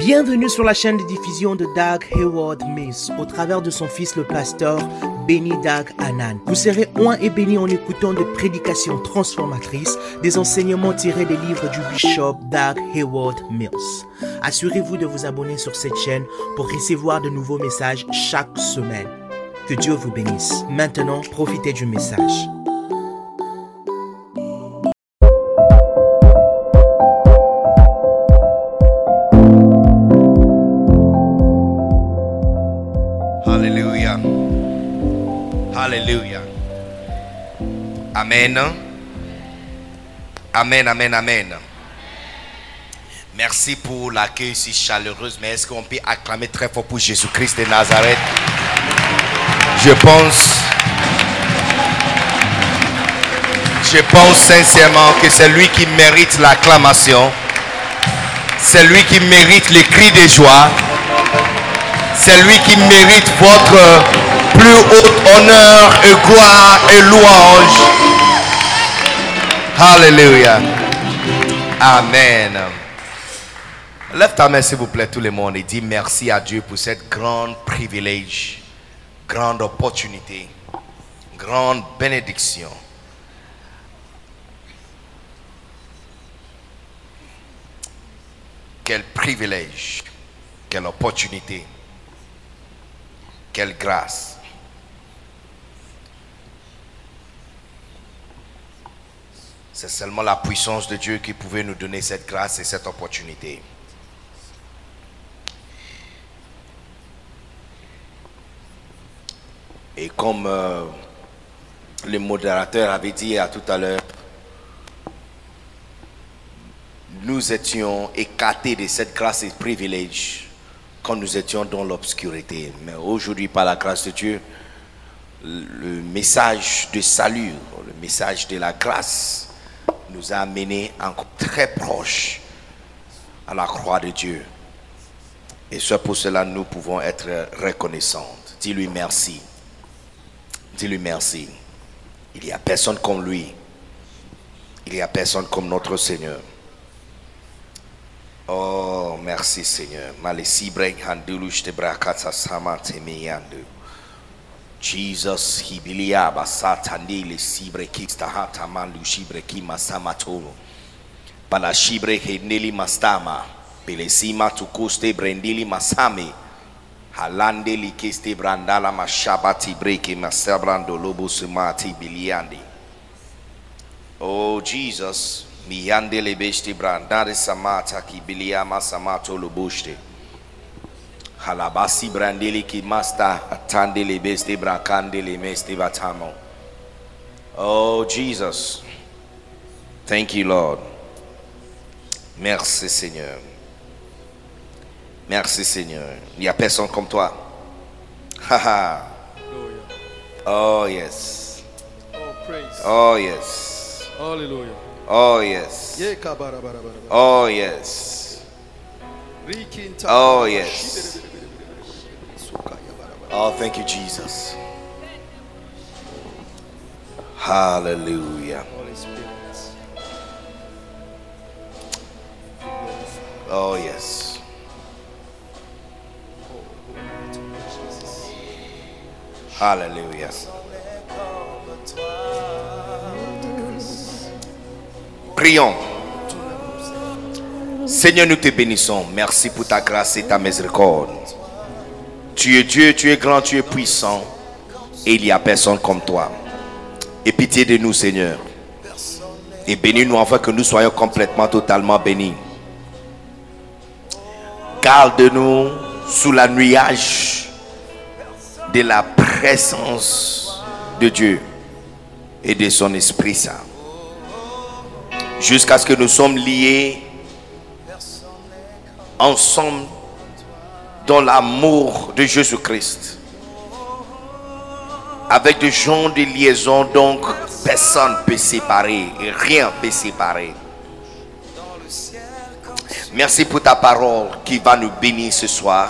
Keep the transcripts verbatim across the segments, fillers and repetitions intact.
Bienvenue sur la chaîne de diffusion de Doug Hayward Mills au travers de son fils le pasteur Benny Doug Anan. Vous serez oint et béni en écoutant des prédications transformatrices, des enseignements tirés des livres du bishop Doug Hayward Mills. Assurez-vous de vous abonner sur cette chaîne pour recevoir de nouveaux messages chaque semaine. Que Dieu vous bénisse. Maintenant, profitez du message. Alléluia. Alléluia. Amen. Amen, amen, amen. Merci pour l'accueil si chaleureux. Mais est-ce qu'on peut acclamer très fort pour Jésus-Christ de Nazareth? Je pense, je pense sincèrement que c'est lui qui mérite l'acclamation. C'est lui qui mérite les cris de joie. C'est lui qui mérite votre plus haut honneur et gloire et louange. Alléluia. Amen. Lève ta main s'il vous plaît tout le monde et dis merci à Dieu pour cette grande privilège, grande opportunité, grande bénédiction. Quel privilège, quelle opportunité. Quelle grâce. C'est seulement la puissance de Dieu qui pouvait nous donner cette grâce et cette opportunité. Et comme euh, le modérateur avait dit à tout à l'heure, nous étions écartés de cette grâce et privilège quand nous étions dans l'obscurité. Mais aujourd'hui, par la grâce de Dieu, le message de salut, le message de la grâce nous a amenés encore très proches à la croix de Dieu. Et c'est pour cela que nous pouvons être reconnaissants. Dis-lui merci. Dis-lui merci. Il n'y a personne comme lui. Il n'y a personne comme notre Seigneur. Oh, merci Seigneur. Jesus, hibiliaba satandile sibre kista hata mandu shibre kima samatolo. Pala shibre heneli mastama. Pelesima tukuste brendili masame. Halande li kiste brandala mashabati breke masabrando lobo sumati biliandi. Oh, Jesus. Miyande le besti brandare samata ki biliama samato lo boste. Halabasi brandeli ki masta atande le besti brakande le mesti batamo. Oh Jesus. Thank you Lord. Merci Seigneur. Merci Seigneur. Il n'y a personne comme toi. Haha. Oh yes. Oh praise. Oh yes. Hallelujah. Oh yes. Oh yes. Oh yes. Oh, thank you, Jesus. Hallelujah. Oh yes. Hallelujah. Prions. Seigneur, nous te bénissons. Merci pour ta grâce et ta miséricorde. Tu es Dieu, tu es grand, tu es puissant. Et il n'y a personne comme toi. Et pitié de nous, Seigneur. Et bénis-nous afin que nous soyons complètement, totalement bénis. Garde-nous sous la nuage de la présence de Dieu et de son Esprit Saint. Jusqu'à ce que nous sommes liés ensemble dans l'amour de Jésus-Christ. Avec des gens de liaison, donc personne ne peut séparer et rien ne peut séparer. Merci pour ta parole qui va nous bénir ce soir.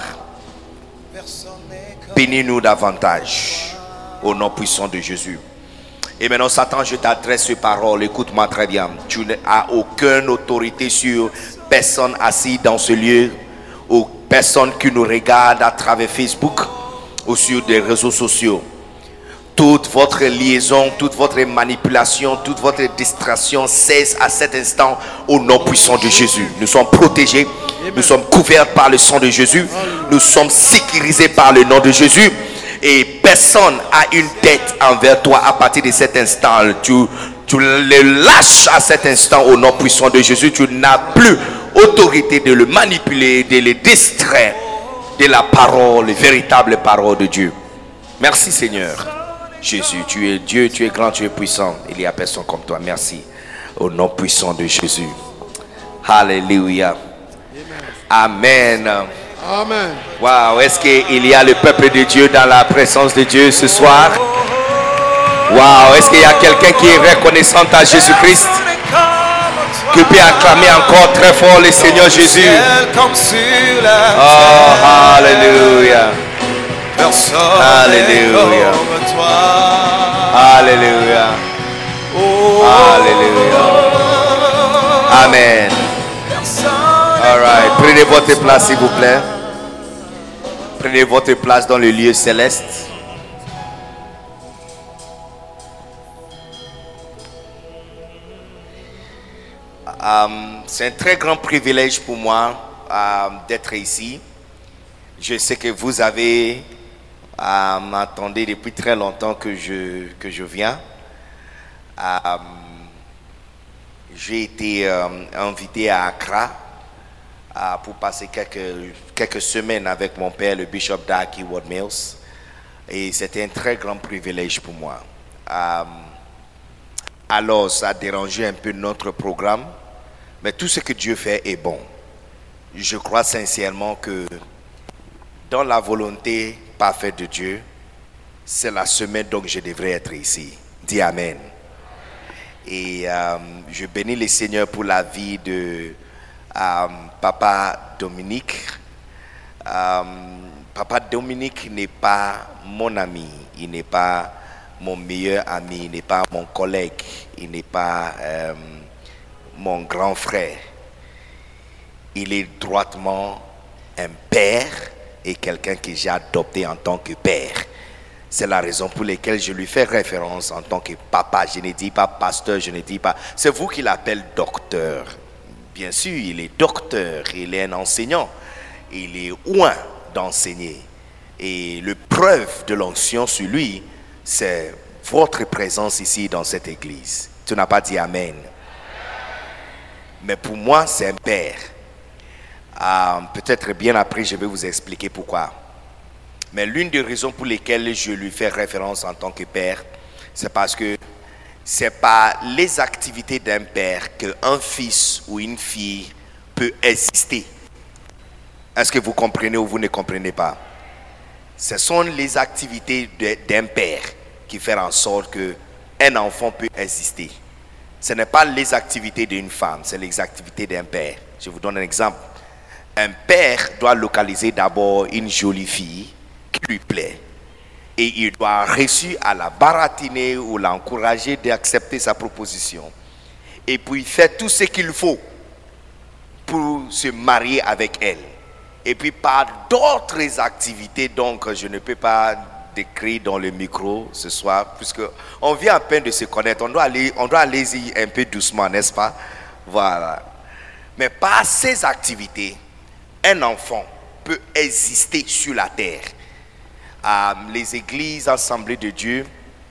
Bénis-nous davantage au nom puissant de Jésus. Et maintenant, Satan, je t'adresse ces paroles. Écoute-moi très bien. Tu n'as aucune autorité sur personne assis dans ce lieu aux personnes qui nous regardent à travers Facebook ou sur des réseaux sociaux. Toute votre liaison, toute votre manipulation, toute votre distraction cesse à cet instant au nom puissant de Jésus. Nous sommes protégés, nous sommes couverts par le sang de Jésus, nous sommes sécurisés par le nom de Jésus. Et personne a une dette envers toi à partir de cet instant. Tu, tu le lâches à cet instant au nom puissant de Jésus. Tu n'as plus autorité de le manipuler, de le distraire de la parole, la véritable parole de Dieu. Merci Seigneur. Jésus, tu es Dieu, tu es grand, tu es puissant. Il n'y a personne comme toi. Merci. Au nom puissant de Jésus. Alléluia. Amen. Amen. Waouh, est-ce qu'il y a le peuple de Dieu dans la présence de Dieu ce soir? Waouh, est-ce qu'il y a quelqu'un qui est reconnaissant à Jésus-Christ, qui peut acclamer encore très fort le Seigneur Jésus? Oh, Alléluia. Alléluia. Alléluia. Alléluia. Amen. All right. Prenez votre place s'il vous plaît. Prenez votre place dans le lieu céleste. Um, c'est un très grand privilège pour moi um, d'être ici. Je sais que vous avez uh, m'attendez depuis très longtemps que je, que je viens. Um, j'ai été um, invité à Accra uh, pour passer quelques, quelques semaines avec mon père, le bishop Dag Heward Mills. Et c'était un très grand privilège pour moi. Um, alors, ça a dérangé un peu notre programme. Mais tout ce que Dieu fait est bon. Je crois sincèrement que dans la volonté parfaite de Dieu, c'est la semaine donc je devrais être ici. Dis Amen. Et euh, je bénis le Seigneur pour la vie de euh, Papa Dominique. Euh, Papa Dominique n'est pas mon ami, il n'est pas mon meilleur ami, il n'est pas mon collègue, il n'est pas euh, mon grand frère. Il est droitement un père et quelqu'un que j'ai adopté en tant que père. C'est la raison pour laquelle je lui fais référence en tant que papa. Je ne dis pas pasteur, je ne dis pas... C'est vous qui l'appelez docteur. Bien sûr, il est docteur, il est un enseignant. Il est oint d'enseigner. Et la preuve de l'onction sur lui, c'est votre présence ici dans cette église. Tu n'as pas dit Amen. Mais pour moi, c'est un père. Euh, peut-être bien après, je vais vous expliquer pourquoi. Mais l'une des raisons pour lesquelles je lui fais référence en tant que père, c'est parce que c'est par les activités d'un père qu'un fils ou une fille peut exister. Est-ce que vous comprenez ou vous ne comprenez pas? Ce sont les activités d'un père qui font en sorte qu'un enfant peut exister. Ce n'est pas les activités d'une femme, c'est les activités d'un père. Je vous donne un exemple. Un père doit localiser d'abord une jolie fille qui lui plaît. Et il doit réussir à la baratiner ou l'encourager d'accepter sa proposition. Et puis faire tout ce qu'il faut pour se marier avec elle. Et puis par d'autres activités, donc je ne peux pas décrire dans le micro ce soir, puisque on vient à peine de se connaître, on doit aller, on doit aller un peu doucement, n'est-ce pas? Voilà. Mais par ces activités, un enfant peut exister sur la terre. Euh, les églises assemblées de Dieu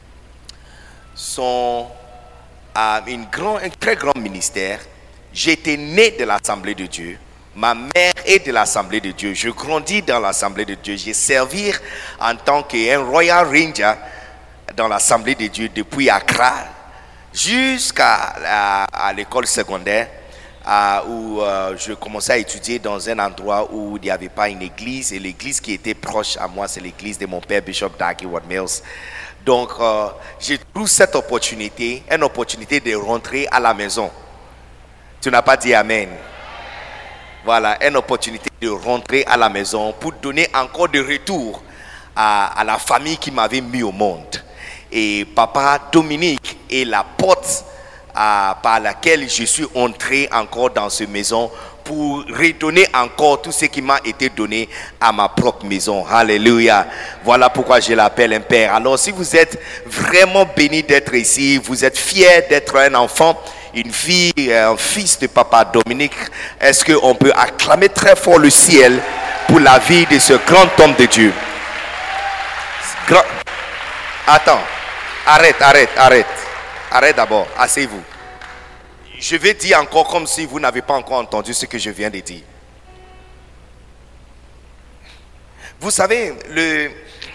sont euh, une grand, un très grand ministère. J'étais né de l'assemblée de Dieu. Ma mère est de l'Assemblée de Dieu. Je grandis dans l'Assemblée de Dieu. J'ai servi en tant qu'un Royal Ranger dans l'Assemblée de Dieu depuis Accra jusqu'à à, à l'école secondaire à, où euh, je commençais à étudier dans un endroit où il n'y avait pas une église. Et l'église qui était proche à moi, c'est l'église de mon père, Bishop Dag Heward Mills. Donc, euh, j'ai trouvé cette opportunité, une opportunité de rentrer à la maison. Tu n'as pas dit Amen. Voilà, une opportunité de rentrer à la maison pour donner encore de retour à, à la famille qui m'avait mis au monde. Et Papa Dominique est la porte à, par laquelle je suis entré encore dans cette maison pour redonner encore tout ce qui m'a été donné à ma propre maison. Alléluia. Voilà pourquoi je l'appelle un père. Alors si vous êtes vraiment béni d'être ici, vous êtes fier d'être un enfant, une fille, un fils de papa Dominique, est-ce qu'on peut acclamer très fort le ciel pour la vie de ce grand homme de Dieu? Grand... Attends, arrête, arrête, arrête. Arrête d'abord, asseyez-vous. Je vais dire encore comme si vous n'avez pas encore entendu ce que je viens de dire. Vous savez, le...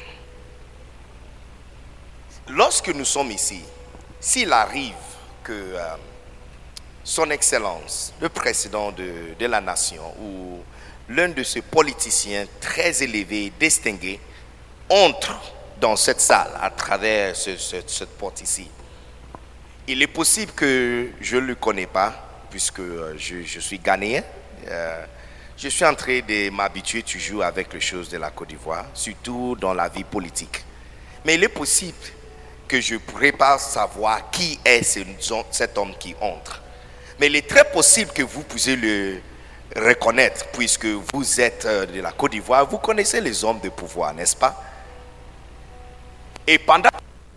lorsque nous sommes ici, s'il arrive que euh, son Excellence, le président de, de la nation, ou l'un de ces politiciens très élevés, distingués, entre dans cette salle à travers ce, ce, cette porte ici, il est possible que je ne le connais pas, puisque je, je suis ghanéen. Euh, je suis en train de m'habituer toujours avec les choses de la Côte d'Ivoire, surtout dans la vie politique. Mais il est possible que je ne pourrais pas savoir qui est ce, cet homme qui entre. Mais il est très possible que vous puissiez le reconnaître, puisque vous êtes de la Côte d'Ivoire, vous connaissez les hommes de pouvoir, n'est-ce pas? Et pendant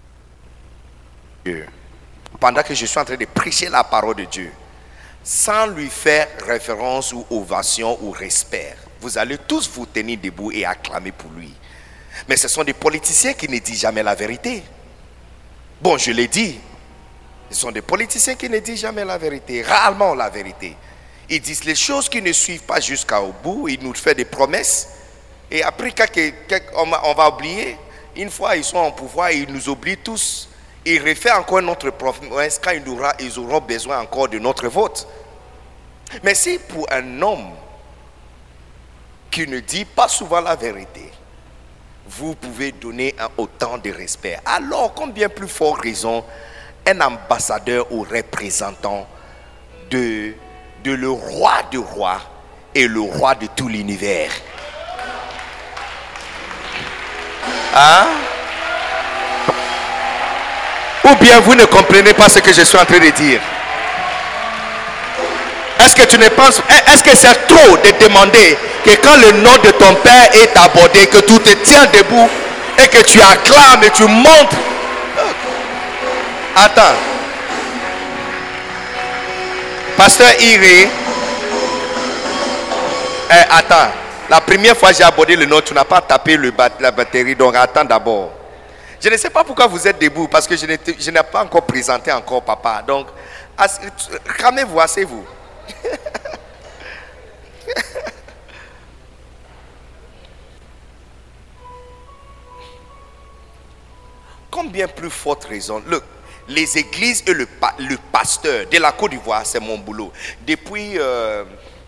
que Pendant que je suis en train de prêcher la parole de Dieu, sans lui faire référence ou ovation ou respect, vous allez tous vous tenir debout et acclamer pour lui. Mais ce sont des politiciens qui ne disent jamais la vérité. Bon, je l'ai dit. Ce sont des politiciens qui ne disent jamais la vérité, rarement la vérité. Ils disent les choses qui ne suivent pas jusqu'au bout, ils nous font des promesses. Et après, on va oublier, une fois ils sont en pouvoir, ils nous oublient tous. Il refait encore notre promesse quand il aura, ils auront besoin encore de notre vote. Mais si pour un homme qui ne dit pas souvent la vérité, vous pouvez donner un autant de respect, alors combien plus fort raison un ambassadeur ou représentant de, de le roi de rois et le roi de tout l'univers. Hein? Ou bien vous ne comprenez pas ce que je suis en train de dire? Est-ce que tu ne penses, est-ce que c'est trop de demander que quand le nom de ton père est abordé, que tu te tiens debout et que tu acclames et tu montres? Attends. Pasteur Iré, eh, attends. La première fois que j'ai abordé le nom, tu n'as pas tapé le bat, la batterie, donc attends d'abord. Je ne sais pas pourquoi vous êtes debout, parce que je n'ai, je n'ai pas encore présenté encore papa. Donc, calmez-vous, asseyez-vous. Combien plus forte raison? Le, les églises et le, le pasteur de la Côte d'Ivoire, c'est mon boulot. Depuis euh,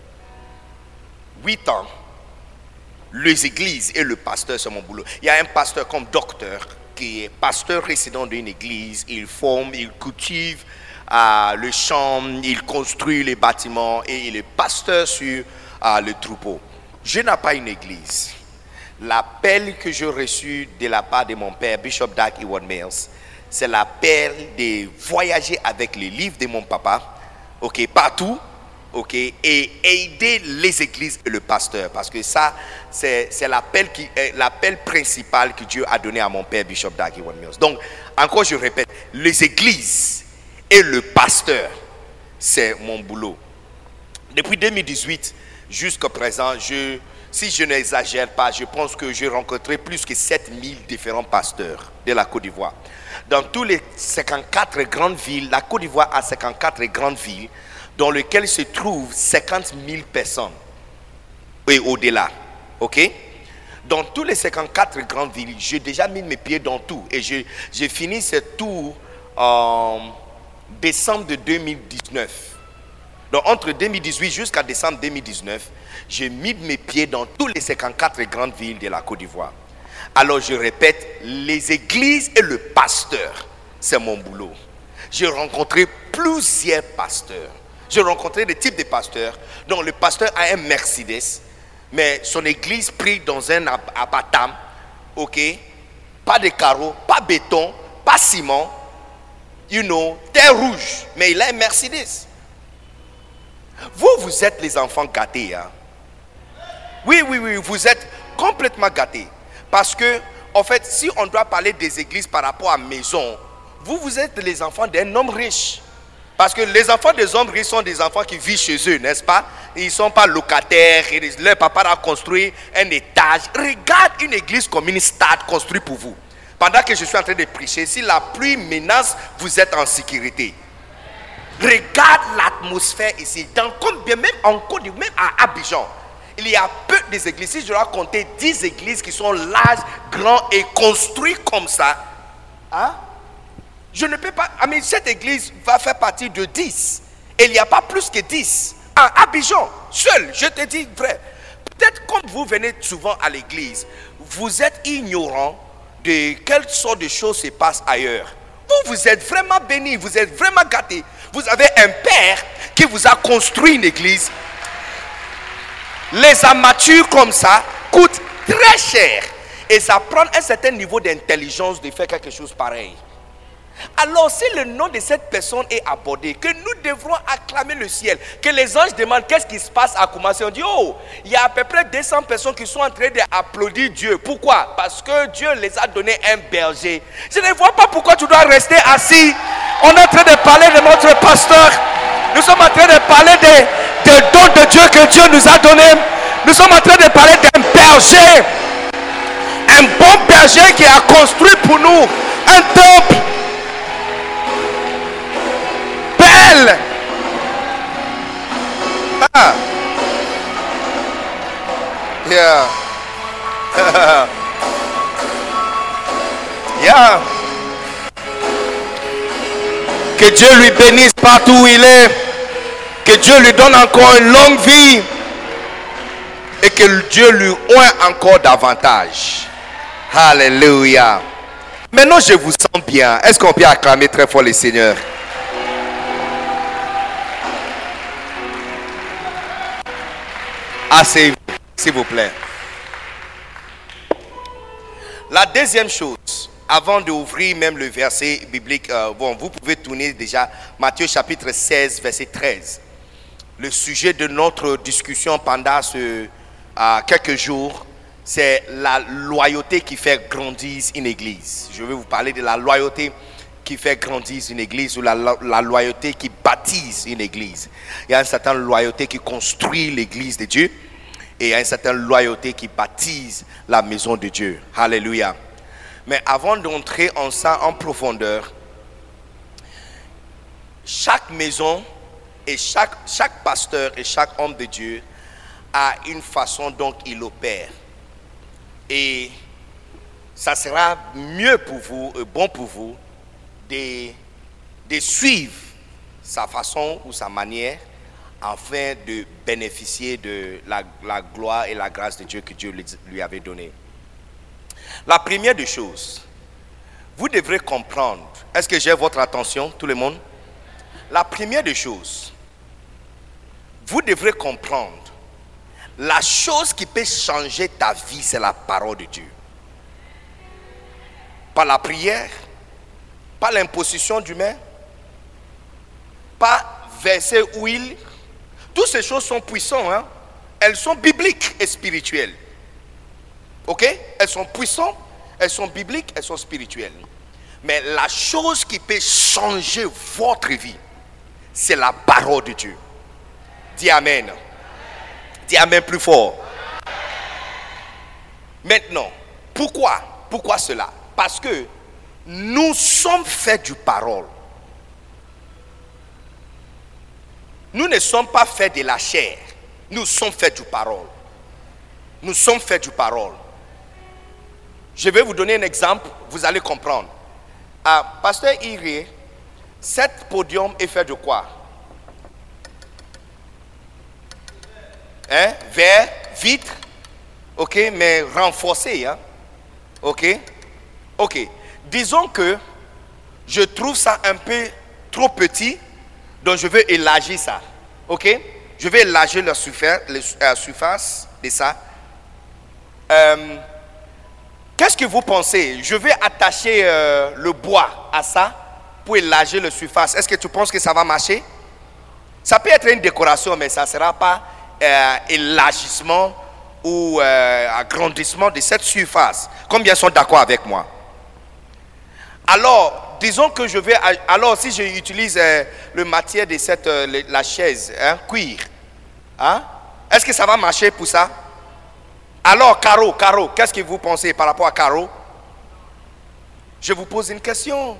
huit ans, les églises et le pasteur, c'est mon boulot. Il y a un pasteur comme docteur, qui est pasteur résident d'une église. Il forme, il cultive euh, le champ, il construit les bâtiments et il est pasteur sur euh, le troupeau. Je n'ai pas une église. L'appel que j'ai reçu de la part de mon père, Bishop Dag Heward-Mills, c'est l'appel de voyager avec les livres de mon papa, ok, partout, ok, et aider les églises et le pasteur, parce que ça, c'est, c'est l'appel qui, l'appel principal que Dieu a donné à mon père Bishop Dag Heward-Mills. Donc, encore je répète, les églises et le pasteur, c'est mon boulot. Depuis deux mille dix-huit jusqu'à présent, je, si je n'exagère pas, je pense que j'ai rencontré plus que sept mille différents pasteurs de la Côte d'Ivoire. Dans tous les cinquante-quatre grandes villes, la Côte d'Ivoire a cinquante-quatre grandes villes, dans lesquelles se trouvent cinquante mille personnes et au-delà. Ok? Dans tous les cinquante-quatre grandes villes, j'ai déjà mis mes pieds dans tout. Et j'ai, j'ai fini ce tour en décembre de deux mille dix-neuf. Donc entre deux mille dix-huit jusqu'à décembre deux mille dix-neuf, j'ai mis mes pieds dans toutes les cinquante-quatre grandes villes de la Côte d'Ivoire. Alors je répète, les églises et le pasteur, c'est mon boulot. J'ai rencontré plusieurs pasteurs. J'ai rencontré des types de pasteurs dont le pasteur a un Mercedes, mais son église prie dans un abatam, ok, pas de carreaux, pas béton, pas ciment, you know, terre rouge, mais il a un Mercedes. Vous, vous êtes les enfants gâtés. Hein? Oui, oui, oui, vous êtes complètement gâtés. Parce que, en fait, si on doit parler des églises par rapport à maison, vous, vous êtes les enfants d'un homme riche. Parce que les enfants des hommes riches sont des enfants qui vivent chez eux, n'est-ce pas? Ils ne sont pas locataires. Leur papa a construit un étage. Regarde une église comme une stade construite pour vous. Pendant que je suis en train de prêcher, si la pluie menace, vous êtes en sécurité. Regarde l'atmosphère ici. Dans combien, même en Côte d'Ivoire, même à Abidjan, il y a peu des églises. Si je dois compter dix églises qui sont larges, grandes et construites comme ça, hein? Je ne peux pas. Mais cette église va faire partie de dix. Et il n'y a pas plus que dix. À Abidjan, seul, je te dis vrai. Peut-être comme vous venez souvent à l'église, vous êtes ignorant de quelles sortes de choses se passent ailleurs. Vous, vous êtes vraiment bénis, vous êtes vraiment gâtés. Vous avez un père qui vous a construit une église. Les amateurs comme ça coûtent très cher. Et ça prend un certain niveau d'intelligence de faire quelque chose pareil. Alors si le nom de cette personne est abordé, que nous devrons acclamer le ciel, que les anges demandent qu'est-ce qui se passe à commencer, on dit oh, il y a à peu près deux cents personnes qui sont en train d'applaudir Dieu. Pourquoi? Parce que Dieu les a donné un berger. Je ne vois pas pourquoi tu dois rester assis. On est en train de parler de notre pasteur. Nous sommes en train de parler des de dons de Dieu que Dieu nous a donnés. Nous sommes en train de parler d'un berger, un bon berger qui a construit pour nous un temple. Ah. Yeah. Yeah. Que Dieu lui bénisse partout où il est. Que Dieu lui donne encore une longue vie. Et que Dieu lui oint encore davantage. Alléluia. Maintenant je vous sens bien. Est-ce qu'on peut acclamer très fort le Seigneur? Asseyez-vous, s'il vous plaît. La deuxième chose, avant d'ouvrir même le verset biblique, euh, bon, vous pouvez tourner déjà Matthieu chapitre seize, verset treize. Le sujet de notre discussion pendant ce, euh, quelques jours, c'est la loyauté qui fait grandir une église. Je vais vous parler de la loyauté qui fait grandir une église ou la, la, la loyauté qui baptise une église. Il y a une certaine loyauté qui construit l'église de Dieu et il y a une certaine loyauté qui baptise la maison de Dieu. Alléluia. Mais avant d'entrer en ça en profondeur, chaque maison et chaque, chaque pasteur et chaque homme de Dieu a une façon dont il opère. Et ça sera mieux pour vous, bon pour vous, De, de suivre sa façon ou sa manière afin de bénéficier de la, la gloire et la grâce de Dieu que Dieu lui avait donnée. La première des choses, vous devrez comprendre, est-ce que j'ai votre attention, tout le monde? La première des choses, vous devrez comprendre, la chose qui peut changer ta vie, c'est la parole de Dieu. Par la prière, pas l'imposition d'humain, pas verser huile. Toutes ces choses sont puissantes, hein? Elles sont bibliques et spirituelles. Ok? Elles sont puissantes, elles sont bibliques, elles sont spirituelles. Mais la chose qui peut changer votre vie, c'est la parole de Dieu. Dis Amen. Dis Amen plus fort. Maintenant, pourquoi? Pourquoi cela? Parce que nous sommes faits de parole. Nous ne sommes pas faits de la chair. Nous sommes faits de parole. Nous sommes faits de parole. Je vais vous donner un exemple, vous allez comprendre. Ah, Pasteur Iré, cet podium est fait de quoi? Hein? Verre, vitre, ok, mais renforcé, hein? Ok, ok. Disons que je trouve ça un peu trop petit, donc je veux élargir ça. Ok? Je vais élargir la surface, la surface de ça. Euh, Qu'est-ce que vous pensez? Je vais attacher euh, le bois à ça pour élargir la surface. Est-ce que tu penses que ça va marcher? Ça peut être une décoration, mais ça ne sera pas euh, élargissement ou euh, agrandissement de cette surface. Combien sont d'accord avec moi? Alors, disons que je vais... Alors, si j'utilise euh, le matière de cette, euh, la chaise, hein, cuir, hein, est-ce que ça va marcher pour ça? Alors, carreau, carreau, qu'est-ce que vous pensez par rapport à carreau? Je vous pose une question.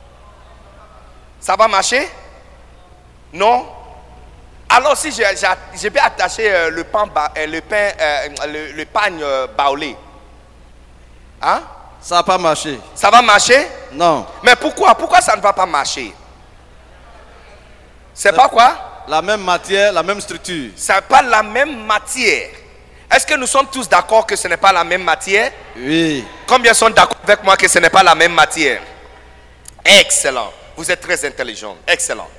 Ça va marcher? Non? Alors, si je, je, je vais attacher euh, le pain, le, pain euh, le, le pagne euh, baoulé, hein? Ça va pas marcher. Ça va marcher? Non. Mais pourquoi? Pourquoi ça ne va pas marcher? C'est pas quoi? La même matière, la même structure. Ce n'est pas la même matière. Est-ce que nous sommes tous d'accord que ce n'est pas la même matière? Oui. Combien sont d'accord avec moi que ce n'est pas la même matière? Excellent. Vous êtes très intelligent. Excellent.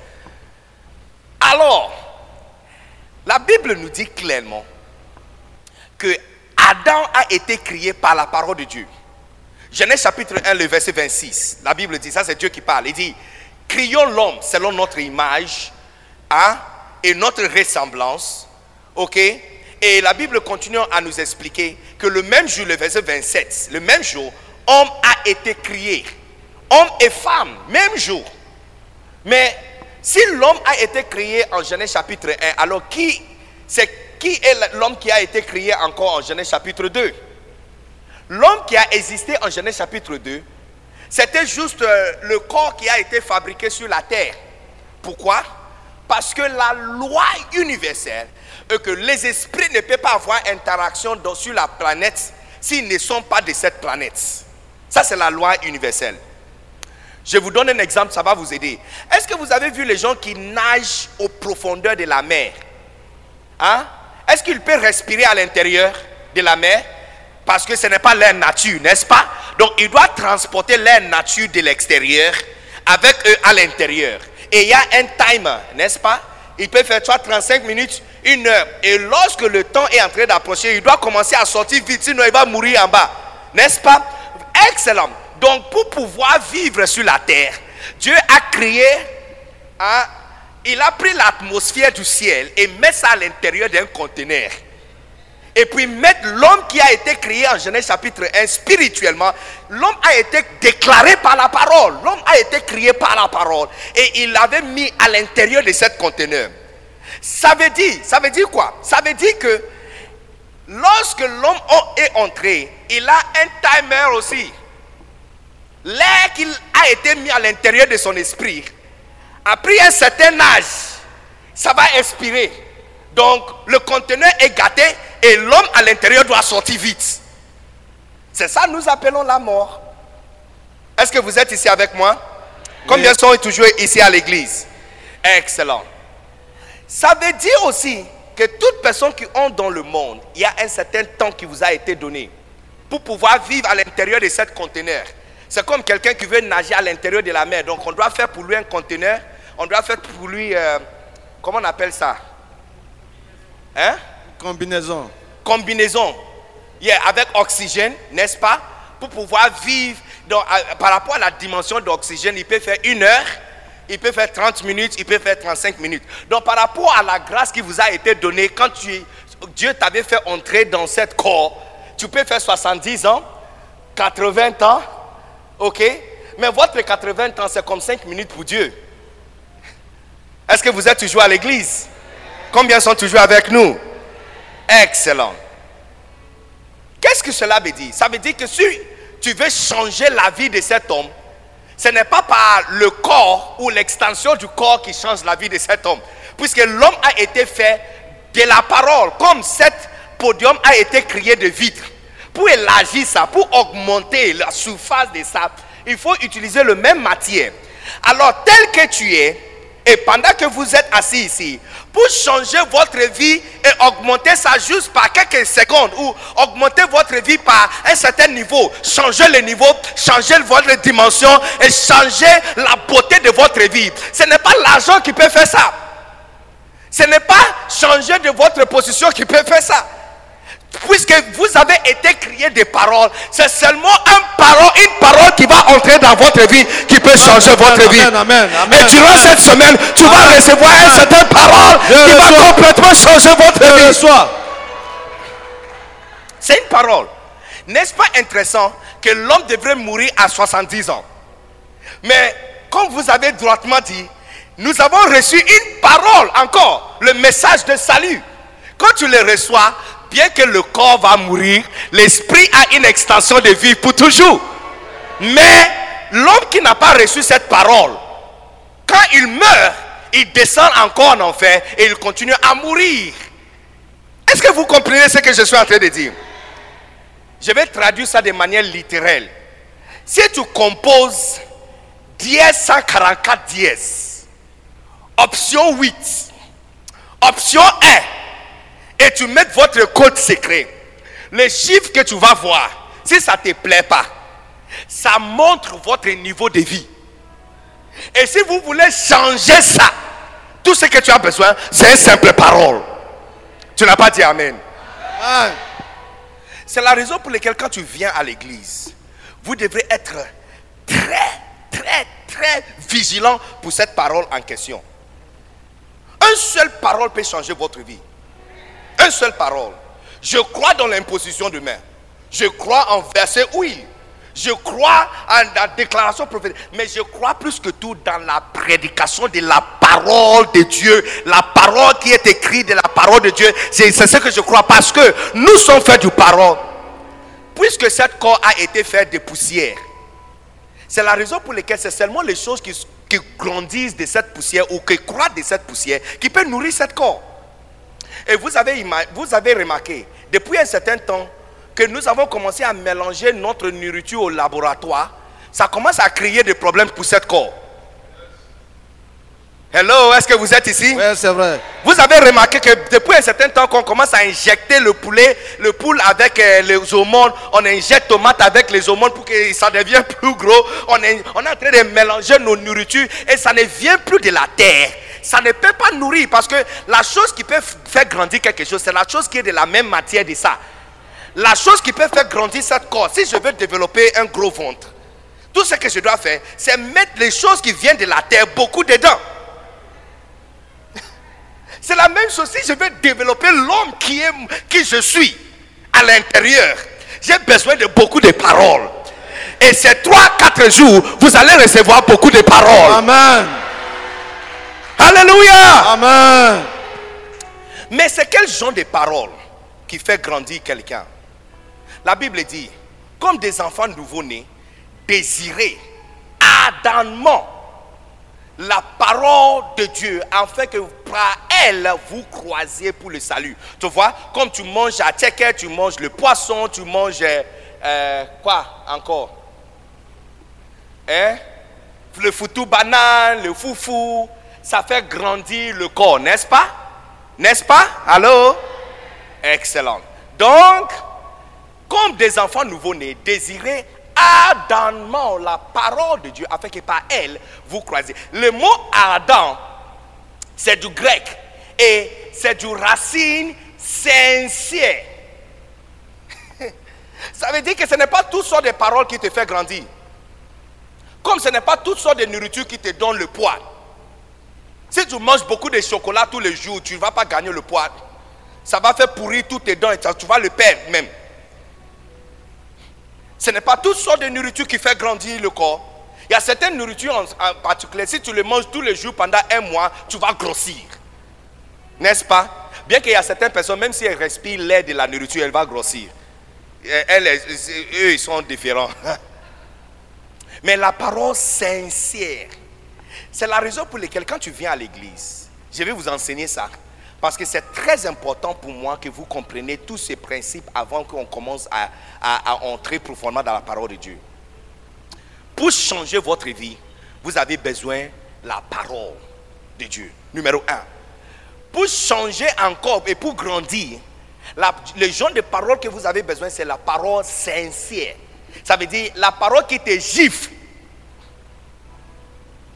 Alors, la Bible nous dit clairement que Adam a été créé par la parole de Dieu. Genèse chapitre un, le verset vingt-six. La Bible dit, ça c'est Dieu qui parle. Il dit, créons l'homme selon notre image, hein, et notre ressemblance. Ok? Et la Bible continue à nous expliquer que le même jour, le verset vingt-sept, le même jour, homme a été créé. Homme et femme, même jour. Mais si l'homme a été créé en Genèse chapitre un, alors qui, c'est, qui est l'homme qui a été créé encore en Genèse chapitre deux? L'homme qui a existé en Genèse chapitre deux, c'était juste euh, le corps qui a été fabriqué sur la terre. Pourquoi? Parce que la loi universelle est que les esprits ne peuvent pas avoir interaction dans, sur la planète s'ils ne sont pas de cette planète. Ça, c'est la loi universelle. Je vous donne un exemple, ça va vous aider. Est-ce que vous avez vu les gens qui nagent aux profondeurs de la mer? Hein? Est-ce qu'ils peuvent respirer à l'intérieur de la mer? Parce que ce n'est pas leur nature, n'est-ce pas? Donc, ils doivent transporter leur nature de l'extérieur avec eux à l'intérieur. Et il y a un timer, n'est-ce pas? Il peut faire trente-cinq minutes, une heure. Et lorsque le temps est en train d'approcher, il doit commencer à sortir vite, sinon il va mourir en bas. N'est-ce pas? Excellent. Donc, pour pouvoir vivre sur la terre, Dieu a créé, hein, il a pris l'atmosphère du ciel et met ça à l'intérieur d'un conteneur. Et puis mettre l'homme qui a été créé en Genèse chapitre un spirituellement, l'homme a été déclaré par la parole. L'homme a été créé par la parole. Et il l'avait mis à l'intérieur de cet conteneur. Ça veut dire, ça veut dire quoi? Ça veut dire que lorsque l'homme est entré, il a un timer aussi. L'air qu'il a été mis à l'intérieur de son esprit, après un certain âge, ça va expirer. Donc le conteneur est gâté et l'homme à l'intérieur doit sortir vite. C'est ça que nous appelons la mort. Est-ce que vous êtes ici avec moi? Oui. Combien sont toujours ici à l'église? Excellent. Ça veut dire aussi que toute personne qui entre dans le monde, il y a un certain temps qui vous a été donné pour pouvoir vivre à l'intérieur de cet conteneur. C'est comme quelqu'un qui veut nager à l'intérieur de la mer. Donc on doit faire pour lui un conteneur. On doit faire pour lui, euh, comment on appelle ça? Hein? Combinaison. Combinaison. Yeah, avec oxygène, n'est-ce pas? Pour pouvoir vivre donc, à, par rapport à la dimension d'oxygène, il peut faire une heure, il peut faire trente minutes, il peut faire trente-cinq minutes. Donc par rapport à la grâce qui vous a été donnée, quand tu, Dieu t'avait fait entrer dans cet corps, tu peux faire soixante-dix ans, quatre-vingts ans, ok? Mais votre quatre-vingts ans, c'est comme cinq minutes pour Dieu. Est-ce que vous êtes toujours à l'église? Combien sont toujours avec nous? Excellent. Qu'est-ce que cela veut dire? Ça veut dire que si tu veux changer la vie de cet homme, ce n'est pas par le corps ou l'extension du corps qui change la vie de cet homme. Puisque l'homme a été fait de la parole, comme cet podium a été créé de vitre. Pour élargir ça, pour augmenter la surface de ça, il faut utiliser le même matière. Alors, tel que tu es, et pendant que vous êtes assis ici, pour changer votre vie et augmenter ça juste par quelques secondes ou augmenter votre vie par un certain niveau, changer le niveau, changer votre dimension et changer la beauté de votre vie. Ce n'est pas l'argent qui peut faire ça. Ce n'est pas changer de votre position qui peut faire ça. puisque vous avez été créé des paroles, c'est seulement un parole, une parole qui va entrer dans votre vie, qui peut changer Amen, votre vie. amen, amen, amen. Et durant cette semaine, tu vas recevoir une certaine parole Je qui va reçois. complètement changer votre Je vie. reçois. C'est une parole. N'est-ce pas intéressant que l'homme devrait mourir à soixante-dix ans? Mais comme vous avez droitement dit, nous avons reçu une parole encore, le message de salut. Quand tu le reçois, bien que le corps va mourir, l'esprit a une extension de vie pour toujours. Mais l'homme qui n'a pas reçu cette parole, quand il meurt, il descend encore en enfer et il continue à mourir. Est-ce que vous comprenez ce que je suis en train de dire? Je vais traduire ça de manière littérale. Si tu composes dièse cent quarante-quatre dièse, option huit, option un, et tu mets votre code secret, le chiffre que tu vas voir, si ça ne te plaît pas, ça montre votre niveau de vie. Et si vous voulez changer ça, tout ce que tu as besoin, c'est une simple parole. Tu n'as pas dit amen. Amen. C'est la raison pour laquelle quand tu viens à l'église, vous devrez être très, très, très vigilant pour cette parole en question. Une seule parole peut changer votre vie. Une seule parole. Je crois dans l'imposition de main. Je crois en verset huile. Je crois en la déclaration prophétique. Mais je crois plus que tout dans la prédication de la parole de Dieu. La parole qui est écrite de la parole de Dieu. C'est ce que je crois. Parce que nous sommes faits de parole. Puisque cette corps a été fait de poussière. C'est la raison pour laquelle c'est seulement les choses qui, qui grandissent de cette poussière ou qui croissent de cette poussière qui peuvent nourrir cette corps. Et vous avez, vous avez remarqué, depuis un certain temps, que nous avons commencé à mélanger notre nourriture au laboratoire, ça commence à créer des problèmes pour cette corps. Hello, est-ce que vous êtes ici? Oui, c'est vrai. Vous avez remarqué que depuis un certain temps qu'on commence à injecter le poulet, le poule avec euh, les hormones, on injecte tomate avec les hormones pour que ça devienne plus gros. On est, on est en train de mélanger nos nourritures et ça ne vient plus de la terre. Ça ne peut pas nourrir parce que la chose qui peut faire grandir quelque chose, c'est la chose qui est de la même matière de ça. La chose qui peut faire grandir cette corps, si je veux développer un gros ventre, tout ce que je dois faire, c'est mettre les choses qui viennent de la terre beaucoup dedans. C'est la même chose si je veux développer l'homme qui est, qui je suis à l'intérieur. J'ai besoin de beaucoup de paroles. Et ces trois, quatre jours, vous allez recevoir beaucoup de paroles. Amen. Alléluia. Amen. Mais c'est quel genre de paroles qui fait grandir quelqu'un? La Bible dit, comme des enfants nouveau-nés, désirez ardemment la parole de Dieu, afin que par elle vous croisiez pour le salut. Tu vois, comme tu manges à tchèque, tu manges le poisson, tu manges euh, quoi encore? Hein? Le foutou banane, le foufou, ça fait grandir le corps, n'est-ce pas? N'est-ce pas? Allô? Excellent. Donc, comme des enfants nouveau-nés, désirez ardemment la parole de Dieu, afin que par elle vous croisiez. Le mot ardent, c'est du grec et c'est du racine sincère. Ça veut dire que ce n'est pas toutes sortes de paroles qui te font grandir. Comme ce n'est pas toutes sortes de nourriture qui te donnent le poids. Si tu manges beaucoup de chocolat tous les jours, tu ne vas pas gagner le poids. Ça va faire pourrir tous tes dents et tu vas le perdre même. Ce n'est pas toutes sortes de nourriture qui fait grandir le corps. Il y a certaines nourritures en, en particulier, si tu les manges tous les jours pendant un mois, tu vas grossir. N'est-ce pas? Bien qu'il y a certaines personnes, même si elles respirent l'air de la nourriture, elles vont grossir. Elles, elles, eux, ils sont différents. Mais la parole sincère, c'est la raison pour laquelle quand tu viens à l'église, je vais vous enseigner ça. Parce que c'est très important pour moi que vous compreniez tous ces principes avant qu'on commence à, à, à entrer profondément dans la parole de Dieu. Pour changer votre vie, vous avez besoin de la parole de Dieu. Numéro un. Pour changer encore et pour grandir, la, le genre de parole que vous avez besoin, c'est la parole sincère. Ça veut dire la parole qui te gifle.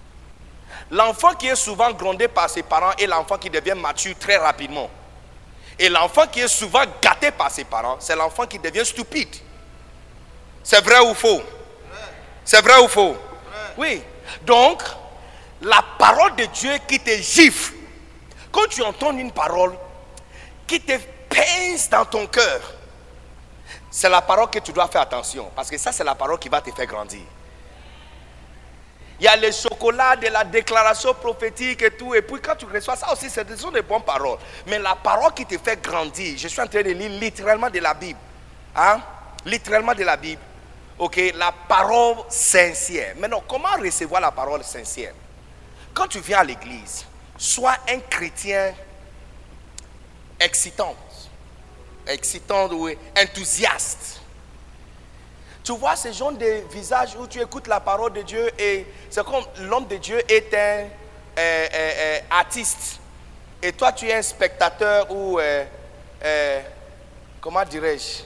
L'enfant qui est souvent grondé par ses parents est l'enfant qui devient mature très rapidement. Et l'enfant qui est souvent gâté par ses parents, c'est l'enfant qui devient stupide. C'est vrai ou faux? C'est vrai ou faux? Oui. Donc, la parole de Dieu qui te gifle, quand tu entends une parole qui te pince dans ton cœur, c'est la parole que tu dois faire attention. Parce que ça, c'est la parole qui va te faire grandir. Il y a le chocolat de la déclaration prophétique et tout. Et puis quand tu reçois ça aussi, ce sont des bonnes paroles. Mais la parole qui te fait grandir, je suis en train de lire littéralement de la Bible. Hein? Littéralement de la Bible. Ok, la parole sincère. Maintenant, comment recevoir la parole sincère? Quand tu viens à l'église, sois un chrétien excitant. Excitant ou enthousiaste. Tu vois ce genre de visage où tu écoutes la parole de Dieu et c'est comme l'homme de Dieu est un euh, euh, euh, artiste et toi tu es un spectateur ou euh, euh, comment dirais-je,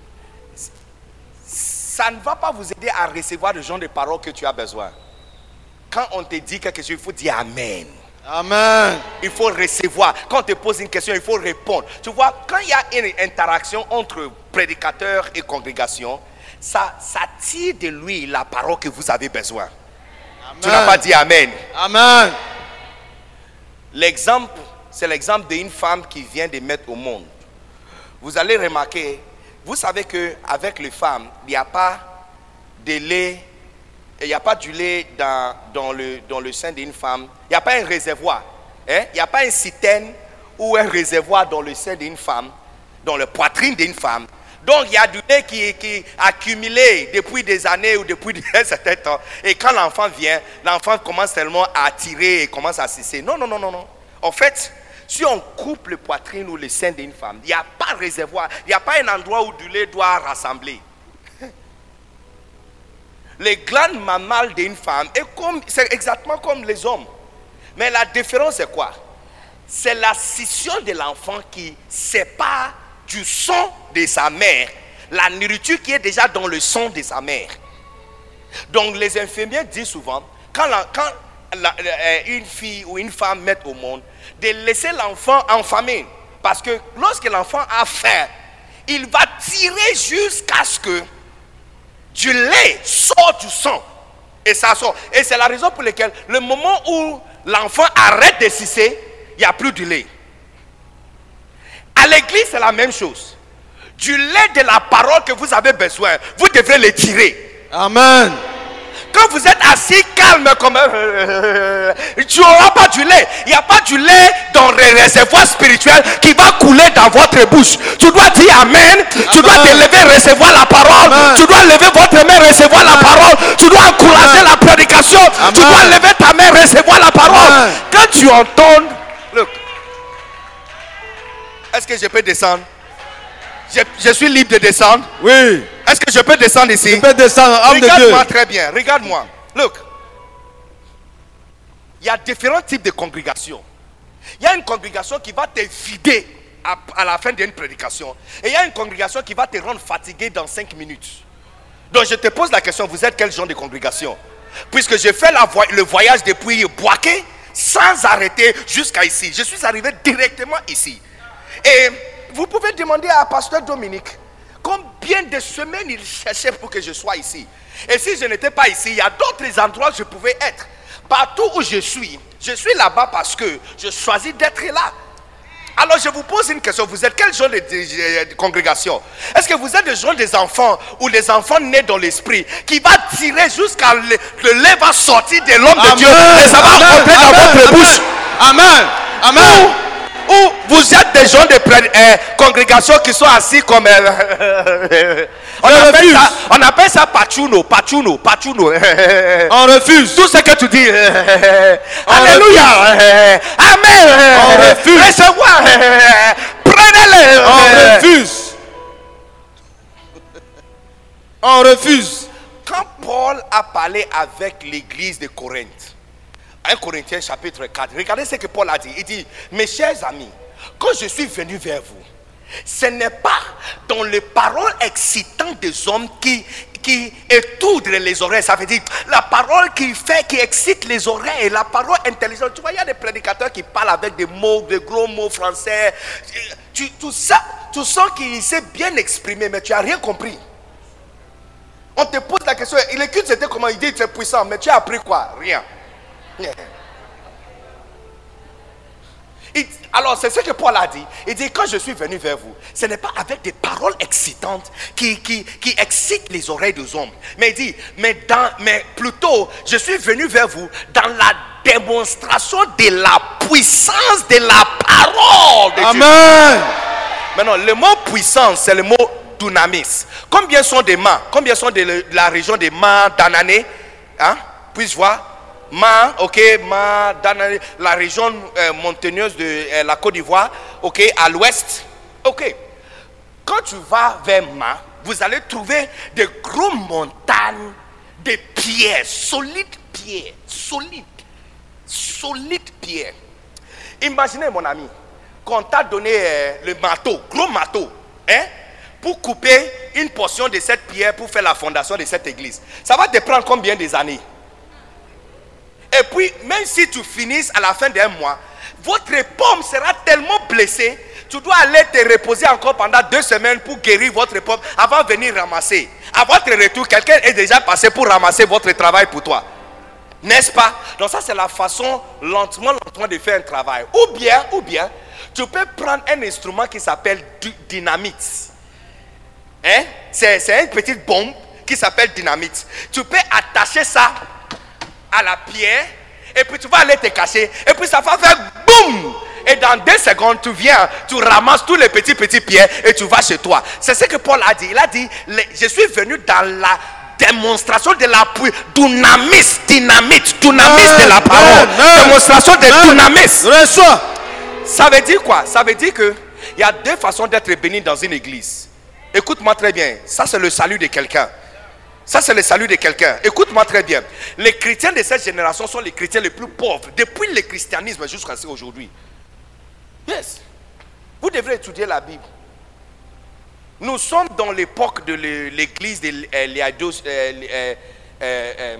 ça ne va pas vous aider à recevoir le genre de parole que tu as besoin. Quand on te dit quelque chose, il faut dire Amen. Amen. Il faut recevoir. Quand on te pose une question, il faut répondre. Tu vois, quand il y a une interaction entre prédicateur et congrégation, ça, ça tire de lui la parole que vous avez besoin. Amen. Tu n'as pas dit Amen. Amen. L'exemple, c'est l'exemple d'une femme qui vient de mettre au monde. Vous allez remarquer, vous savez qu'avec les femmes, il n'y a pas de lait, il n'y a pas du lait dans, dans, le, dans le sein d'une femme. Il n'y a pas un réservoir. Hein? Il n'y a pas un citerne ou un réservoir dans le sein d'une femme, dans la poitrine d'une femme. Donc il y a du lait qui est accumulé depuis des années ou depuis un certain temps. Et quand l'enfant vient, l'enfant commence tellement à tirer et commence à cesser. Non, non, non, non, non. En fait, si on coupe le poitrine ou le sein d'une femme, il n'y a pas de réservoir. Il n'y a pas un endroit où du lait doit rassembler. Les glandes mammaires d'une femme, c'est exactement comme les hommes. Mais la différence c'est quoi? C'est la scission de l'enfant qui sépare du sang de sa mère la nourriture qui est déjà dans le sang de sa mère. Donc les infirmiers disent souvent, quand, la, quand la, une fille ou une femme met au monde, de laisser l'enfant en famine. Parce que lorsque l'enfant a faim, il va tirer jusqu'à ce que du lait sort du sang. Et ça sort. Et c'est la raison pour laquelle le moment où l'enfant arrête de sucer, il n'y a plus de lait. À l'église, c'est la même chose. Du lait de la parole que vous avez besoin, vous devrez le tirer. Amen. Quand vous êtes assis calme comme euh, tu n'auras pas du lait. Il n'y a pas du lait dans le réservoir spirituel qui va couler dans votre bouche. Tu dois dire Amen. Amen. Tu dois te lever, recevoir la parole. Amen. Tu dois lever votre main, recevoir Amen. La parole. Tu dois encourager Amen. La prédication. Amen. Tu dois lever ta main, recevoir la parole. Amen. Quand tu entends, look, est-ce que je peux descendre? Je, je suis libre de descendre. Oui. Est-ce que je peux descendre ici? Je peux descendre, homme de Dieu. Regarde-moi très bien, regarde-moi. Look. Il y a différents types de congrégations. Il y a une congrégation qui va te vider à, à la fin d'une prédication. Et il y a une congrégation qui va te rendre fatigué dans cinq minutes. Donc je te pose la question, vous êtes quel genre de congrégation? Puisque j'ai fait la vo le voyage depuis Boaké sans arrêter jusqu'à ici. Je suis arrivé directement ici. Et vous pouvez demander à Pasteur Dominique combien de semaines il cherchait pour que je sois ici. Et si je n'étais pas ici, il y a d'autres endroits où je pouvais être. Partout où je suis, je suis là-bas parce que je choisis d'être là. Alors je vous pose une question, vous êtes quel genre de, de, de congrégation? Est-ce que vous êtes le genre des enfants ou les enfants nés dans l'esprit qui va tirer jusqu'à le, le lait va sortir de l'homme de Dieu et ça va rentrer dans votre bouche? Amen. Amen. Ou, ou vous êtes des gens de euh, congrégations qui sont assis comme euh, on, appelle ça, on appelle ça pachuno, pachuno, pachuno. On refuse. Tout ce que tu dis. Alléluia. Amen. On refuse. Recevoir. Prenez-le. On refuse. On refuse. Quand Paul a parlé avec l'église de Corinthe, un Corinthiens chapitre quatre, regardez ce que Paul a dit. Il dit, mes chers amis, quand je suis venu vers vous, ce n'est pas dans les paroles excitantes des hommes qui, qui étourdent les oreilles. Ça veut dire la parole qui fait, qui excite les oreilles, la parole intelligente. Tu vois, il y a des prédicateurs qui parlent avec des mots, des gros mots français. tu, tu, sens, tu sens qu'il s'est bien exprimé, mais tu n'as rien compris. On te pose la question, il écoute, c'était comment? Il dit tu es puissant, mais tu as appris quoi? Rien. Yeah. Il, alors c'est ce que Paul a dit. Il dit quand je suis venu vers vous, ce n'est pas avec des paroles excitantes qui, qui, qui excitent les oreilles des hommes. Mais il dit, mais, dans, mais plutôt je suis venu vers vous dans la démonstration de la puissance de la parole de Amen. Dieu. Maintenant le mot puissance c'est le mot dunamis. Combien sont des mains? Combien sont de, de la région des mains d'Anané? Hein? Puis-je voir? Ma, ok, Ma, Danané, la région euh, montagneuse de euh, la Côte d'Ivoire, ok, à l'ouest. Ok. Quand tu vas vers Ma, vous allez trouver des gros montagnes de pierres, solides pierres, solides, solides pierres. Imaginez mon ami, qu'on t'a donné euh, le marteau, gros marteau, hein, pour couper une portion de cette pierre pour faire la fondation de cette église. Ça va te prendre combien des années? Et puis, même si tu finisses à la fin d'un mois, votre pomme sera tellement blessée, tu dois aller te reposer encore pendant deux semaines pour guérir votre pomme avant de venir ramasser. À votre retour, quelqu'un est déjà passé pour ramasser votre travail pour toi. N'est-ce pas? Donc ça, c'est la façon lentement, lentement de faire un travail. Ou bien, ou bien, tu peux prendre un instrument qui s'appelle du dynamite. Hein? C'est, c'est une petite bombe qui s'appelle dynamite. Tu peux attacher ça à la pierre, et puis tu vas aller te cacher, et puis ça va faire boum, et dans deux secondes tu viens, tu ramasses tous les petits petits pierres et tu vas chez toi. C'est ce que Paul a dit. Il a dit, je suis venu dans la démonstration de la puissance, dunamis, dynamite, dunamis de la parole, démonstration de dunamis. Reçois. Ça veut dire quoi? Ça veut dire que il y a deux façons d'être béni dans une église. Écoute-moi très bien, ça c'est le salut de quelqu'un. Ça, c'est le salut de quelqu'un. Écoute-moi très bien. Les chrétiens de cette génération sont les chrétiens les plus pauvres depuis le christianisme jusqu'à aujourd'hui. Yes. Vous devrez étudier la Bible. Nous sommes dans l'époque de l'église de Laodice. Euh, euh,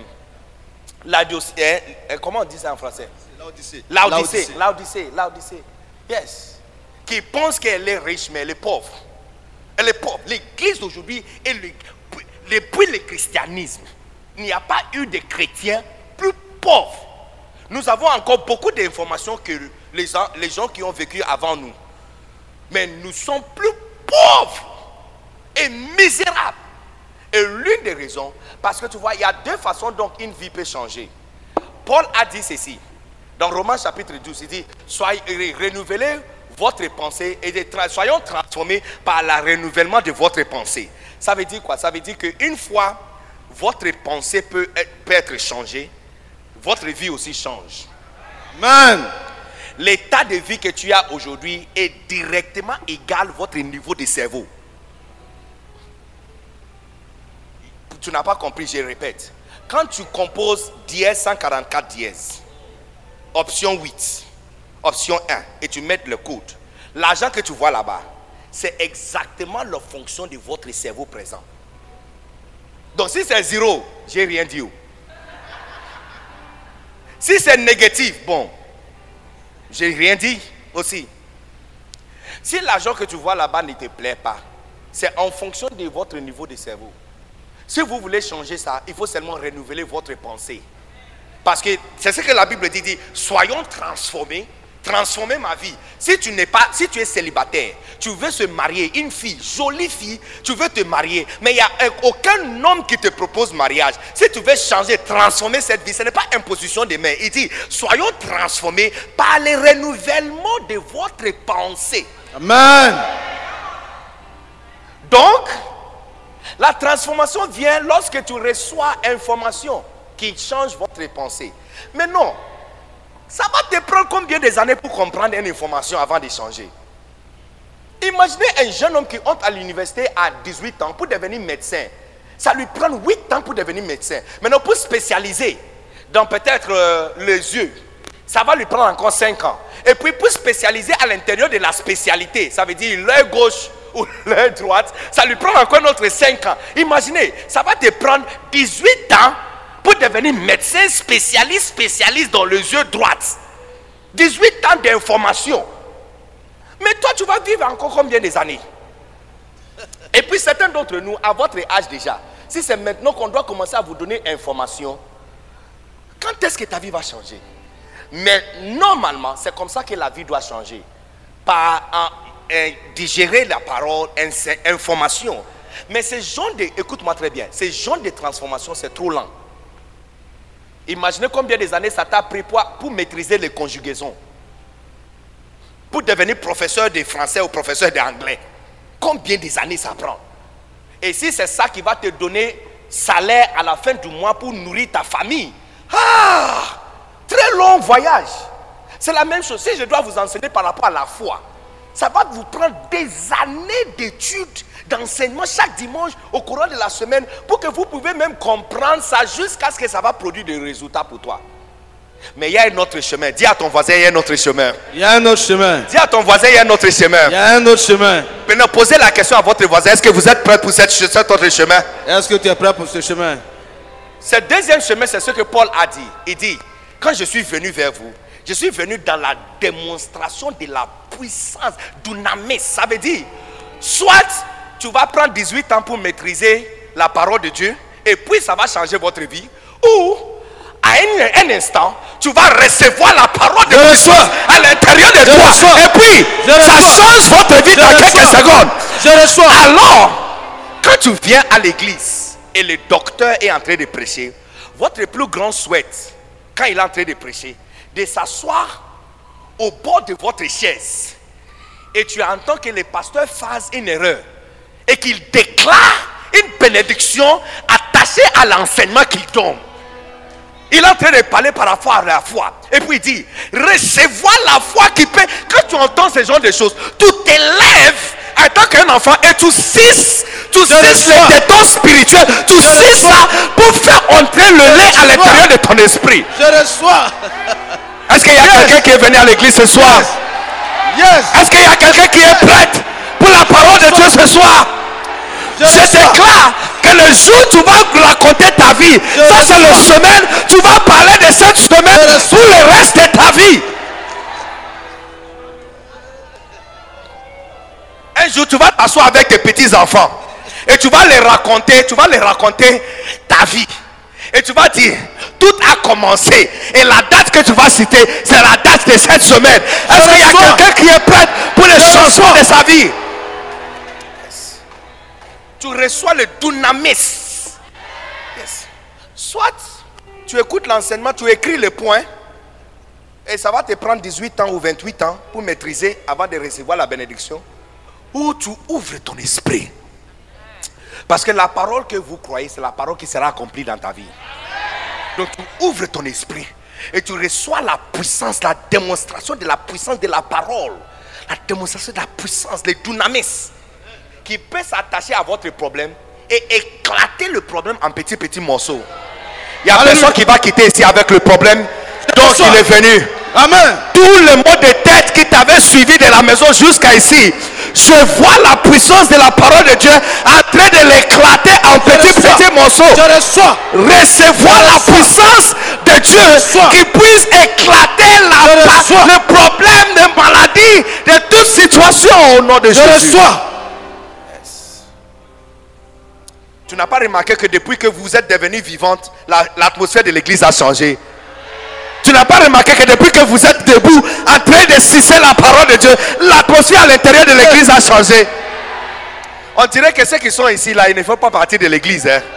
euh, euh, comment on dit ça en français? Laodicée. Laodicée. Laodicée. Laodicée. Yes. Qui pense qu'elle est riche, mais elle est pauvre. Elle est pauvre. L'église d'aujourd'hui est le. Depuis le christianisme, il n'y a pas eu de chrétiens plus pauvres. Nous avons encore beaucoup d'informations que les gens, les gens qui ont vécu avant nous. Mais nous sommes plus pauvres et misérables. Et l'une des raisons, parce que tu vois, il y a deux façons dont une vie peut changer. Paul a dit ceci, dans Romains chapitre douze, il dit, soyez renouvelés votre pensée et tra- soyons transformés par le renouvellement de votre pensée. Ça veut dire quoi? Ça veut dire qu'une fois votre pensée peut être, peut être changée, votre vie aussi change. Amen. L'état de vie que tu as aujourd'hui est directement égal à votre niveau de cerveau. Tu n'as pas compris, je répète. Quand tu composes dièse cent quarante-quatre dièse, option huit, option un, et tu mets le code, l'argent que tu vois là-bas, c'est exactement la fonction de votre cerveau présent. Donc si c'est zéro, j'ai rien dit. Si c'est négatif, bon, j'ai rien dit aussi. Si l'argent que tu vois là-bas ne te plaît pas, c'est en fonction de votre niveau de cerveau. Si vous voulez changer ça, il faut seulement renouveler votre pensée. Parce que c'est ce que la Bible dit, dit soyons transformés. Transformer ma vie. Si tu n'es pas, si tu es célibataire, tu veux se marier, une fille, jolie fille, tu veux te marier, mais il n'y a aucun homme qui te propose mariage. Si tu veux changer, transformer cette vie, ce n'est pas imposition des mains. Il dit, soyons transformés par le renouvellement de votre pensée. Amen. Donc, la transformation vient lorsque tu reçois information qui change votre pensée. Mais non. Ça va te prendre combien d'années pour comprendre une information avant de changer? Imaginez un jeune homme qui entre à l'université à dix-huit ans pour devenir médecin. Ça lui prend huit ans pour devenir médecin. Maintenant, pour spécialiser dans peut-être euh, les yeux, ça va lui prendre encore cinq ans. Et puis pour spécialiser à l'intérieur de la spécialité, ça veut dire l'œil gauche ou l'œil droite, ça lui prend encore un autre cinq ans. Imaginez, ça va te prendre dix-huit ans pour devenir médecin spécialiste, spécialiste dans les yeux droits. dix-huit ans d'information. Mais toi, tu vas vivre encore combien des années? Et puis certains d'entre nous, à votre âge déjà, si c'est maintenant qu'on doit commencer à vous donner information, quand est-ce que ta vie va changer? Mais normalement, c'est comme ça que la vie doit changer. Par en, en, digérer la parole, en, information. Mais ces genre de, écoute-moi très bien, ces genre de transformation, c'est trop lent. Imaginez combien des années ça t'a pris pour, pour maîtriser les conjugaisons. Pour devenir professeur de français ou professeur d'anglais. Combien des années ça prend? Et si c'est ça qui va te donner salaire à la fin du mois pour nourrir ta famille, ah, très long voyage. C'est la même chose. Si je dois vous enseigner par rapport à la foi, ça va vous prendre des années d'études, d'enseignement chaque dimanche au courant de la semaine pour que vous pouvez même comprendre ça jusqu'à ce que ça va produire des résultats pour toi. Mais il y a un autre chemin. Dis à ton voisin, il y a un autre chemin. Il y a un autre chemin. Dis à ton voisin, il y a un autre chemin. Il y a un autre chemin. Maintenant, posez la question à votre voisin. Est-ce que vous êtes prêt pour cette, cet autre chemin? Est-ce que tu es prêt pour ce chemin? Ce deuxième chemin, c'est ce que Paul a dit. Il dit, quand je suis venu vers vous, je suis venu dans la démonstration de la puissance, dunamis. Ça veut dire, soit tu vas prendre dix-huit ans pour maîtriser la parole de Dieu, et puis ça va changer votre vie, ou à un, un instant, tu vas recevoir la parole de Dieu à l'intérieur de toi, reçois. Et puis je ça reçois. change votre vie je dans reçois. quelques secondes. Je reçois. Alors, quand tu viens à l'église et le docteur est en train de prêcher, votre plus grand souhait, quand il est en train de prêcher, de s'asseoir au bord de votre chaise et tu entends que le pasteur fasse une erreur et qu'il déclare une bénédiction attachée à l'enseignement qu'il donne. Il est en train de parler par rapport à la foi. Et puis il dit, recevoir la foi qui peut. Quand tu entends ce genre de choses, tu t'élèves en tant qu'un enfant et tu cisses, tu cisses les tétons spirituels, tu cisses ça pour faire entrer le lait à l'intérieur de ton esprit. Je reçois. Est-ce qu'il y a yes. quelqu'un qui est venu à l'église ce soir? Yes. Yes. Est-ce qu'il y a quelqu'un qui est prêt pour la parole de Dieu ce soir? Je, je déclare que le jour où tu vas raconter ta vie, je ça c'est le semaine, tu vas parler de cette semaine pour le reste de ta vie. Un jour tu vas t'asseoir avec tes petits enfants et tu vas les raconter, tu vas les raconter ta vie. Et tu vas dire, tout a commencé. Et la date que tu vas citer, c'est la date de cette semaine. Est-ce qu'il y a quelqu'un qui est prêt pour le changement de sa vie? Yes. Tu reçois le dunamis. Yes. Soit tu écoutes l'enseignement, tu écris les points. Et ça va te prendre dix-huit ans ou vingt-huit ans pour maîtriser avant de recevoir la bénédiction. Ou tu ouvres ton esprit. Parce que la parole que vous croyez, c'est la parole qui sera accomplie dans ta vie. Donc tu ouvres ton esprit et tu reçois la puissance, la démonstration de la puissance de la parole. La démonstration de la puissance, le dunamis, qui peut s'attacher à votre problème et éclater le problème en petits petits morceaux. Il y a personne qui va quitter ici avec le problème dont il est venu. Amen. Tout le mot de tête qui t'avait suivi de la maison jusqu'à ici, je vois la puissance de la parole de Dieu en train de l'éclater en petits petits morceaux. Je reçois. Recevoir la puissance de Dieu qui puisse éclater la, le problème de maladie, de toute situation au nom de je Jésus. Reçois. Yes. Tu n'as pas remarqué que depuis que vous êtes devenue vivante, la, l'atmosphère de l'église a changé. Tu n'as pas remarqué que depuis que vous êtes debout en train de sucer la parole de Dieu, l'atmosphère à l'intérieur de l'église a changé. On dirait que ceux qui sont ici là, ils ne font pas partie de l'église. Hein?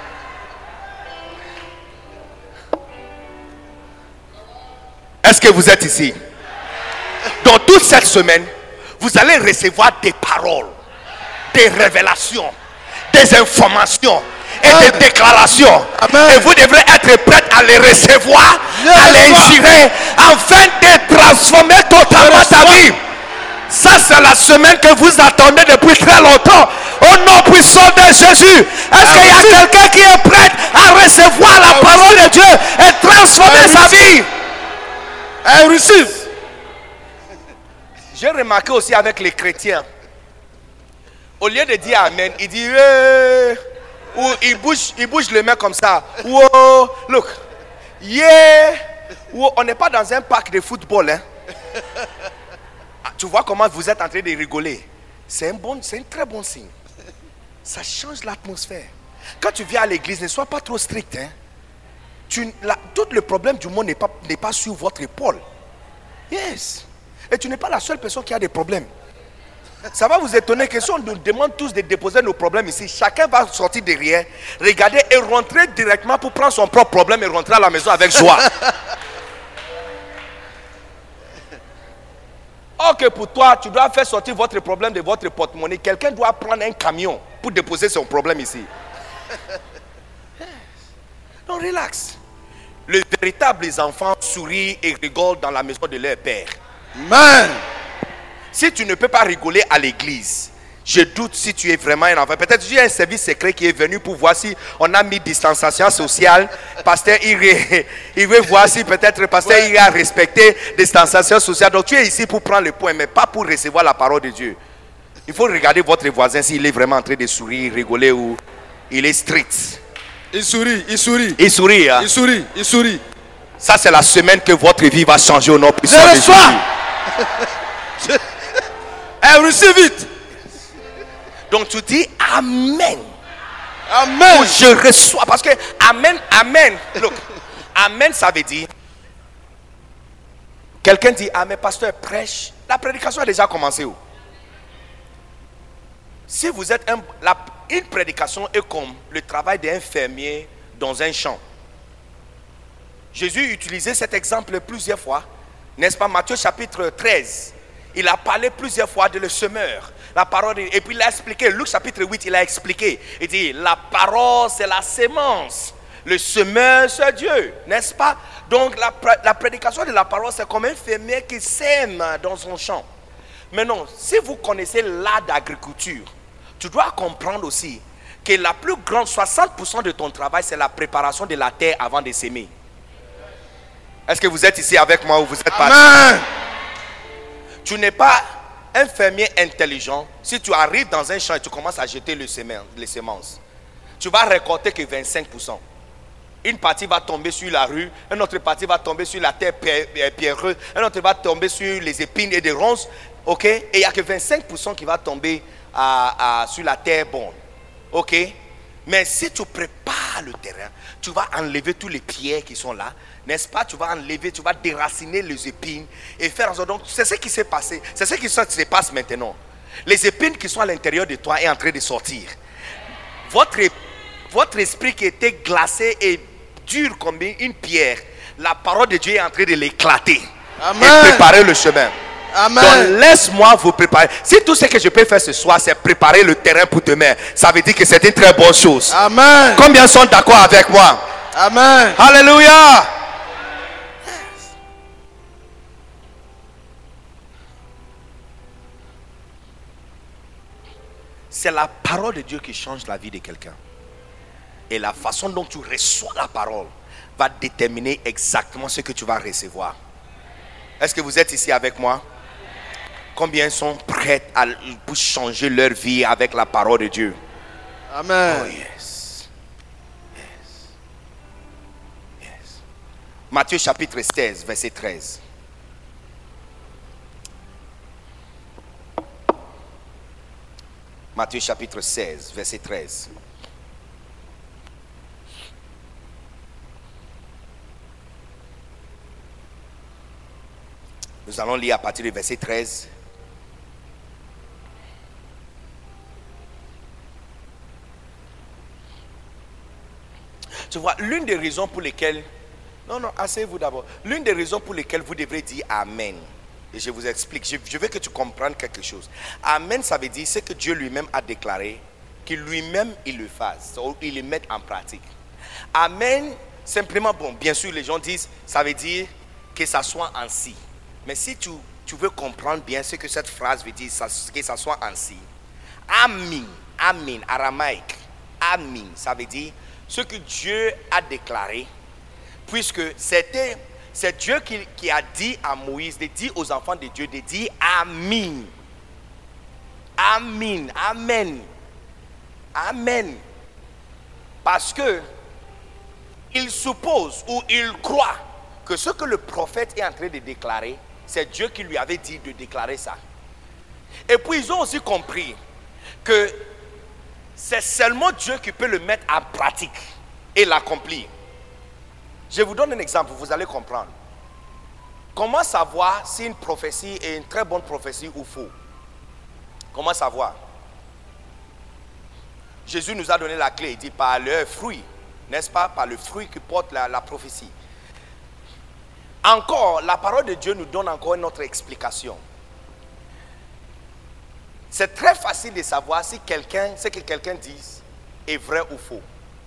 Est-ce que vous êtes ici? Dans toute cette semaine, vous allez recevoir des paroles, des révélations, des informations et Amen. des déclarations. Amen. Et vous devrez être prêts à les recevoir, yes. à les ingérer, afin de transformer totalement ta vie. Ça, c'est la semaine que vous attendez depuis très longtemps. Au nom puissant de Jésus. Est-ce qu'il y a quelqu'un qui est prêt à recevoir la parole de Dieu et transformer sa vie? I receive. J'ai remarqué aussi avec les chrétiens, au lieu de dire Amen, il dit eh, ou il bouge, il bouge les mains comme ça. Wow, look, yeah. Wow, on n'est pas dans un parc de football, hein. Tu tu vois comment vous êtes en train de rigoler. C'est un, bon, c'est un très bon signe. Ça change l'atmosphère. Quand tu viens à l'église, ne sois pas trop strict. Hein. Tu, la, tout le problème du monde n'est pas, n'est pas sur votre épaule. Yes. Et tu n'es pas la seule personne qui a des problèmes. Ça va vous étonner que si on nous demande tous de déposer nos problèmes ici, chacun va sortir derrière, regarder et rentrer directement pour prendre son propre problème et rentrer à la maison avec joie. Ok, pour toi, tu dois faire sortir votre problème de votre porte-monnaie. Quelqu'un doit prendre un camion pour déposer son problème ici. Donc relax. Les véritables enfants sourient et rigolent dans la maison de leur père. Amen. Si tu ne peux pas rigoler à l'église, je doute si tu es vraiment un enfant. Peut-être qu'il y a un service secret qui est venu pour voir si on a mis distanciation sociale. Pasteur, il, il veut voir si peut-être pasteur ouais. il a respecté distanciation sociale. Donc tu es ici pour prendre le point, mais pas pour recevoir la parole de Dieu. Il faut regarder votre voisin s'il est vraiment en train de sourire, rigoler ou il est strict. Il sourit, il sourit. Il sourit, hein? Il sourit, il sourit. Ça, c'est la semaine que votre vie va changer au nom puissant de Jésus. I receive it. Donc tu dis Amen. Amen. Ou je reçois. Parce que Amen, Amen. Look, Amen, ça veut dire. Quelqu'un dit Amen, pasteur, prêche. La prédication a déjà commencé où? Si vous êtes un, la, une prédication est comme le travail d'un fermier dans un champ. Jésus utilisait cet exemple plusieurs fois, n'est-ce pas? Matthieu chapitre treize, il a parlé plusieurs fois de le semeur, la parole, et puis il a expliqué. Luc chapitre huit, il a expliqué. Il dit la parole c'est la sémence, le semeur c'est Dieu, n'est-ce pas? Donc la, la prédication de la parole c'est comme un fermier qui sème dans son champ. Maintenant, si vous connaissez l'art d'agriculture, tu dois comprendre aussi que la plus grande, soixante pour cent de ton travail, c'est la préparation de la terre avant de s'aimer. Est-ce que vous êtes ici avec moi ou vous êtes pas? Amen. Tu n'es pas un fermier intelligent si tu arrives dans un champ et tu commences à jeter le semen, les semences. Tu vas récolter que vingt-cinq pour cent. Une partie va tomber sur la rue, une autre partie va tomber sur la terre pierreuse, une autre va tomber sur les épines et des ronces. Ok? Et il n'y a que vingt-cinq pour cent qui va tomber à, à, sur la terre bonne. Ok? Mais si tu prépares le terrain, tu vas enlever tous les pierres qui sont là, n'est-ce pas? Tu vas enlever, tu vas déraciner les épines et faire en sorte. Donc, c'est ce qui s'est passé. C'est ce qui se passe maintenant. Les épines qui sont à l'intérieur de toi sont en train de sortir. Votre, votre esprit qui était glacé et dur comme une pierre, la parole de Dieu est en train de l'éclater. Amen. Et préparer le chemin. Amen. Donc laisse-moi vous préparer. Si tout ce que je peux faire ce soir, c'est préparer le terrain pour demain, ça veut dire que c'est une très bonne chose. Amen. Combien sont d'accord avec moi? Amen. Alléluia. C'est la parole de Dieu qui change la vie de quelqu'un. Et la façon dont tu reçois la parole va déterminer exactement ce que tu vas recevoir. Est-ce que vous êtes ici avec moi? Combien sont prêts à, pour changer leur vie avec la parole de Dieu? Amen. Oh yes. Yes. Yes. Matthieu chapitre seize, verset treize. Matthieu chapitre seize, verset treize. Nous allons lire à partir du verset treize. Tu vois, l'une des raisons pour lesquelles... Non, non, asseyez-vous d'abord. L'une des raisons pour lesquelles vous devrez dire Amen. Et je vous explique. Je, je veux que tu comprennes quelque chose. Amen, ça veut dire ce que Dieu lui-même a déclaré, que lui-même il le fasse, ou il le mette en pratique. Amen, simplement, bon, bien sûr, les gens disent, ça veut dire que ça soit ainsi. Mais si tu, tu veux comprendre bien ce que cette phrase veut dire, ça, que ça soit ainsi. Amen, Amen, aramaïque. Amen, ça veut dire ce que Dieu a déclaré, puisque c'était, c'est Dieu qui, qui a dit à Moïse de dire aux enfants de Dieu de dire Amen. Amen, Amen, Amen. Parce que il suppose ou il croit que ce que le prophète est en train de déclarer, c'est Dieu qui lui avait dit de déclarer ça. Et puis ils ont aussi compris que c'est seulement Dieu qui peut le mettre en pratique et l'accomplir. Je vous donne un exemple, vous allez comprendre. Comment savoir si une prophétie est une très bonne prophétie ou faux? Comment savoir? Jésus nous a donné la clé, il dit par leurs fruits, n'est-ce pas? Par le fruit qui porte la, la prophétie. Encore, la parole de Dieu nous donne encore une autre explication. C'est très facile de savoir si quelqu'un, ce que quelqu'un dit est vrai ou faux.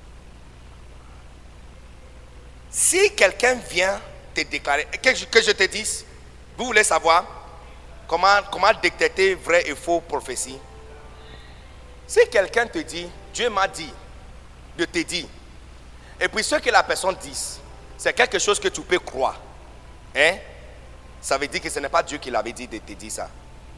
Si quelqu'un vient te déclarer, que je, que je te dise, vous voulez savoir comment, comment détecter vrai et faux prophétie? Si quelqu'un te dit, Dieu m'a dit de te dire, et puis ce que la personne dit, c'est quelque chose que tu peux croire, hein? Ça veut dire que ce n'est pas Dieu qui l'avait dit de te dire ça.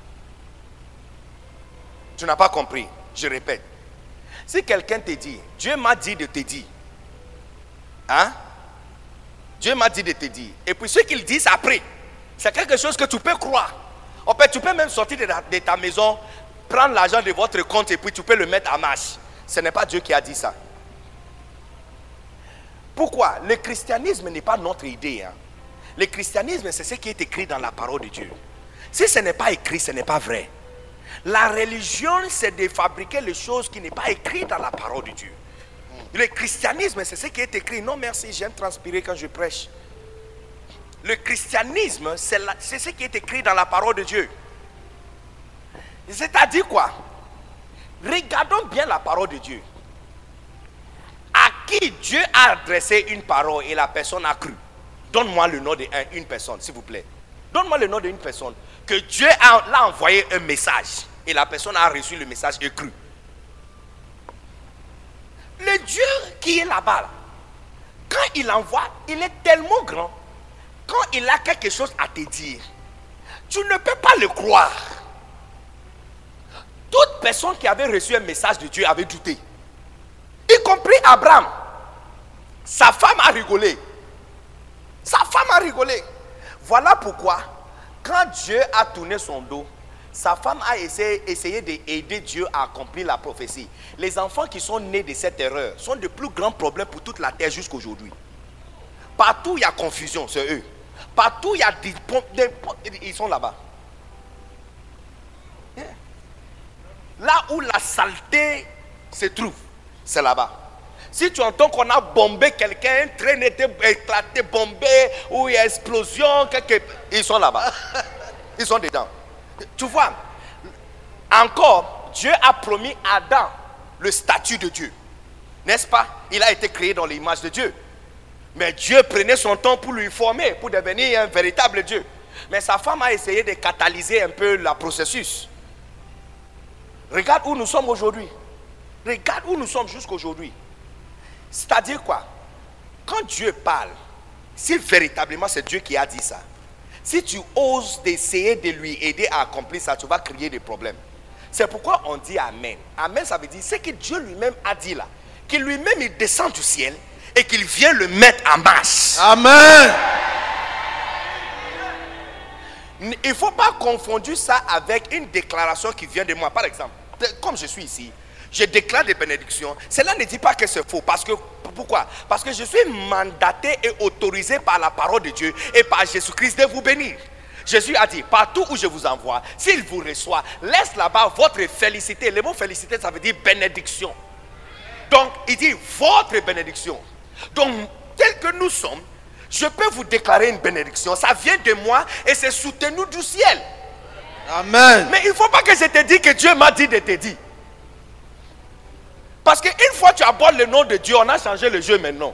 Tu n'as pas compris, je répète. Si quelqu'un te dit, Dieu m'a dit de te dire, hein? Dieu m'a dit de te dire, et puis ce qu'il dit après, c'est quelque chose que tu peux croire. En fait, tu peux même sortir de ta, de ta maison, prendre l'argent de votre compte et puis tu peux le mettre en marche. Ce n'est pas Dieu qui a dit ça. Pourquoi? Le christianisme n'est pas notre idée. Hein? Le christianisme, c'est ce qui est écrit dans la parole de Dieu. Si ce n'est pas écrit, ce n'est pas vrai. La religion, c'est de fabriquer les choses qui n'est pas écrites dans la parole de Dieu. Le christianisme, c'est ce qui est écrit. Non merci, j'aime transpirer quand je prêche. Le christianisme, c'est ce qui est écrit dans la parole de Dieu. C'est-à-dire quoi? Regardons bien la parole de Dieu. À qui Dieu a adressé une parole et la personne a cru? Donne-moi le nom d'une personne, s'il vous plaît. Donne-moi le nom d'une personne que Dieu a, l'a envoyé un message et la personne a reçu le message et cru. Le Dieu qui est là-bas, quand il envoie, il est tellement grand. Quand il a quelque chose à te dire, tu ne peux pas le croire. Toute personne qui avait reçu un message de Dieu avait douté. Y compris Abraham. Sa femme a rigolé. Sa femme a rigolé. Voilà pourquoi, quand Dieu a tourné son dos, sa femme a essayé, essayé d'aider Dieu à accomplir la prophétie. Les enfants qui sont nés de cette erreur sont de plus grands problèmes pour toute la terre jusqu'à aujourd'hui. Partout il y a confusion, c'est eux. Partout il y a des, des ils sont là-bas. Là où la saleté se trouve, c'est là-bas. Si tu entends qu'on a bombé quelqu'un, un train était éclaté, bombé, ou il y a explosion, quelque... ils sont là-bas. Ils sont dedans. Tu vois, encore, Dieu a promis à Adam le statut de Dieu. N'est-ce pas? Il a été créé dans l'image de Dieu. Mais Dieu prenait son temps pour lui former, pour devenir un véritable Dieu. Mais sa femme a essayé de catalyser un peu le processus. Regarde où nous sommes aujourd'hui. Regarde où nous sommes jusqu'aujourd'hui. C'est-à-dire quoi? Quand Dieu parle, si véritablement c'est Dieu qui a dit ça, si tu oses d'essayer de lui aider à accomplir ça, tu vas créer des problèmes. C'est pourquoi on dit Amen. Amen, ça veut dire c'est que Dieu lui-même a dit là. Qu'il lui-même il descend du ciel et qu'il vient le mettre en marche. Amen. Il ne faut pas confondre ça avec une déclaration qui vient de moi. Par exemple, comme je suis ici, je déclare des bénédictions. Cela ne dit pas que c'est faux. Parce que, pourquoi? Parce que je suis mandaté et autorisé par la parole de Dieu et par Jésus-Christ de vous bénir. Jésus a dit, partout où je vous envoie, s'il vous reçoit, laisse là-bas votre félicité. Le mot félicité, ça veut dire bénédiction. Donc, il dit votre bénédiction. Donc, tel que nous sommes, je peux vous déclarer une bénédiction. Ça vient de moi et c'est soutenu du ciel. Amen. Mais il ne faut pas que je te dise que Dieu m'a dit de te dire. Parce qu'une fois tu abordes le nom de Dieu, on a changé le jeu maintenant.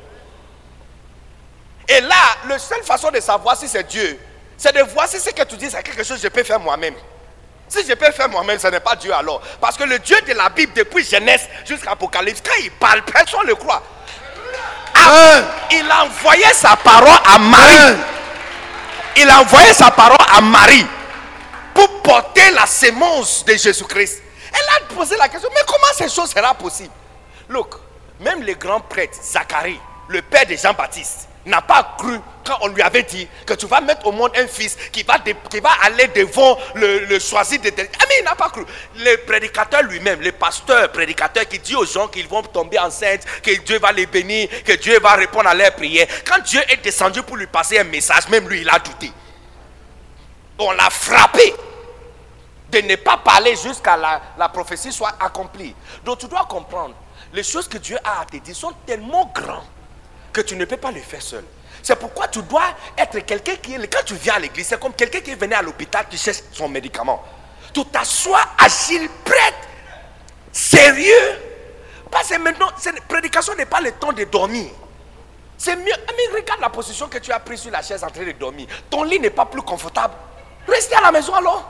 Et là, la seule façon de savoir si c'est Dieu, c'est de voir si ce que tu dis, c'est quelque chose que je peux faire moi-même. Si je peux faire moi-même, ce n'est pas Dieu alors. Parce que le Dieu de la Bible, depuis Genèse jusqu'à Apocalypse, quand il parle, personne ne le croit. Ah, il a envoyé sa parole à Marie. Amen. Il a envoyé sa parole à Marie pour porter la sémence de Jésus-Christ. Elle a posé la question, mais comment ces choses seront possibles? Look, même le grand prêtre Zacharie, le père de Jean-Baptiste, n'a pas cru quand on lui avait dit que tu vas mettre au monde un fils qui va, de, qui va aller devant le, le choisi de... Ah mais il n'a pas cru. Le prédicateur lui-même, le pasteur prédicateur qui dit aux gens qu'ils vont tomber enceintes, que Dieu va les bénir, que Dieu va répondre à leurs prières. Quand Dieu est descendu pour lui passer un message, même lui il a douté. On l'a frappé de ne pas parler jusqu'à la, la prophétie soit accomplie. Donc tu dois comprendre, les choses que Dieu a à te dire sont tellement grandes que tu ne peux pas le faire seul. C'est pourquoi tu dois être quelqu'un qui est... Quand tu viens à l'église, c'est comme quelqu'un qui venait à l'hôpital, tu cherches son médicament. Tu t'assois agile, prête, sérieux. Parce que maintenant, cette prédication n'est pas le temps de dormir. C'est mieux. Mais regarde la position que tu as prise sur la chaise en train de dormir. Ton lit n'est pas plus confortable. Restez à la maison alors.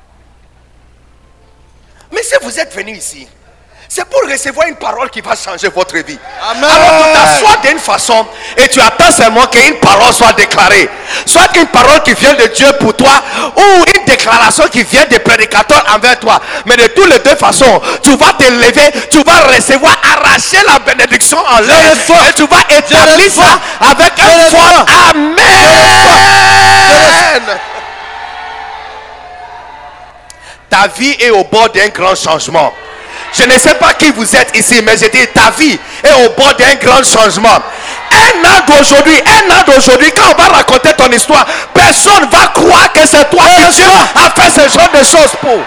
Mais si vous êtes venu ici, c'est pour recevoir une parole qui va changer votre vie. Amen. Alors tu t'assois d'une façon et tu attends seulement qu'une parole soit déclarée. Soit une parole qui vient de Dieu pour toi ou une déclaration qui vient des prédicateurs envers toi. Mais de toutes les deux façons, tu vas te lever, tu vas recevoir, arracher la bénédiction en l'air et tu vas établir ça avec un fort Amen. Ta vie est au bord d'un grand changement. Je ne sais pas qui vous êtes ici, mais je dis ta vie est au bord d'un grand changement. Un an d'aujourd'hui, un an d'aujourd'hui, quand on va raconter ton histoire, personne ne va croire que c'est toi qui Dieu a fait ce genre de choses pour.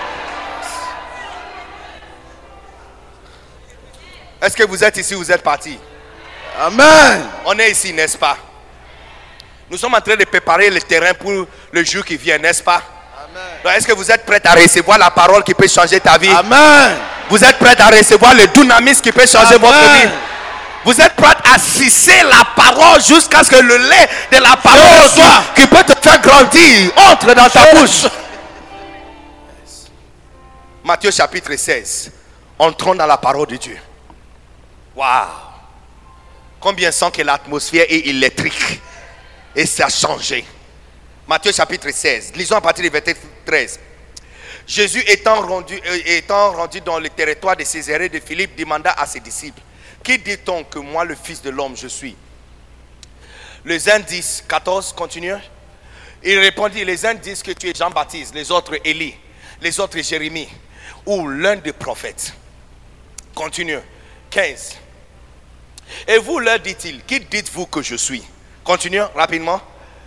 Est-ce que vous êtes ici, vous êtes partis? Amen. On est ici, n'est-ce pas? Nous sommes en train de préparer le terrain pour le jour qui vient, n'est-ce pas? Est-ce que vous êtes prêts à recevoir la parole qui peut changer ta vie? Amen. Vous êtes prêts à recevoir le dynamisme qui peut changer Amen. Votre vie? Vous êtes prêts à sucer la parole jusqu'à ce que le lait de la parole soit, qui peut te faire grandir, entre dans ta bouche. Matthieu chapitre seize. Entrons dans la parole de Dieu. Waouh! Combien sent que l'atmosphère est électrique et ça a changé. Matthieu chapitre seize, lisons à partir du verset treize. Jésus étant rendu, euh, étant rendu dans le territoire de Césarée de Philippe, demanda à ses disciples: qui dit-on que moi, le Fils de l'homme, je suis? Les uns disent, quatorze, continue. Il répondit, les uns disent que tu es Jean-Baptiste, les autres Élie, les autres Jérémie, ou l'un des prophètes. Continue. quinze. Et vous, leur dit-il, qui dites-vous que je suis? Continue rapidement.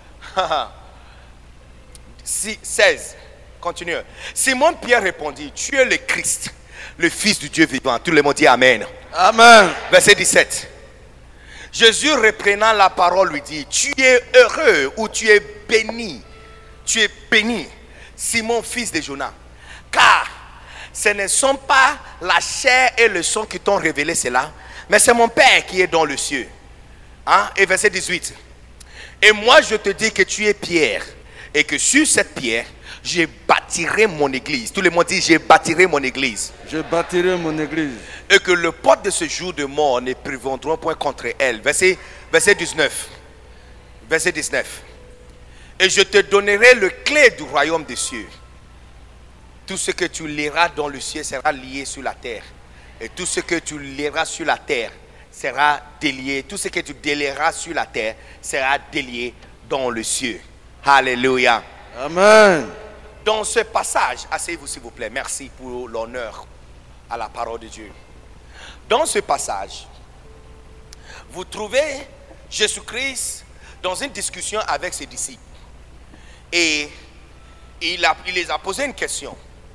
seize. Continue. Simon Pierre répondit: tu es le Christ, le Fils du Dieu vivant. Tout le monde dit Amen. Amen. Verset dix-sept. Jésus reprenant la parole lui dit: tu es heureux ou tu es béni. Tu es béni, Simon, fils de Jonas. Car ce ne sont pas la chair et le sang qui t'ont révélé cela, mais c'est mon Père qui est dans le ciel. Hein? Et verset dix-huit. Et moi je te dis que tu es Pierre, et que sur cette pierre, je bâtirai mon église. Tout le monde dit: je bâtirai mon église. Je bâtirai mon église. Et que le porte de ce jour de mort ne prévaudront point contre elle. Verset, verset dix-neuf. Verset dix-neuf. Et je te donnerai le clé du royaume des cieux. Tout ce que tu liras dans le ciel sera lié sur la terre. Et tout ce que tu liras sur la terre sera délié. Tout ce que tu délieras sur la terre sera délié dans le ciel. Alléluia. Amen. Dans ce passage, asseyez-vous s'il vous plaît. Merci pour l'honneur à la parole de Dieu. Dans ce passage, vous trouvez Jésus-Christ dans une discussion avec ses disciples. Et il, a, il les a posé une question.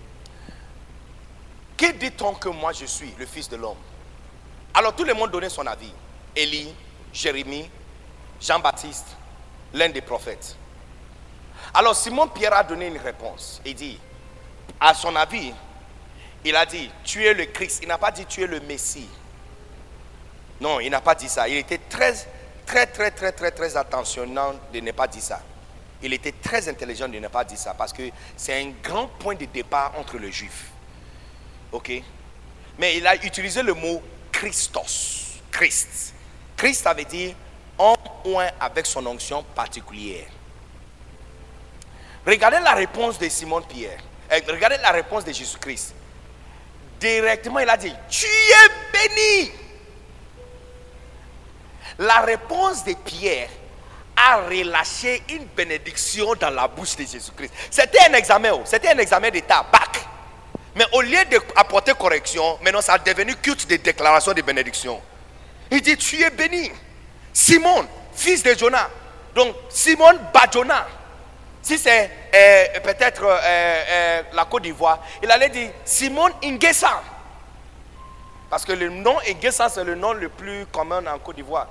Que dit-on que moi je suis, le Fils de l'homme? Alors tout le monde donnait son avis. Élie, Jérémie, Jean-Baptiste, l'un des prophètes. Alors Simon Pierre a donné une réponse. Il dit, à son avis, il a dit: tu es le Christ. Il n'a pas dit tu es le Messie. Non, il n'a pas dit ça. Il était très, très, très, très, très, très attentionnant de ne pas dire ça. Il était très intelligent de ne pas dire ça, parce que c'est un grand point de départ entre les Juifs. Ok? Mais il a utilisé le mot Christos. Christ. Christ avait dit en point avec son onction particulière. Regardez la réponse de Simon Pierre. Regardez la réponse de Jésus-Christ. Directement, il a dit: tu es béni. La réponse de Pierre a relâché une bénédiction dans la bouche de Jésus-Christ. C'était un examen, c'était un examen d'état, bac. Mais au lieu d'apporter correction, maintenant ça a devenu culte de déclaration de bénédiction. Il dit, tu es béni, Simon, fils de Jonas. Donc, Simon Badjona. Si c'est euh, peut-être euh, euh, la Côte d'Ivoire, il allait dire Simon Nguessa. Parce que le nom Nguessa, c'est le nom le plus commun en Côte d'Ivoire.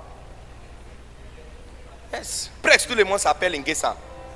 Yes. Presque tout le monde s'appelle Nguessa.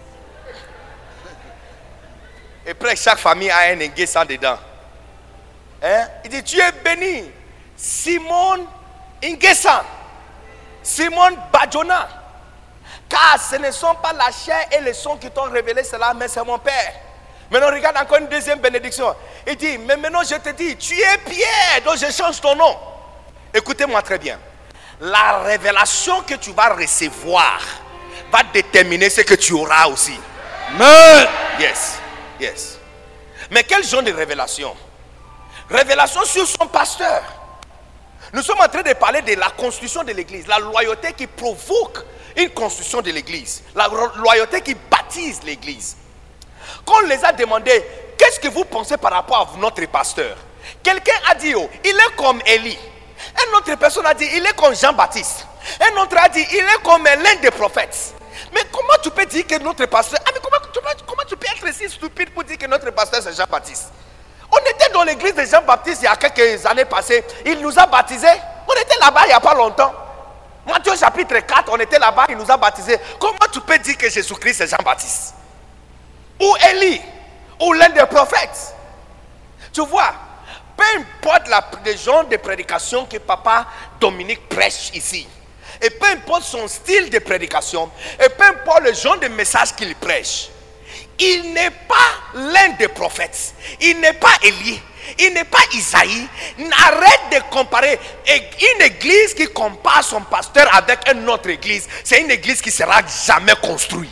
Et presque chaque famille a un Nguessa dedans. Hein? Il dit, tu es béni, Simon Nguessa, Simon Badjona. Car ce ne sont pas la chair et le sang qui t'ont révélé cela, mais c'est mon Père. Maintenant, regarde encore une deuxième bénédiction. Il dit, mais maintenant je te dis, tu es Pierre, donc je change ton nom. Écoutez-moi très bien. La révélation que tu vas recevoir va déterminer ce que tu auras aussi. Amen. Yes, yes. Mais quel genre de révélation? Révélation sur son pasteur. Nous sommes en train de parler de la constitution de l'église, la loyauté qui provoque une construction de l'église, la loyauté qui baptise l'église. Quand on les a demandé, qu'est-ce que vous pensez par rapport à notre pasteur? Quelqu'un a dit, oh, il est comme Élie. Une autre personne a dit, il est comme Jean-Baptiste. Un autre a dit, il est comme l'un des prophètes. Mais comment tu peux dire que notre pasteur... Ah, mais comment, comment, comment tu peux être si stupide pour dire que notre pasteur c'est Jean-Baptiste? On était dans l'église de Jean-Baptiste il y a quelques années passées. Il nous a baptisés. On était là-bas il n'y a pas longtemps. Matthieu chapitre quatre, on était là-bas, il nous a baptisés. Comment tu peux dire que Jésus-Christ est Jean-Baptiste? Ou Élie? Ou l'un des prophètes? Tu vois, peu importe la, le genre de prédication que Papa Dominique prêche ici, et peu importe son style de prédication, et peu importe le genre de message qu'il prêche, il n'est pas l'un des prophètes, il n'est pas Élie, il n'est pas Isaïe. Arrête de comparer. Une église qui compare son pasteur avec une autre église, c'est une église qui ne sera jamais construite.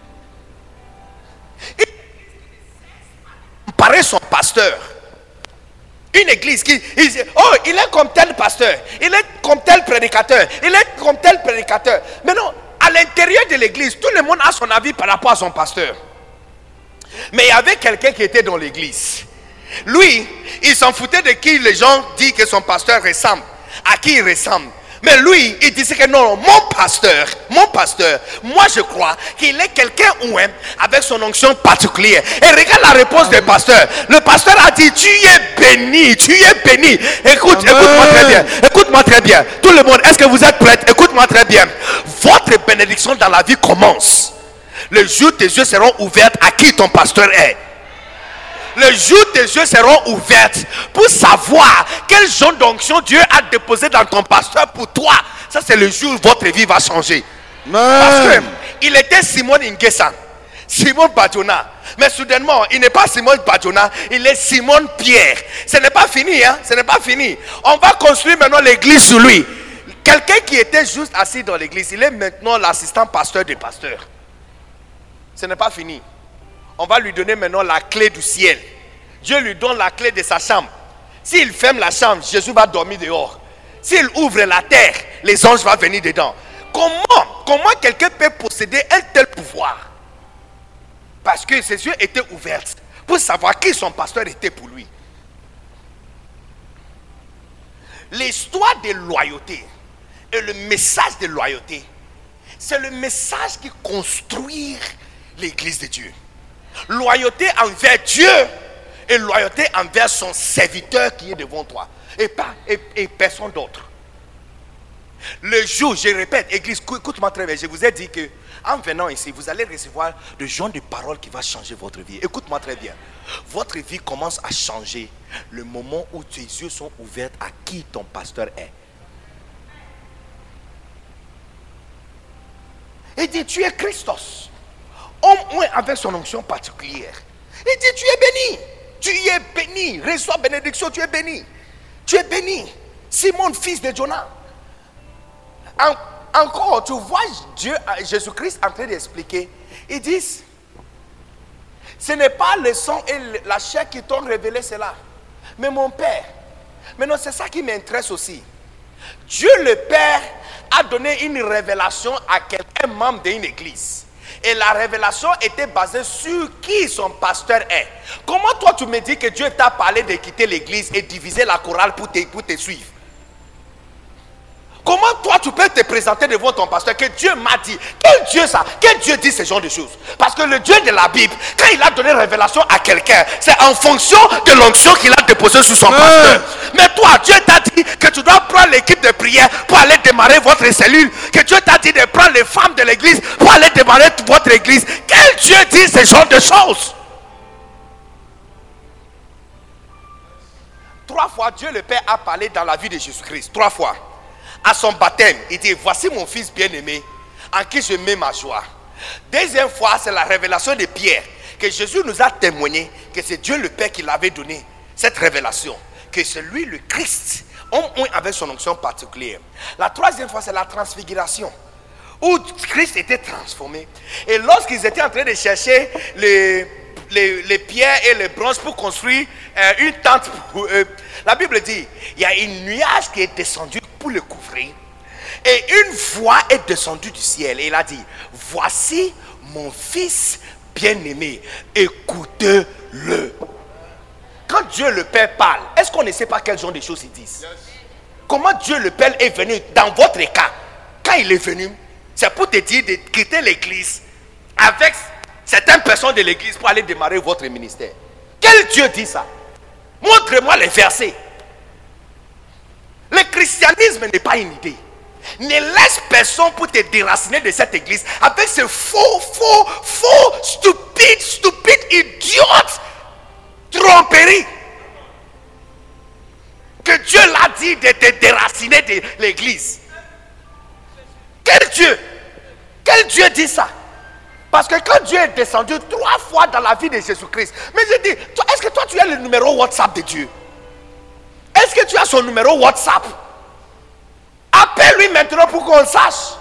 Comparer son pasteur, une église qui il, oh, il est comme tel pasteur, il est comme tel prédicateur, il est comme tel prédicateur. Mais non, à l'intérieur de l'église, tout le monde a son avis par rapport à son pasteur. Mais il y avait quelqu'un qui était dans l'église. Lui, il s'en foutait de qui les gens disent que son pasteur ressemble, à qui il ressemble. Mais lui, il disait que non, mon pasteur, mon pasteur, moi je crois qu'il est quelqu'un ou un avec son onction particulière. Et regarde la réponse du pasteur. Le pasteur a dit, tu es béni, tu es béni. Écoute, Amen. écoute-moi très bien, écoute-moi très bien. Tout le monde, est-ce que vous êtes prêts? Écoute-moi très bien. Votre bénédiction dans la vie commence le jour où tes yeux seront ouverts à qui ton pasteur est. Le jour tes yeux seront ouverts pour savoir quel genre d'onction Dieu a déposé dans ton pasteur pour toi. Ça c'est le jour où votre vie va changer. Parce que il était Simon Nguessa, Simon Badjona. Mais soudainement, il n'est pas Simon Badjona, il est Simon Pierre. Ce n'est pas fini, hein? Ce n'est pas fini. On va construire maintenant l'église sur lui. Quelqu'un qui était juste assis dans l'église, il est maintenant l'assistant pasteur des pasteurs. Ce n'est pas fini. On va lui donner maintenant la clé du ciel. Dieu lui donne la clé de sa chambre. S'il ferme la chambre, Jésus va dormir dehors. S'il ouvre la terre, les anges vont venir dedans. Comment, comment quelqu'un peut posséder un tel pouvoir? Parce que ses yeux étaient ouverts pour savoir qui son pasteur était pour lui. L'histoire de loyauté et le message de loyauté, c'est le message qui construit l'église de Dieu. Loyauté envers Dieu et loyauté envers son serviteur qui est devant toi et, pas, et, et personne d'autre. Le jour, je répète, église, écoute-moi très bien, je vous ai dit que en venant ici, vous allez recevoir le genre de parole qui va changer votre vie. Écoute-moi très bien. Votre vie commence à changer le moment où tes yeux sont ouverts à qui ton pasteur est. Il dit, tu es Christos, homme avec son onction particulière. Il dit, tu es béni, tu es béni, reçois bénédiction, tu es béni. Tu es béni, Simon, fils de Jonas. En, encore, tu vois Dieu, Jésus-Christ en train d'expliquer. Ils disent, ce n'est pas le sang et la chair qui t'ont révélé cela, mais mon Père. Maintenant, c'est ça qui m'intéresse aussi. Dieu le Père a donné une révélation à quelqu'un membre d'une église. Et la révélation était basée sur qui son pasteur est. Comment toi tu me dis que Dieu t'a parlé de quitter l'église et diviser la chorale pour te, pour te suivre? Comment toi tu peux te présenter devant ton pasteur que Dieu m'a dit? Quel Dieu ça? Quel Dieu dit ce genre de choses? Parce que le Dieu de la Bible, quand il a donné révélation à quelqu'un, c'est en fonction de l'onction qu'il a déposée sur son Amen. pasteur. Mais toi, Dieu t'a dit que tu dois prendre l'équipe de prière pour aller démarrer votre cellule. Que Dieu t'a dit de prendre les femmes de l'église pour aller démarrer votre église. Quel Dieu dit ce genre de choses? Trois fois, Dieu le Père a parlé dans la vie de Jésus-Christ. Trois fois. À son baptême, il dit, voici mon fils bien-aimé, en qui je mets ma joie. Deuxième fois, c'est la révélation de Pierre, que Jésus nous a témoigné que c'est Dieu le Père qui l'avait donné, cette révélation, que c'est lui le Christ, homme avec son onction particulière. La troisième fois, c'est la transfiguration, où Christ était transformé. Et lorsqu'ils étaient en train de chercher les, les, les pierres et les bronzes pour construire euh, une tente pour eux, la Bible dit, il y a une nuage qui est descendu pour le couvrir. Et une voix est descendue du ciel. Et il a dit, voici mon fils bien-aimé, écoutez-le. Quand Dieu le Père parle, est-ce qu'on ne sait pas quel genre de choses il dit? Yes. Comment Dieu le Père est venu dans votre cas? Quand il est venu, c'est pour te dire de quitter l'église avec certaines personnes de l'église pour aller démarrer votre ministère. Quel Dieu dit ça? Montre-moi les versets. Le christianisme n'est pas une idée. Ne laisse personne pour te déraciner de cette église avec ce faux, faux, faux, stupide, stupide, idiote tromperie. Que Dieu l'a dit de te déraciner de l'église. Quel Dieu? Quel Dieu dit ça? Parce que quand Dieu est descendu trois fois dans la vie de Jésus-Christ, mais je dis, est-ce que toi tu as le numéro WhatsApp de Dieu? Est-ce que tu as son numéro WhatsApp? Appelle-lui maintenant pour qu'on sache.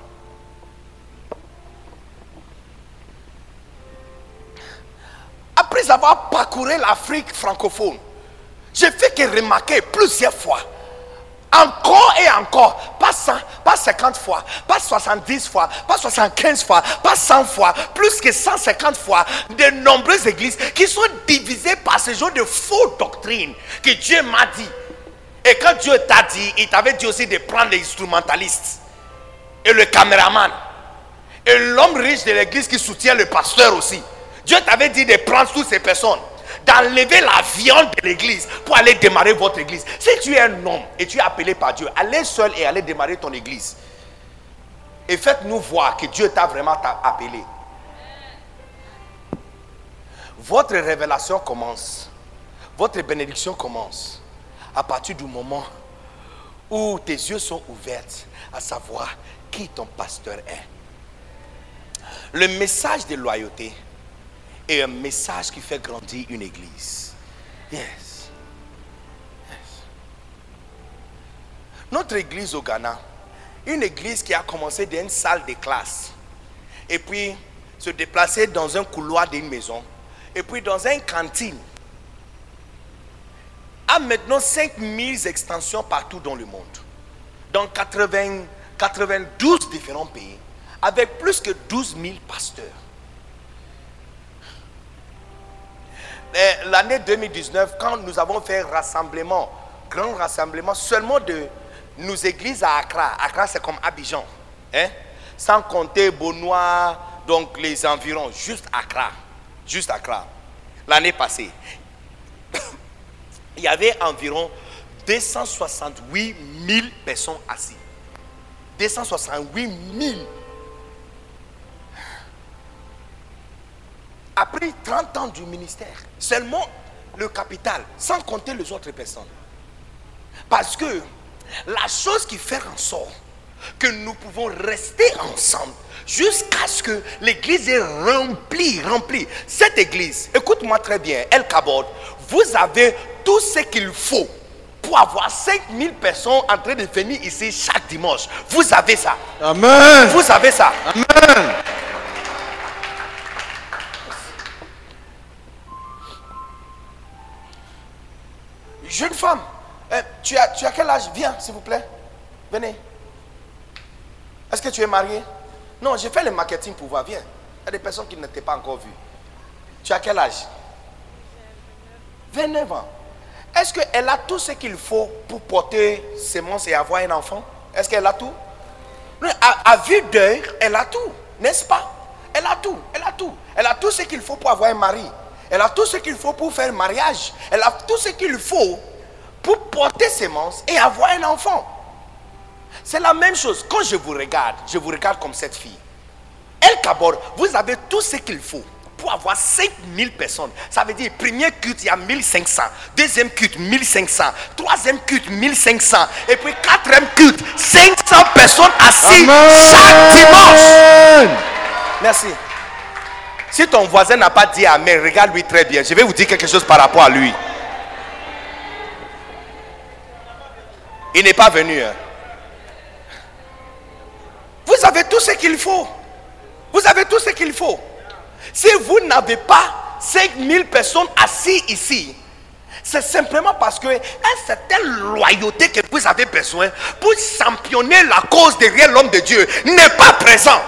Après avoir parcouru l'Afrique francophone, j'ai fait que remarquer plusieurs fois, encore et encore, pas cent, pas cinquante fois, pas soixante-dix fois, pas soixante-quinze fois, pas cent fois, plus que cent cinquante fois, de nombreuses églises qui sont divisées par ce genre de faux doctrines que Dieu m'a dit. Et quand Dieu t'a dit, il t'avait dit aussi de prendre l'instrumentaliste et le caméraman et l'homme riche de l'église qui soutient le pasteur aussi. Dieu t'avait dit de prendre toutes ces personnes, d'enlever la viande de l'église pour aller démarrer votre église. Si tu es un homme et tu es appelé par Dieu, allez seul et allez démarrer ton église. Et faites-nous voir que Dieu t'a vraiment appelé. Votre révélation commence. Votre bénédiction commence à partir du moment où tes yeux sont ouverts à savoir qui ton pasteur est. Le message de loyauté est un message qui fait grandir une église. Yes. Yes. Notre église au Ghana, une église qui a commencé dans une salle de classe et puis se déplacer dans un couloir d'une maison et puis dans une cantine, a maintenant cinq mille extensions partout dans le monde, dans quatre-vingts, quatre-vingt-douze différents pays, avec plus que douze mille pasteurs. L'année deux mille dix-neuf, quand nous avons fait rassemblement, grand rassemblement, seulement de nos églises à Accra, Accra c'est comme Abidjan, hein? Sans compter Bonois, donc les environs, juste Accra, juste Accra, l'année passée. Il y avait environ deux cent soixante-huit mille personnes assises. deux cent soixante-huit mille. Après trente ans du ministère, seulement le capital, sans compter les autres personnes. Parce que la chose qui fait en sorte que nous pouvons rester ensemble jusqu'à ce que l'église est remplie, remplie. Cette église, écoute-moi très bien, El Kabod, vous avez tout ce qu'il faut pour avoir cinq mille personnes en train de venir ici chaque dimanche. Vous avez ça. Amen. Vous avez ça. Amen. Jeune femme, euh, tu, as, tu as quel âge? Viens, s'il vous plaît. Venez. Est-ce que tu es marié? Non, j'ai fait le marketing pour voir. Viens. Il y a des personnes qui ne t'ont pas encore vu. Tu as quel âge? vingt-neuf ans. Est-ce qu'elle a tout ce qu'il faut pour porter sémence et avoir un enfant? Est-ce qu'elle a tout? À, à vue d'œil, elle a tout. N'est-ce pas? Elle a tout. Elle a tout. Elle a tout ce qu'il faut pour avoir un mari. Elle a tout ce qu'il faut pour faire un mariage. Elle a tout ce qu'il faut pour porter sémence et avoir un enfant. C'est la même chose. Quand je vous regarde, je vous regarde comme cette fille. Elle Kabor, vous avez tout ce qu'il faut pour avoir cinq mille personnes. Ça veut dire, premier culte, il y a mille cinq cents. Deuxième culte, mille cinq cents. Troisième culte, mille cinq cents. Et puis quatrième culte, cinq cents personnes assises chaque dimanche. Merci. Si ton voisin n'a pas dit amen, regarde-lui très bien. Je vais vous dire quelque chose par rapport à lui. Il n'est pas venu. Hein. Vous avez tout ce qu'il faut. Vous avez tout ce qu'il faut. Si vous n'avez pas cinq mille personnes assises ici, c'est simplement parce qu'une certaine loyauté que vous avez besoin pour championner la cause derrière l'homme de Dieu n'est pas présent.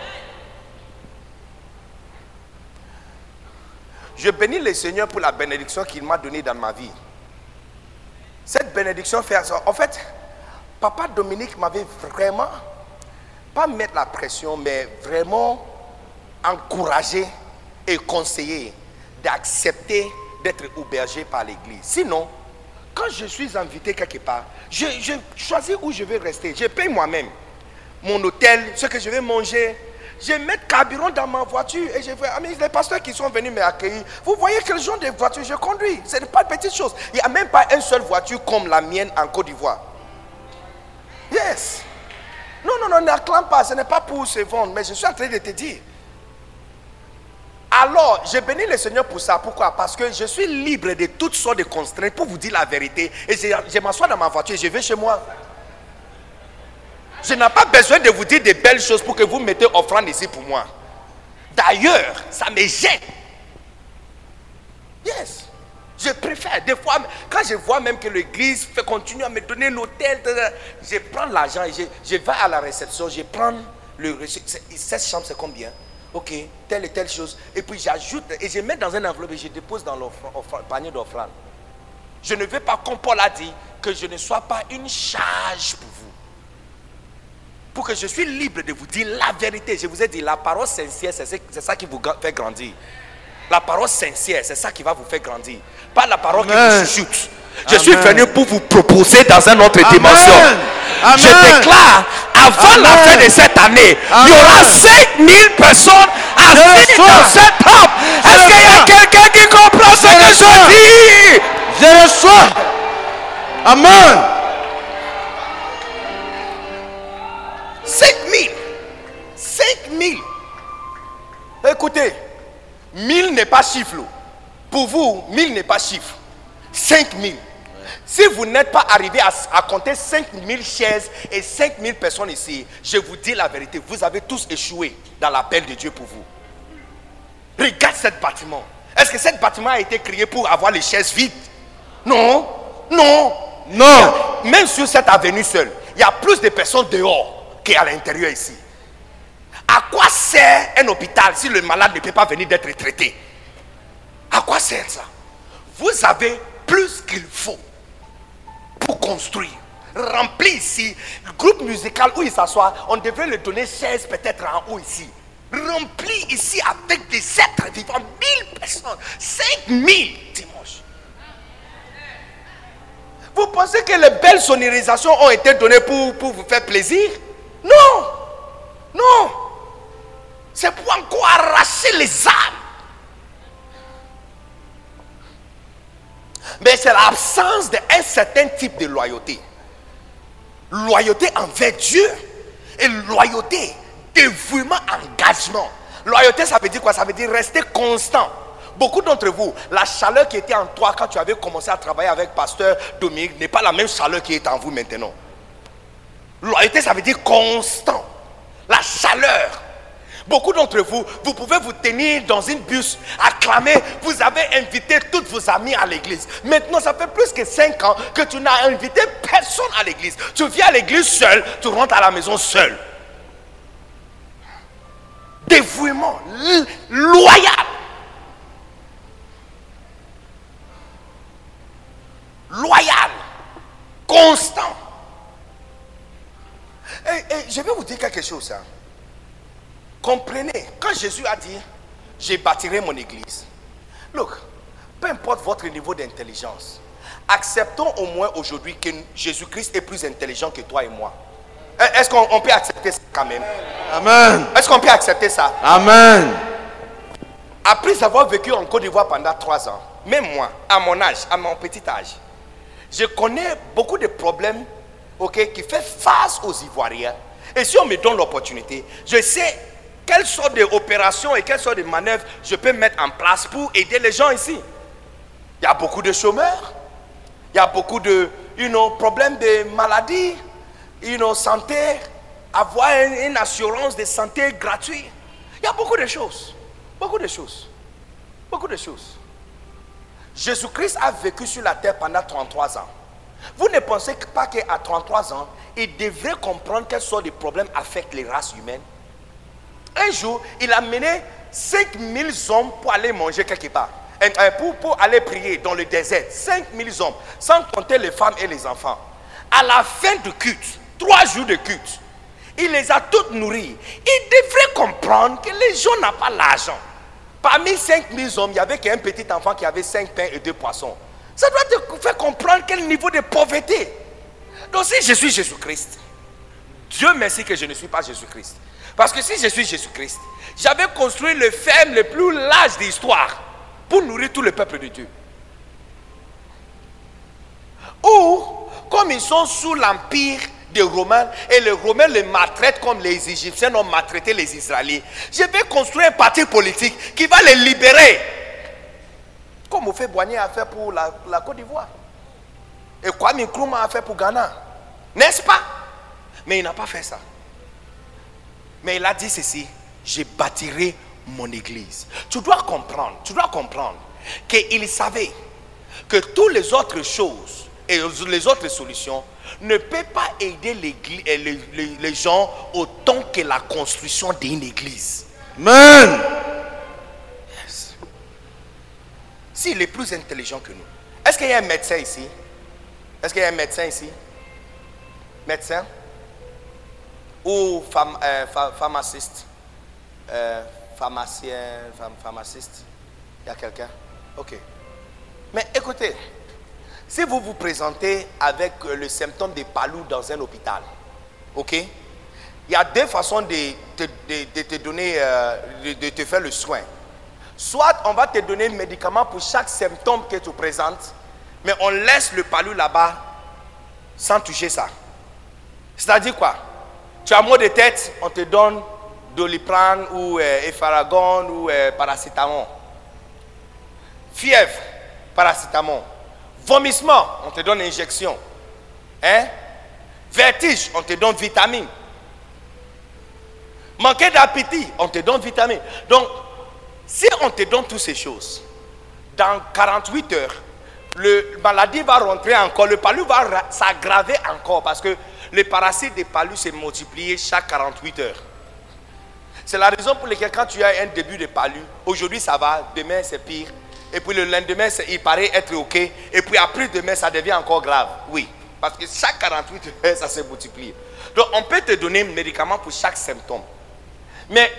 Je bénis le Seigneur pour la bénédiction qu'il m'a donnée dans ma vie. Cette bénédiction fait ça. En fait, Papa Dominique m'avait vraiment, pas mettre la pression, mais vraiment encouragé et conseillé d'accepter d'être hébergé par l'église. Sinon, quand je suis invité quelque part, je, je choisis où je vais rester. Je paye moi-même mon hôtel, ce que je vais manger. Je mets carburant dans ma voiture et je vais. Ah, mais les pasteurs qui sont venus m'accueillir, vous voyez quel genre de voiture je conduis. Ce n'est pas une petite chose. Il n'y a même pas une seule voiture comme la mienne en Côte d'Ivoire. Yes. Non, non, non, n'acclame pas. Ce n'est pas pour se vendre, mais je suis en train de te dire. Alors, je bénis le Seigneur pour ça. Pourquoi? Parce que je suis libre de toutes sortes de contraintes pour vous dire la vérité. Et je, je m'assois dans ma voiture et je vais chez moi. Je n'ai pas besoin de vous dire de belles choses pour que vous mettez offrande ici pour moi. D'ailleurs, ça me gêne. Yes. Je préfère. Des fois, quand je vois même que l'église fait continuer à me donner un hôtel, je prends l'argent et je, je vais à la réception, je prends le. Cette chambre, c'est combien? Ok, telle et telle chose. Et puis j'ajoute et je mets dans un enveloppe et je dépose dans le panier d'offrande. Je ne veux pas, comme Paul a dit, que je ne sois pas une charge pour vous. Pour que je suis libre de vous dire la vérité. Je vous ai dit, la parole sincère, c'est ça qui vous fait grandir. La parole sincère, c'est ça qui va vous faire grandir. Pas la parole Amen. Qui vous chuchote. Je Amen. Suis venu pour vous proposer dans une autre Amen. Dimension. Amen. Je déclare, avant Amen. La fin de cette année, Amen. Il y aura cinq mille personnes assises dans cette table. Est-ce qu'il y a quelqu'un qui comprend ce que je dis? Je reçois. Amen. cinq mille. cinq mille. Écoutez, mille n'est pas chiffre. Pour vous, mille n'est pas chiffre. cinq mille. Si vous n'êtes pas arrivé à, à compter cinq mille chaises et cinq mille personnes ici, je vous dis la vérité, vous avez tous échoué dans l'appel de Dieu pour vous. Regarde ce bâtiment. Est-ce que ce bâtiment a été créé pour avoir les chaises vides? Non. Non. Non. Même sur cette avenue seule, il y a plus de personnes dehors qu'à l'intérieur ici. À quoi sert un hôpital si le malade ne peut pas venir d'être traité? À quoi sert ça? Vous avez plus qu'il faut pour construire. Rempli ici, le groupe musical où il s'assoit, on devrait le donner chaise peut-être en haut ici. Rempli ici avec des êtres vivants, mille personnes, cinq mille dimanche. Vous pensez que les belles sonorisations ont été données pour, pour vous faire plaisir? Non, non. C'est pour encore arracher les âmes. Mais c'est l'absence d'un certain type de loyauté. Loyauté envers Dieu et loyauté, dévouement, engagement. Loyauté, ça veut dire quoi? Ça veut dire rester constant. Beaucoup d'entre vous, la chaleur qui était en toi quand tu avais commencé à travailler avec Pasteur Dominique n'est pas la même chaleur qui est en vous maintenant. Loyauté, ça veut dire constant. La chaleur. Beaucoup d'entre vous, vous pouvez vous tenir dans une bus, acclamer. Vous avez invité tous vos amis à l'église. Maintenant, ça fait plus que cinq ans que tu n'as invité personne à l'église. Tu viens à l'église seul, tu rentres à la maison seul. Dévouement, loyal. Loyal, constant. Et, et je vais vous dire quelque chose. Hein. Comprenez, quand Jésus a dit, je bâtirai mon église. Look, peu importe votre niveau d'intelligence, acceptons au moins aujourd'hui que Jésus-Christ est plus intelligent que toi et moi. Est-ce qu'on peut accepter ça quand même? Amen. Est-ce qu'on peut accepter ça? Amen. Après avoir vécu en Côte d'Ivoire pendant trois ans, même moi, à mon âge, à mon petit âge, je connais beaucoup de problèmes, ok, qui font face aux Ivoiriens. Et si on me donne l'opportunité, je sais quelles sortes d'opérations et quelles sortes de manœuvres je peux mettre en place pour aider les gens ici. Il y a beaucoup de chômeurs, il y a beaucoup de you know, problèmes de maladies, you know, santé, avoir une, une assurance de santé gratuite. Il y a beaucoup de choses, beaucoup de choses, beaucoup de choses. Jésus-Christ a vécu sur la terre pendant trente-trois ans. Vous ne pensez pas qu'à trente-trois ans, il devrait comprendre quels sortes de problèmes affectent les races humaines? Un jour, il a mené cinq mille hommes pour aller manger quelque part. Pour, pour aller prier dans le désert. cinq mille hommes, sans compter les femmes et les enfants. À la fin du culte, trois jours de culte, il les a toutes nourris. Il devrait comprendre que les gens n'ont pas l'argent. Parmi cinq mille hommes, il n'y avait qu'un petit enfant qui avait cinq pains et deux poissons. Ça doit te faire comprendre quel niveau de pauvreté. Donc si je suis Jésus-Christ, Dieu merci que je ne suis pas Jésus-Christ. Parce que si je suis Jésus-Christ, j'avais construit le ferme le plus large de l'histoire pour nourrir tout le peuple de Dieu. Ou, comme ils sont sous l'empire des Romains, et les Romains les maltraitent comme les Égyptiens ont maltraité les Israéliens, je vais construire un parti politique qui va les libérer. Comme on fait Boigny a fait pour la, la Côte d'Ivoire. Et Kwame Nkrumah a fait pour Ghana. N'est-ce pas? Mais il n'a pas fait ça. Mais il a dit ceci: je bâtirai mon église. Tu dois comprendre, tu dois comprendre qu'il savait que toutes les autres choses et les autres solutions ne peuvent pas aider les, les, les, les gens autant que la construction d'une église. Amen. Yes. S'il est plus intelligent que nous. Est-ce qu'il y a un médecin ici? Est-ce qu'il y a un médecin ici? Médecin? Ou pharm, euh, pharmaciste? euh, Pharmacien, pharm, pharmaciste? Il y a quelqu'un? Ok. Mais écoutez, si vous vous présentez avec le symptôme de palud dans un hôpital, ok? Il y a deux façons de, de, de, de te donner, euh, de, de te faire le soin. Soit on va te donner un médicament pour chaque symptôme que tu présentes, mais on laisse le palud là-bas sans toucher ça. C'est-à-dire quoi? Tu as mal de tête, on te donne Doliprane ou euh, Efaragon ou euh, paracétamol. Fièvre, paracétamol. Vomissement, on te donne injection. Hein? Vertige, on te donne vitamine. Manquer d'appétit, on te donne vitamine. Donc, si on te donne toutes ces choses, dans quarante-huit heures, la maladie va rentrer encore, le palud va s'aggraver encore parce que le parasite des palud s'est multiplié chaque quarante-huit heures. C'est la raison pour laquelle quand tu as un début de palud, aujourd'hui ça va, demain c'est pire, et puis le lendemain il paraît être ok, et puis après demain ça devient encore grave. Oui, parce que chaque quarante-huit heures ça se multiplie. Donc on peut te donner un médicament pour chaque symptôme. Mais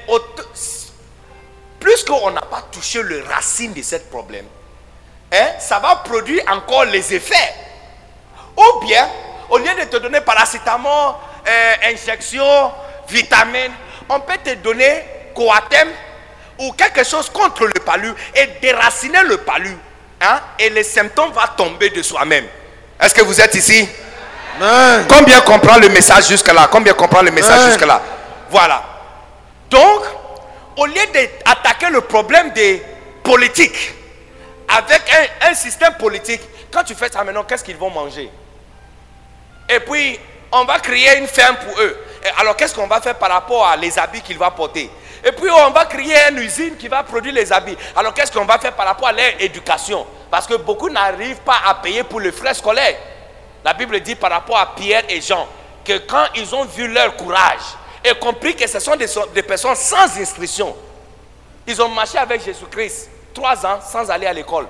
plus qu'on n'a pas touché le racine de ce problème, hein, ça va produire encore les effets. Ou bien, au lieu de te donner paracétamol, euh, injection, vitamine, on peut te donner Coatem ou quelque chose contre le palud et déraciner le palud. Hein, et les symptômes vont tomber de soi-même. Est-ce que vous êtes ici? Amen. Combien comprend le message jusque-là? Combien comprend le message Amen. jusque-là? Voilà. Donc, au lieu d'attaquer le problème des politiques avec un, un système politique, quand tu fais ça maintenant, qu'est-ce qu'ils vont manger? Et puis, on va créer une ferme pour eux. Et alors, qu'est-ce qu'on va faire par rapport à les habits qu'ils vont porter? Et puis on va créer une usine qui va produire les habits. Alors qu'est-ce qu'on va faire par rapport à leur éducation? Parce que beaucoup n'arrivent pas à payer pour les frais scolaires. La Bible dit par rapport à Pierre et Jean que quand ils ont vu leur courage et compris que ce sont des, des personnes sans instruction, ils ont marché avec Jésus-Christ trois ans sans aller à l'école.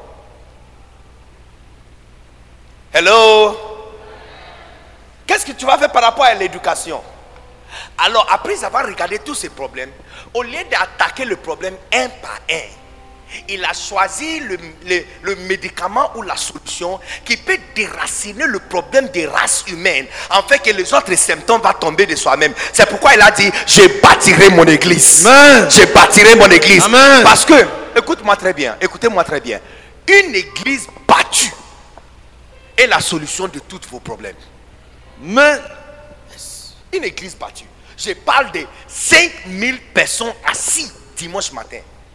Hello? Qu'est-ce que tu vas faire par rapport à l'éducation? Alors, après avoir regardé tous ces problèmes, au lieu d'attaquer le problème un par un, il a choisi le, le, le médicament ou la solution qui peut déraciner le problème des races humaines, en fait que les autres symptômes vont tomber de soi-même. C'est pourquoi il a dit, je bâtirai mon église. Amen. Je bâtirai mon église. Amen. Parce que, écoute-moi très bien, écoutez-moi très bien. Une église battue est la solution de tous vos problèmes. Amen. Une église battue. Je parle de cinq mille personnes assises dimanche matin.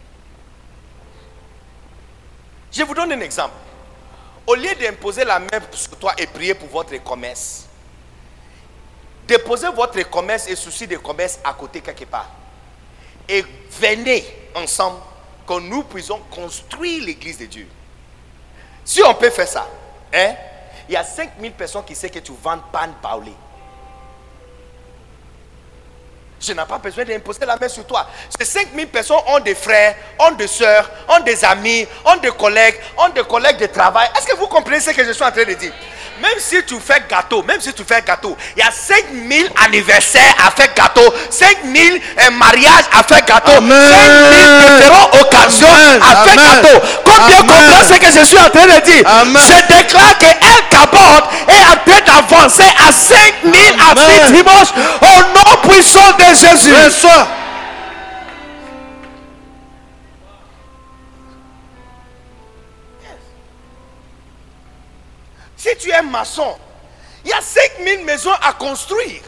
Je vous donne un exemple. Au lieu d'imposer la main sur toi et prier pour votre commerce, déposez votre commerce et souci de commerce à côté quelque part. Et venez ensemble que nous puissions construire l'église de Dieu. Si on peut faire ça, hein, il y a cinq mille personnes qui savent que tu vends pan baoulé. Je n'ai pas besoin d'imposer la main sur toi. Ces cinq mille personnes ont des frères, ont des soeurs, ont des amis, ont des collègues, ont des collègues de travail. Est-ce que vous comprenez ce que je suis en train de dire? Même si tu fais gâteau, même si tu fais gâteau, il y a cinq mille anniversaires à faire gâteau, cinq mille euh, mariages à faire gâteau, Amen. cinq mille différentes occasions Amen. à faire Amen. gâteau. Combien comprend ce que je suis en train de dire? Amen. Je déclare que El Kabod est en train d'avancer à cinq mille à Amen. dimanche au nom puissant de Jésus. Reçois. Si tu es maçon, il y a cinq mille maisons à construire.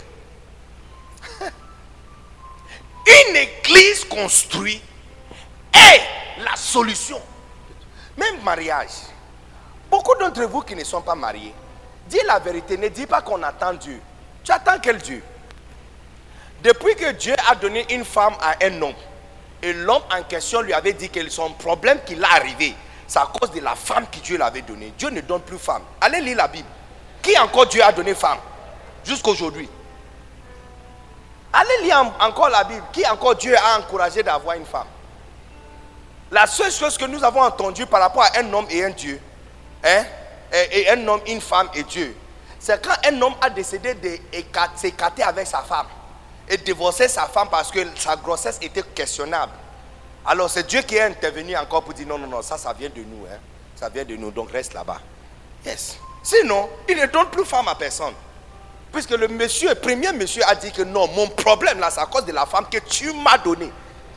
Une église construite est la solution. Même mariage. Beaucoup d'entre vous qui ne sont pas mariés, dis la vérité, ne dis pas qu'on attend Dieu. Tu attends quel Dieu? Depuis que Dieu a donné une femme à un homme, et l'homme en question lui avait dit que son problème qui l'a arrivé, c'est à cause de la femme que Dieu l'avait donnée. Dieu ne donne plus femme. Allez lire la Bible. Qui encore Dieu a donné femme jusqu'aujourd'hui? Allez lire encore la Bible. Qui encore Dieu a encouragé d'avoir une femme? La seule chose que nous avons entendue par rapport à un homme et un Dieu, hein, et, et un homme, une femme et Dieu, c'est quand un homme a décidé de s'écarter avec sa femme et divorcer sa femme parce que sa grossesse était questionnable. Alors c'est Dieu qui est intervenu encore pour dire non, non, non, ça, ça vient de nous. Hein. Ça vient de nous, donc reste là-bas. Yes. Sinon, il ne donne plus femme à personne. Puisque le monsieur, le premier monsieur a dit que non, mon problème là, c'est à cause de la femme que tu m'as donnée.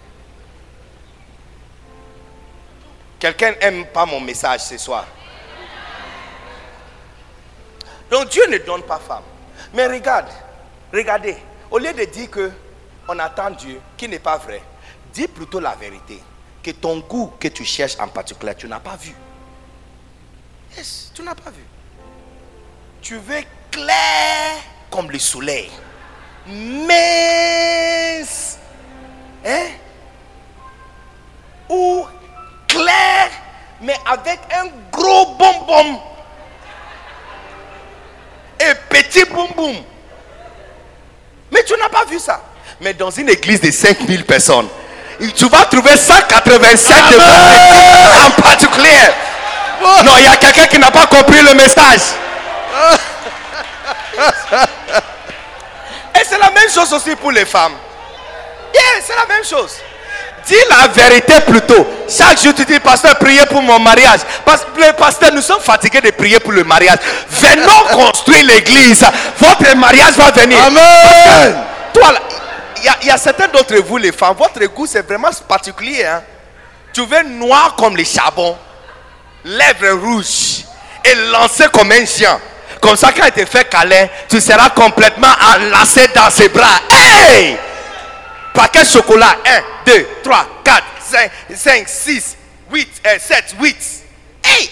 Quelqu'un n'aime pas mon message ce soir. Donc Dieu ne donne pas femme. Mais regarde, regardez, au lieu de dire que on attend Dieu, qui n'est pas vrai, dis plutôt la vérité. Que ton goût que tu cherches en particulier, tu n'as pas vu. Yes, tu n'as pas vu. Tu veux clair comme le soleil. Mince. Hein? Ou clair, mais avec un gros bonbon. Et petit boum boum. Mais tu n'as pas vu ça. Mais dans une église de cinq mille personnes, tu vas trouver cent quatre-vingt-sept de en particulier. Non, il y a quelqu'un qui n'a pas compris le message. Et c'est la même chose aussi pour les femmes. Yeah, c'est la même chose. Dis la vérité plutôt. Chaque jour tu dis, pasteur, priez pour mon mariage. Parce que pasteur, nous sommes fatigués de prier pour le mariage. Venons construire l'église. Votre mariage va venir. Amen. Toi, il y, y a certains d'entre vous, les femmes, votre goût c'est vraiment particulier. Hein? Tu veux noir comme les charbons, lèvres rouges et lancé comme un chien. Comme ça, quand il te fait câlin, tu seras complètement enlacé dans ses bras. Hey! Paquet chocolat, un, deux, trois, quatre, cinq, cinq, six, huit, sept, huit. Hey!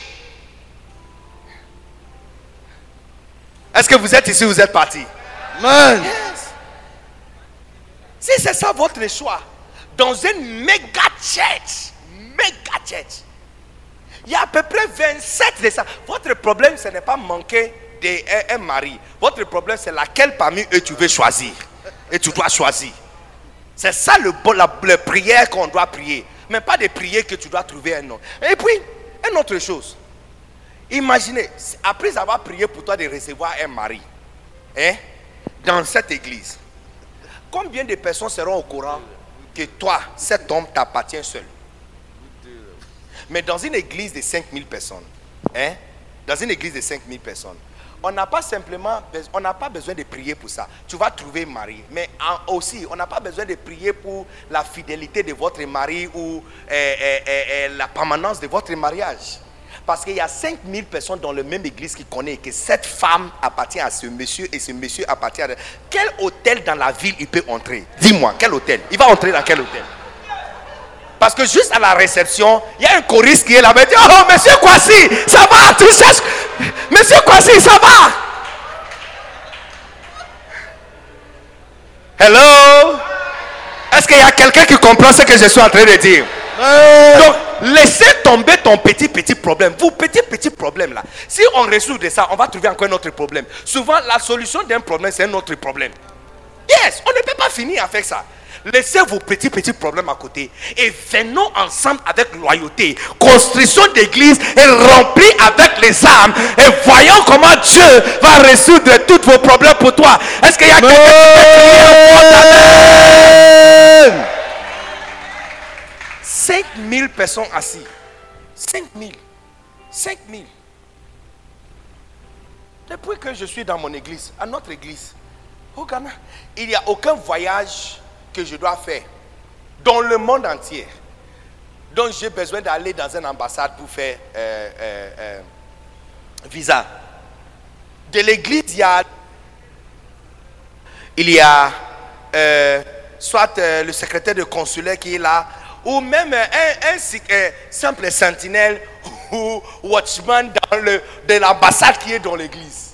Est-ce que vous êtes ici, vous êtes partis? Amen. Yes. Si c'est ça votre choix, dans une méga church, méga church, il y a à peu près vingt-sept de ça. Votre problème, ce n'est pas manquer d'un mari. Votre problème, c'est laquelle parmi eux tu veux choisir. Et tu dois choisir. C'est ça le, la, la prière qu'on doit prier. Mais pas de prier que tu dois trouver un homme. Et puis, une autre chose. Imaginez, après avoir prié pour toi de recevoir un mari, hein, dans cette église, combien de personnes seront au courant que toi, cet homme t'appartient seul? Mais dans une église de cinq mille personnes, hein, dans une église de cinq mille personnes, on n'a pas simplement, on n'a pas besoin de prier pour ça. Tu vas trouver un mari, mais en, aussi, on n'a pas besoin de prier pour la fidélité de votre mari ou euh, euh, euh, la permanence de votre mariage. Parce qu'il y a cinq mille personnes dans la même église qui connaissent que cette femme appartient à ce monsieur et ce monsieur appartient à... Quel hôtel dans la ville il peut entrer? Dis-moi, quel hôtel? Il va entrer dans quel hôtel? Parce que juste à la réception, il y a un choriste qui est là, il dit, oh, monsieur Kwasi, ça va, tu cherches, monsieur Kwasi, ça va. Hello? Est-ce qu'il y a quelqu'un qui comprend ce que je suis en train de dire? Donc, laissez tomber ton petit, petit problème. Vous, petit, petit problème là. Si on résout de ça, on va trouver encore un autre problème. Souvent, la solution d'un problème, c'est un autre problème. Yes, on ne peut pas finir avec ça. Laissez vos petits, petits problèmes à côté et venons ensemble avec loyauté. Construction d'église est remplie avec les âmes et voyons comment Dieu va résoudre tous vos problèmes pour toi. Est-ce qu'il y a quelqu'un qui peut crier? cinq mille personnes assises. cinq mille. cinq mille. Depuis que je suis dans mon église, à notre église, au Ghana, il n'y a aucun voyage que je dois faire dans le monde entier. Donc j'ai besoin d'aller dans une ambassade pour faire euh, euh, euh, visa. De l'église, il y a, il y a euh, soit euh, le secrétaire de consulaire qui est là, ou même un, un, un simple sentinelle ou watchman dans le, de l'ambassade qui est dans l'église.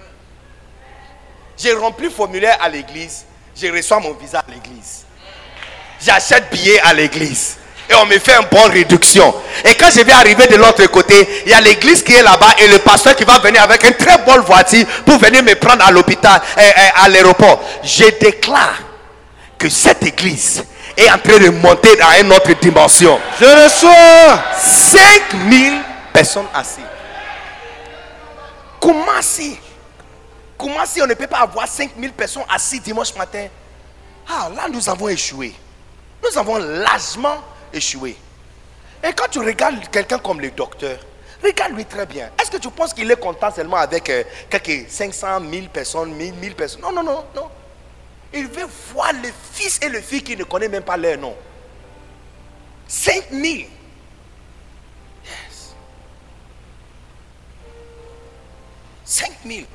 J'ai rempli le formulaire à l'église, je reçois mon visa à l'église. J'achète billet à l'église et on me fait une bonne réduction. Et quand je vais arriver de l'autre côté, il y a l'église qui est là-bas et le pasteur qui va venir avec une très bonne voiture pour venir me prendre à l'hôpital, euh, à l'aéroport. Je déclare que cette église est en train de monter dans une autre dimension. Je reçois cinq mille personnes assises. Comment si Comment si on ne peut pas avoir cinq mille personnes assises dimanche matin? Ah, là nous avons échoué. Nous avons largement échoué. Et quand tu regardes quelqu'un comme le docteur, regarde-lui très bien. Est-ce que tu penses qu'il est content seulement avec euh, quelques cinq cent mille personnes, mille personnes? Non, non, non, non. Il veut voir le fils et le fille qui ne connaissent même pas leur nom. cinq mille. Yes. cinq mille.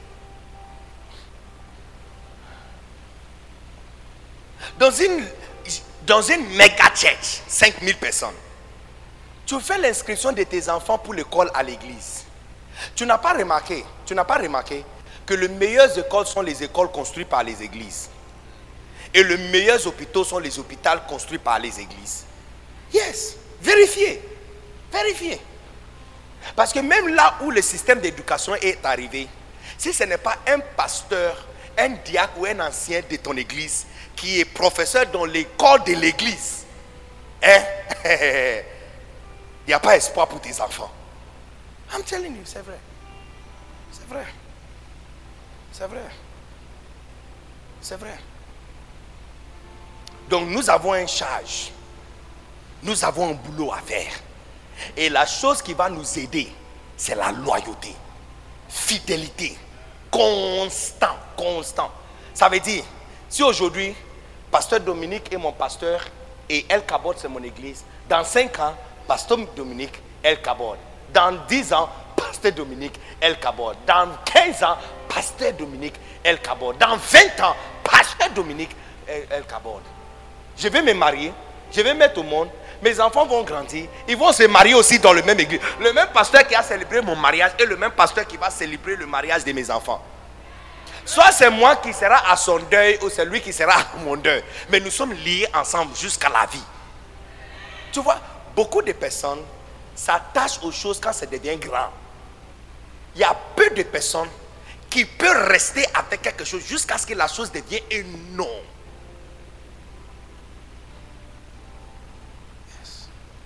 Dans une, dans une méga church, cinq mille personnes. Tu fais l'inscription de tes enfants pour l'école à l'église. Tu n'as pas remarqué, tu n'as pas remarqué que les meilleures écoles sont les écoles construites par les églises. Et les meilleurs hôpitaux sont les hôpitaux construits par les églises. Yes, vérifiez, vérifiez. Parce que même là où le système d'éducation est arrivé, si ce n'est pas un pasteur, un diacre ou un ancien de ton église qui est professeur dans l'école de l'église, hein, il n'y a pas espoir pour tes enfants. I'm telling you, c'est vrai. C'est vrai. C'est vrai. C'est vrai. Donc nous avons une charge. Nous avons un boulot à faire. Et la chose qui va nous aider, c'est la loyauté. Fidélité. Constant. Constant. Ça veut dire, si aujourd'hui, pasteur Dominique est mon pasteur et El Kabod c'est mon église, dans cinq ans, pasteur Dominique, El Kabod. Dans dix ans, pasteur Dominique, El Kabod. Dans quinze ans, pasteur Dominique, El Kabod. Dans vingt ans, pasteur Dominique, El, El Kabod. Je vais me marier, je vais mettre au monde, mes enfants vont grandir, ils vont se marier aussi dans le même église. Le même pasteur qui a célébré mon mariage est le même pasteur qui va célébrer le mariage de mes enfants. Soit c'est moi qui sera à son deuil ou c'est lui qui sera à mon deuil. Mais nous sommes liés ensemble jusqu'à la vie. Tu vois, beaucoup de personnes s'attachent aux choses quand ça devient grand. Il y a peu de personnes qui peuvent rester avec quelque chose jusqu'à ce que la chose devienne énorme. Yes.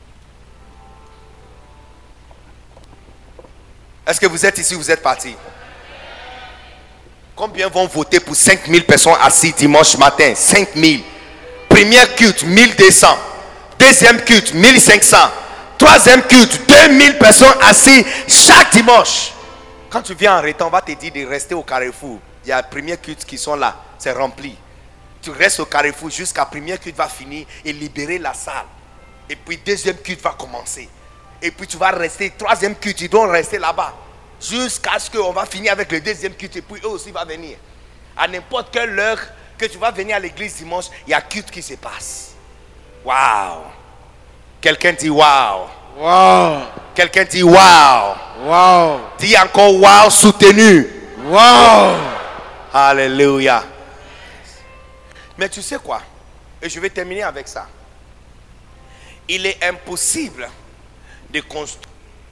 Est-ce que vous êtes ici, vous êtes partis? Combien vont voter pour cinq mille personnes assises dimanche matin? cinq mille. Première culte, mille deux cents. Deuxième culte, mille cinq cents. Troisième culte, deux mille personnes assises chaque dimanche. Quand tu viens en retemps, on va te dire de rester au carrefour. Il y a première culte qui sont là, c'est rempli. Tu restes au carrefour jusqu'à première culte va finir et libérer la salle. Et puis deuxième culte va commencer. Et puis tu vas rester, troisième culte, tu dois rester là-bas. Jusqu'à ce qu'on va finir avec le deuxième culte. Et puis eux aussi vont venir. À n'importe quelle heure que tu vas venir à l'église dimanche, il y a culte qui se passe. Waouh! Quelqu'un dit waouh! Wow. Quelqu'un dit waouh! Wow. Dis encore waouh soutenu. Wow. Alléluia. Mais tu sais quoi? Et je vais terminer avec ça. Il est impossible de construire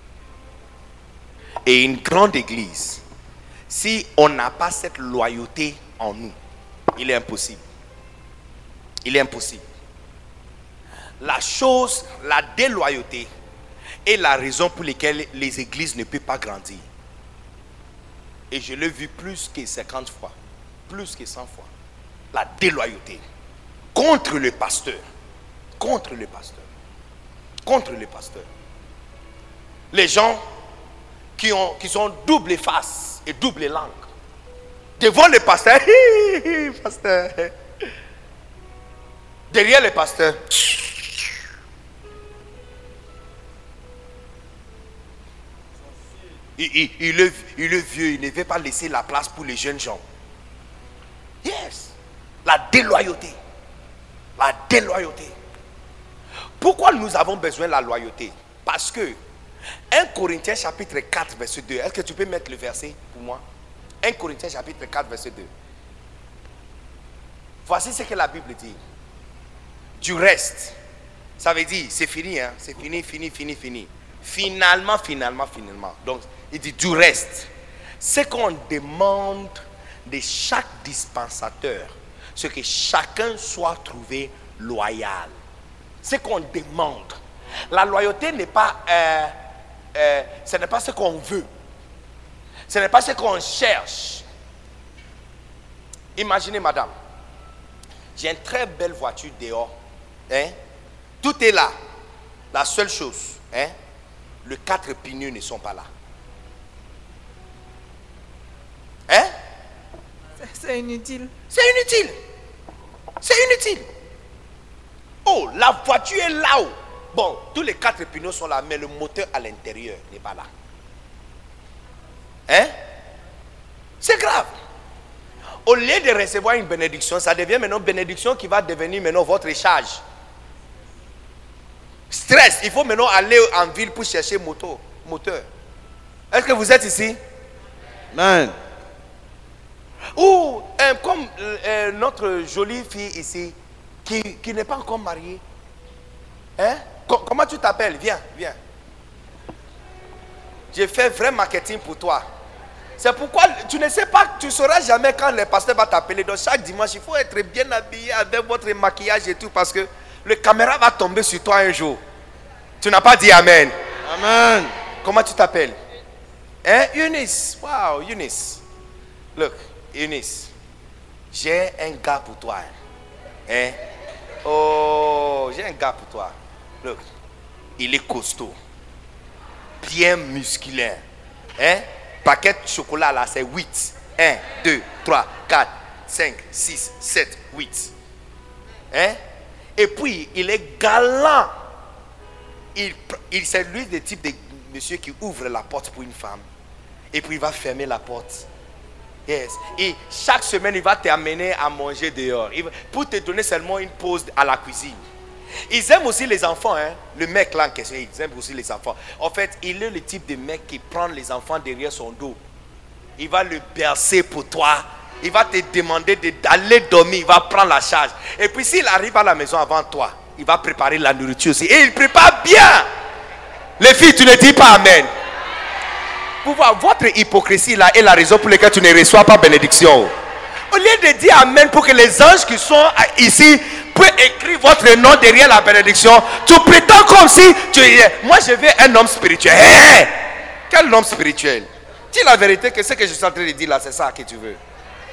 et une grande église si on n'a pas cette loyauté en nous. Il est impossible. Il est impossible. La chose, la déloyauté est la raison pour laquelle les églises ne peuvent pas grandir. Et je l'ai vu plus que cinquante fois, plus que cent fois. La déloyauté contre le pasteur, contre le pasteur, contre le pasteur. Les gens qui, ont, qui sont double face et double langue. Devant le pasteur, pasteur. Derrière le pasteur, il, il, il, est, il est vieux, il ne veut pas laisser la place pour les jeunes gens. Yes. La déloyauté. La déloyauté. Pourquoi nous avons besoin de la loyauté? Parce que un Corinthiens chapitre quatre verset deux. Est-ce que tu peux mettre le verset pour moi? un Corinthiens chapitre quatre verset deux. Voici ce que la Bible dit. Du reste, ça veut dire c'est fini, hein? C'est fini, fini, fini, fini. Finalement, finalement, finalement. Donc, il dit du reste. Ce qu'on demande de chaque dispensateur, c'est que chacun soit trouvé loyal. Ce qu'on demande. La loyauté n'est pas, euh, euh, ce n'est pas ce qu'on veut. Ce n'est pas ce qu'on cherche. Imaginez, madame, j'ai une très belle voiture dehors. Hein? Tout est là. La seule chose, hein? Les quatre pneus ne sont pas là. Hein? C'est inutile. C'est inutile. C'est inutile. Oh, la voiture est là-haut. Bon, tous les quatre pneus sont là, mais le moteur à l'intérieur n'est pas là. Hein? C'est grave. Au lieu de recevoir une bénédiction, ça devient maintenant une bénédiction qui va devenir maintenant votre charge. Stress. Il faut maintenant aller en ville pour chercher moto, moteur. Est-ce que vous êtes ici? Amen. Ou euh, comme euh, notre jolie fille ici, qui, qui n'est pas encore mariée. Hein? Com- comment tu t'appelles? Viens, viens. J'ai fait vrai marketing pour toi. C'est pourquoi tu ne sais pas, tu ne sauras jamais quand le pasteur va t'appeler. Donc chaque dimanche, il faut être bien habillé avec votre maquillage et tout, parce que le caméra va tomber sur toi un jour. Tu n'as pas dit amen. Amen. Comment tu t'appelles? Hein? Eunice. Wow, Eunice. Look, Eunice. J'ai un gars pour toi. Hein? Oh, j'ai un gars pour toi. Look, il est costaud. Bien musculaire. Hein? Paquet de chocolat là, c'est huit. un, deux, trois, quatre, cinq, six, sept, huit. Hein? Et puis, il est galant. Il, il, c'est lui le type de monsieur qui ouvre la porte pour une femme. Et puis, il va fermer la porte. Yes. Et chaque semaine, il va t'amener à manger dehors. Il va, pour te donner seulement une pause à la cuisine. Ils aiment aussi les enfants, hein. Le mec là en question, ils aiment aussi les enfants. En fait, il est le type de mec qui prend les enfants derrière son dos. Il va le bercer pour toi. Il va te demander de, d'aller dormir. Il va prendre la charge. Et puis s'il arrive à la maison avant toi, il va préparer la nourriture aussi. Et il prépare bien. Les filles, tu ne dis pas amen. Vous voyez, votre hypocrisie là est la raison pour laquelle tu ne reçois pas bénédiction. Au lieu de dire amen pour que les anges qui sont ici puissent écrire votre nom derrière la bénédiction, tu prétends comme si tu es. Moi je veux un homme spirituel. Hey, hey. Quel homme spirituel? Dis la vérité que ce que je suis en train de dire là, c'est ça que tu veux.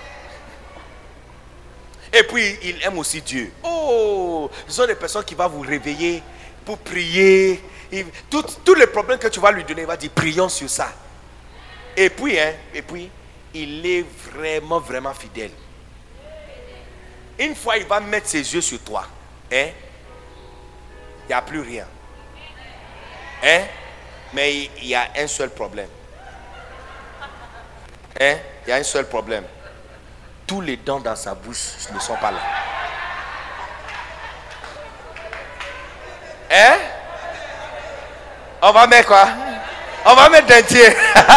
Et puis il aime aussi Dieu. Oh, ce sont des personnes qui vont vous réveiller pour prier. Tous les problèmes que tu vas lui donner, il va dire prions sur ça. Et puis, hein, et puis, il est vraiment, vraiment fidèle. Une fois, il va mettre ses yeux sur toi. Hein? Il n'y a plus rien. Hein? Mais il y a un seul problème. Hein? Il y a un seul problème. Tous les dents dans sa bouche ne sont pas là. Hein? On va mettre quoi? On va mettre dentier.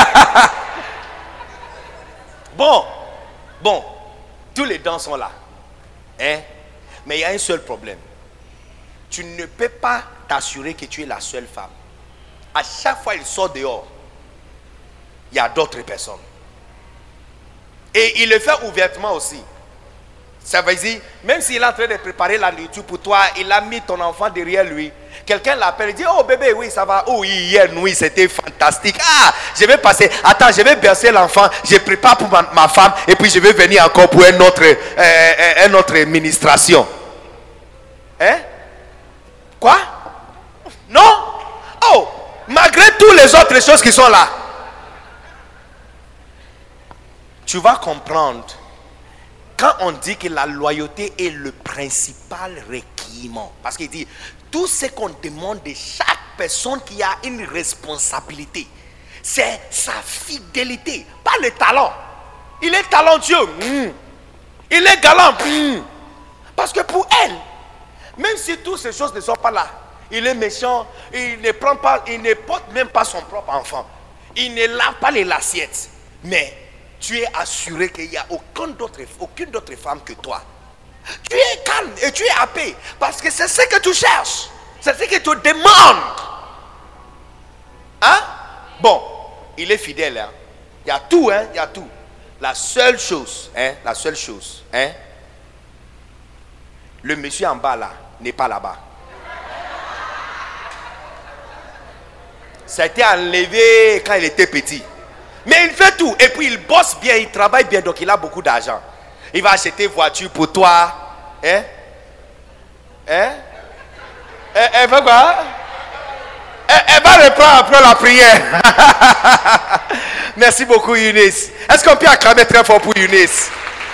Bon, bon, tous les dents sont là. Hein? Mais il y a un seul problème. Tu ne peux pas t'assurer que tu es la seule femme. À chaque fois qu'il sort dehors, il y a d'autres personnes. Et il le fait ouvertement aussi. Ça veut dire, même s'il est en train de préparer la nourriture pour toi, il a mis ton enfant derrière lui. Quelqu'un l'appelle et dit, oh bébé, oui, ça va. Oh, oui, hier nuit, c'était fantastique. Ah, je vais passer. Attends, je vais bercer l'enfant. Je prépare pour ma, ma femme. Et puis je vais venir encore pour une autre, euh, une autre ministration. Hein? Quoi? Non? Oh, malgré toutes les autres choses qui sont là, tu vas comprendre. Quand on dit que la loyauté est le principal requériment, parce qu'il dit, tout ce qu'on demande de chaque personne qui a une responsabilité, c'est sa fidélité, pas le talent. Il est talentueux, mmh. Il est galant, mmh. Parce que pour elle, même si toutes ces choses ne sont pas là, il est méchant, il ne prend pas, il ne porte même pas son propre enfant, il ne lave pas les assiettes, mais tu es assuré qu'il n'y a aucune autre, aucune autre femme que toi. Tu es calme et tu es happé parce que c'est ce que tu cherches. C'est ce que tu demandes. Hein? Bon, il est fidèle. Hein? Il y a tout, hein? Il y a tout. La seule chose, hein? La seule chose, hein? Le monsieur en bas là n'est pas là-bas. Ça a été enlevé quand il était petit. Mais il fait tout. Et puis il bosse bien, il travaille bien, donc il a beaucoup d'argent. Il va acheter voiture pour toi. Hein? Hein? Elle, elle va quoi? Elle, elle va reprendre après la prière. Merci beaucoup, Eunice. Est-ce qu'on peut acclamer très fort pour Eunice?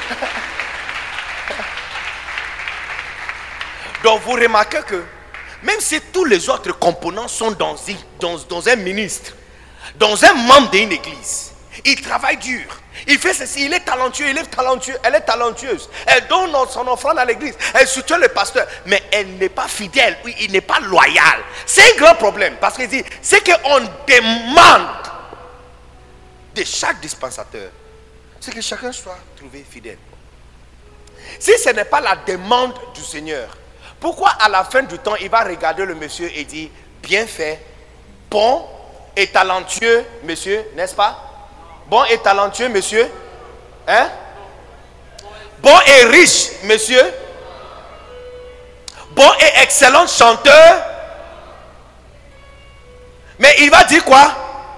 Donc vous remarquez que même si tous les autres composants sont dans, dans, dans un ministre, dans un membre d'une église, il travaille dur, il fait ceci, il est talentueux, il est talentueux, elle est talentueuse, elle donne son offrande à l'église, elle soutient le pasteur, mais elle n'est pas fidèle, oui, il n'est pas loyal. C'est un grand problème parce qu'il dit, c'est qu'on demande de chaque dispensateur, c'est que chacun soit trouvé fidèle. Si ce n'est pas la demande du Seigneur, pourquoi à la fin du temps il va regarder le monsieur et dire, bien fait, bon et talentueux, monsieur, n'est-ce pas? Bon et talentueux, monsieur. Hein? Bon et riche, monsieur. Bon et excellent chanteur. Mais il va dire quoi?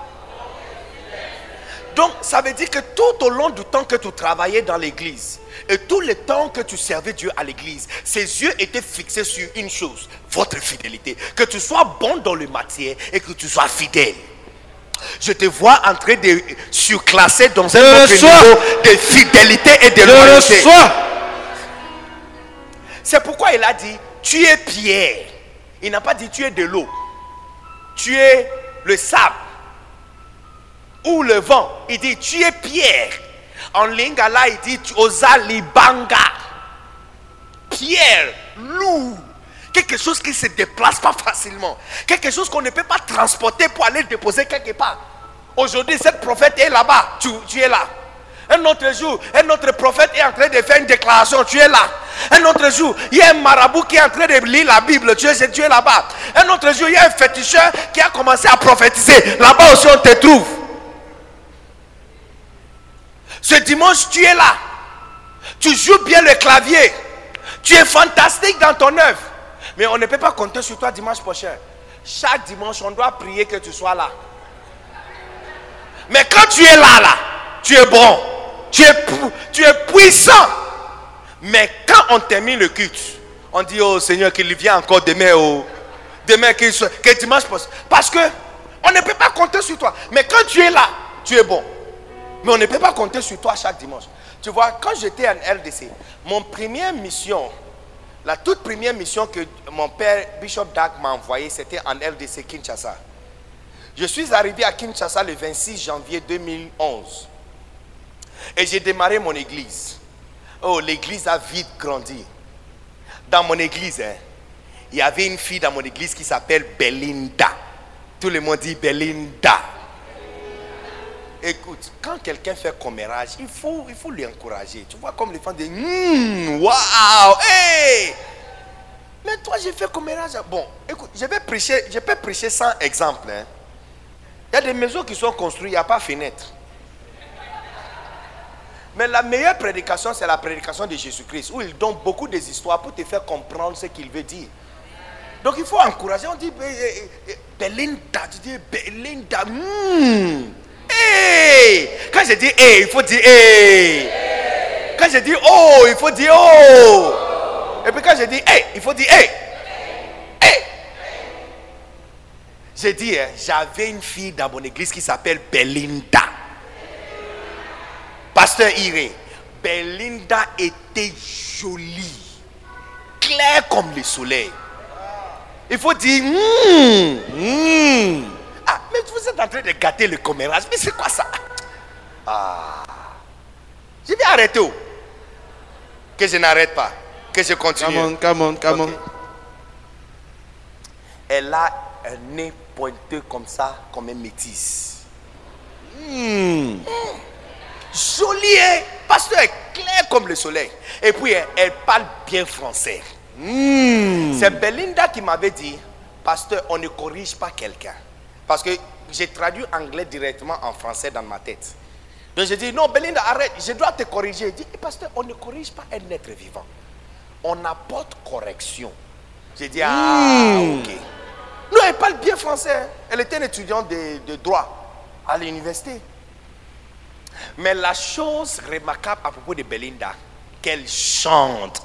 Donc, ça veut dire que tout au long du temps que tu travaillais dans l'église, et tout le temps que tu servais Dieu à l'église, ses yeux étaient fixés sur une chose, votre fidélité. Que tu sois bon dans le matière et que tu sois fidèle. Je te vois en train de surclasser dans un autre niveau de fidélité et de loyauté. C'est pourquoi il a dit, tu es pierre. Il n'a pas dit tu es de l'eau. Tu es le sable. Ou le vent. Il dit tu es pierre. En lingala il dit osa libanga. Pierre, lourd. Quelque chose qui ne se déplace pas facilement. Quelque chose qu'on ne peut pas transporter pour aller déposer quelque part. Aujourd'hui, cette prophète est là-bas. Tu, tu es là. Un autre jour, un autre prophète est en train de faire une déclaration, tu es là. Un autre jour, il y a un marabout qui est en train de lire la Bible, tu es, tu es là-bas. Un autre jour, il y a un féticheur qui a commencé à prophétiser. Là-bas aussi, on te trouve. Ce dimanche, tu es là. Tu joues bien le clavier. Tu es fantastique dans ton œuvre. Mais on ne peut pas compter sur toi dimanche prochain. Chaque dimanche, on doit prier que tu sois là. Mais quand tu es là, là, tu es bon. Tu es, tu es puissant. Mais quand on termine le culte, on dit, oh Seigneur, qu'il vienne encore demain. Oh, demain, qu'il soit, que dimanche prochain. Parce que on ne peut pas compter sur toi. Mais quand tu es là, tu es bon. Mais on ne peut pas compter sur toi chaque dimanche. Tu vois, quand j'étais en L D C, mon première mission, la toute première mission que mon père Bishop Dag m'a envoyée, c'était en L D C Kinshasa. Je suis arrivé à Kinshasa le vingt-six janvier deux mille onze. Et j'ai démarré mon église. Oh, l'église a vite grandi. Dans mon église, hein, il y avait une fille dans mon église qui s'appelle Belinda. Tout le monde dit Belinda. Écoute, quand quelqu'un fait commérage, il faut, il faut lui encourager. Tu vois comme les femmes disent, mmm, waouh, hey! Mais toi, j'ai fait commérage. Bon, écoute, je vais prêcher, je peux prêcher sans exemple. Hein. Il y a des maisons qui sont construites, il n'y a pas de fenêtre. Mais la meilleure prédication, c'est la prédication de Jésus-Christ, où il donne beaucoup des histoires pour te faire comprendre ce qu'il veut dire. Donc il faut encourager. On dit Belinda, tu dis Belinda. Hmm. Hey. Quand je dis hey, il faut dire hey. Quand je dis oh, il faut dire oh. Et puis quand je dis hey, il faut dire hey. Hey. J'ai dit, hein, j'avais une fille dans mon église qui s'appelle Belinda. Pasteur Iré, Belinda était jolie, claire comme le soleil. Il faut dire, mm, mm. Ah, mais vous êtes en train de gâter le commérage. Mais c'est quoi ça? Ah, je vais arrêter où? Que je n'arrête pas, que je continue. Come on, come on, come Okay. on. Elle a un nez pointeux comme ça, comme un métis. Mm. Mm. Jolie, hein? Pasteur est clair comme le soleil. Et puis, hein, elle parle bien français. Mm. C'est Belinda qui m'avait dit, pasteur, on ne corrige pas quelqu'un. Parce que j'ai traduit anglais directement en français dans ma tête. Donc j'ai dit, non, Belinda, arrête, je dois te corriger. Il dit, pasteur, on ne corrige pas un être vivant. On apporte correction. J'ai dit, ah, Mm. ok. Non, elle parle bien français. Hein. Elle était une étudiante de, de droit à l'université. Mais la chose remarquable à propos de Belinda, qu'elle chante.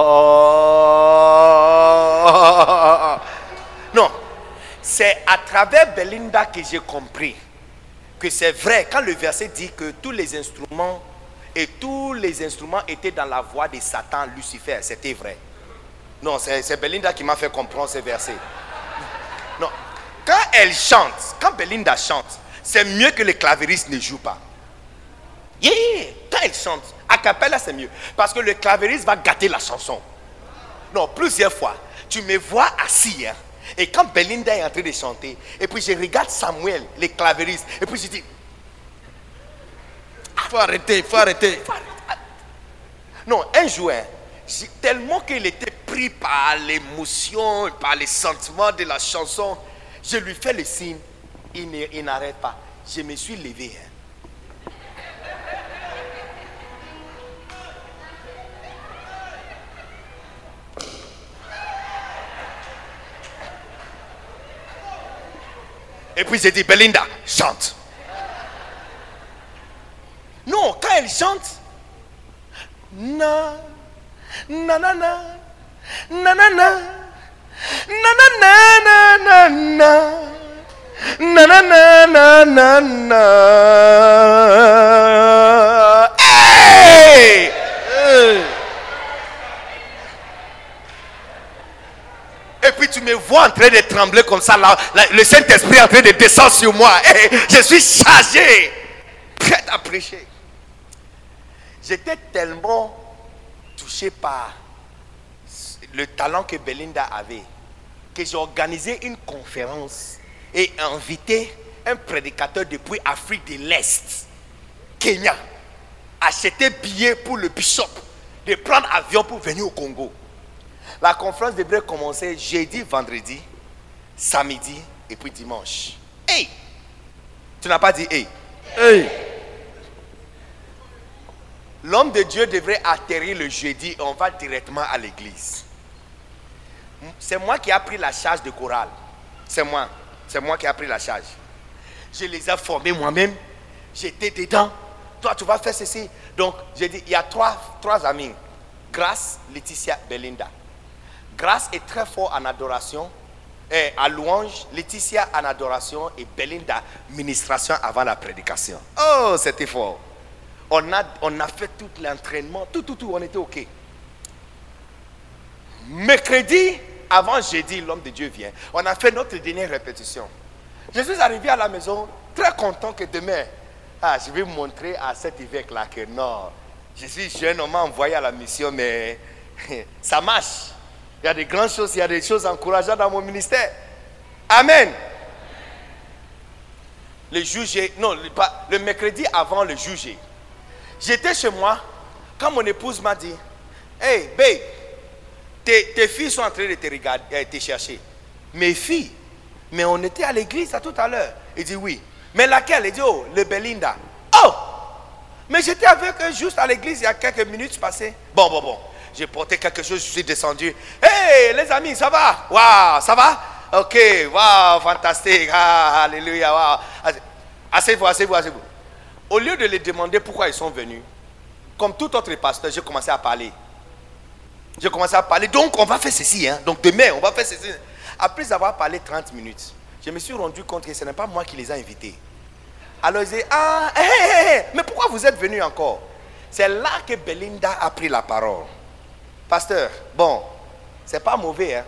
Oh. Non, c'est à travers Belinda que j'ai compris que c'est vrai quand le verset dit que tous les instruments et tous les instruments étaient dans la voix de Satan, Lucifer. C'était vrai. Non, c'est, c'est Belinda qui m'a fait comprendre ce verset. Non, quand elle chante, quand Belinda chante, c'est mieux que le clavieriste ne joue pas. Yeah, quand elle chante, a cappella c'est mieux. Parce que le clavieriste va gâter la chanson. Non, plusieurs fois, tu me vois assis. Hein, et quand Belinda est en train de chanter, et puis je regarde Samuel, le clavieriste, et puis je dis, Il faut arrêter, il faut arrêter. non, un jour, hein, tellement qu'il était pris par l'émotion, par les sentiments de la chanson, je lui fais le signe, il, ne, il n'arrête pas. Je me suis levé. Hein. Et puis j'ai dit, Belinda, chante. Non, quand elle chante, na, na, na, na, na, na, na, na, na, na, na, na, na, na, na, na, na. Hey! Hey. Et puis tu me vois en train de trembler comme ça, là, là, le Saint-Esprit est en train de descendre sur moi. Hey, je suis chargé, prêt à prêcher. J'étais tellement touché par le talent que Belinda avait, que j'ai organisé une conférence et invité un prédicateur depuis Afrique de l'Est, Kenya, acheté billet pour le bishop de prendre avion pour venir au Congo. La conférence devrait commencer jeudi, vendredi, samedi et puis dimanche. Hey! Tu n'as pas dit hey. Hey. L'homme de Dieu devrait atterrir le jeudi et on va directement à l'église. C'est moi qui ai pris la charge de chorale. C'est moi. C'est moi qui ai pris la charge. Je les ai formés moi-même. J'étais dedans. Toi, tu vas faire ceci. Donc, j'ai dit, il y a trois, trois amis. Grace, Laetitia, Belinda. Grace est très fort en adoration. Et à louange, Laetitia en adoration et Belinda, ministration avant la prédication. Oh, c'était fort. On a, on a fait tout l'entraînement. Tout, tout, tout. On était OK. Mercredi, avant jeudi, l'homme de Dieu vient. On a fait notre dernière répétition. Je suis arrivé à la maison, très content que demain, ah, je vais montrer à cet évêque-là que non, je suis jeune, on m'a envoyé à la mission, mais ça marche. Il y a des grandes choses, il y a des choses encourageantes dans mon ministère. Amen. Le juge, non, le, le mercredi avant le juge, j'étais chez moi, quand mon épouse m'a dit, hey, babe, tes, tes filles sont en train de te regarder, te chercher. Mes filles, mais on était à l'église à tout à l'heure. Il dit oui. Mais laquelle? Il dit oh, le Belinda. Oh! Mais j'étais avec eux juste à l'église il y a quelques minutes passées. Bon, bon, bon. J'ai porté quelque chose, je suis descendu. Hey, les amis, ça va? Waouh, ça va? Ok, waouh, fantastique. Ah, alléluia, waouh. Asseyez-vous, asseyez-vous, asseyez-vous. Au lieu de les demander pourquoi ils sont venus, comme tout autre pasteur, j'ai commencé à parler. J'ai commencé à parler. Donc, on va faire ceci. Hein? Donc, demain, on va faire ceci. Après avoir parlé trente minutes, je me suis rendu compte que ce n'est pas moi qui les ai invités. Alors, ils disaient, ah, hé, hé, hé, mais pourquoi vous êtes venus encore? C'est là que Belinda a pris la parole. Pasteur, bon, c'est pas mauvais, hein.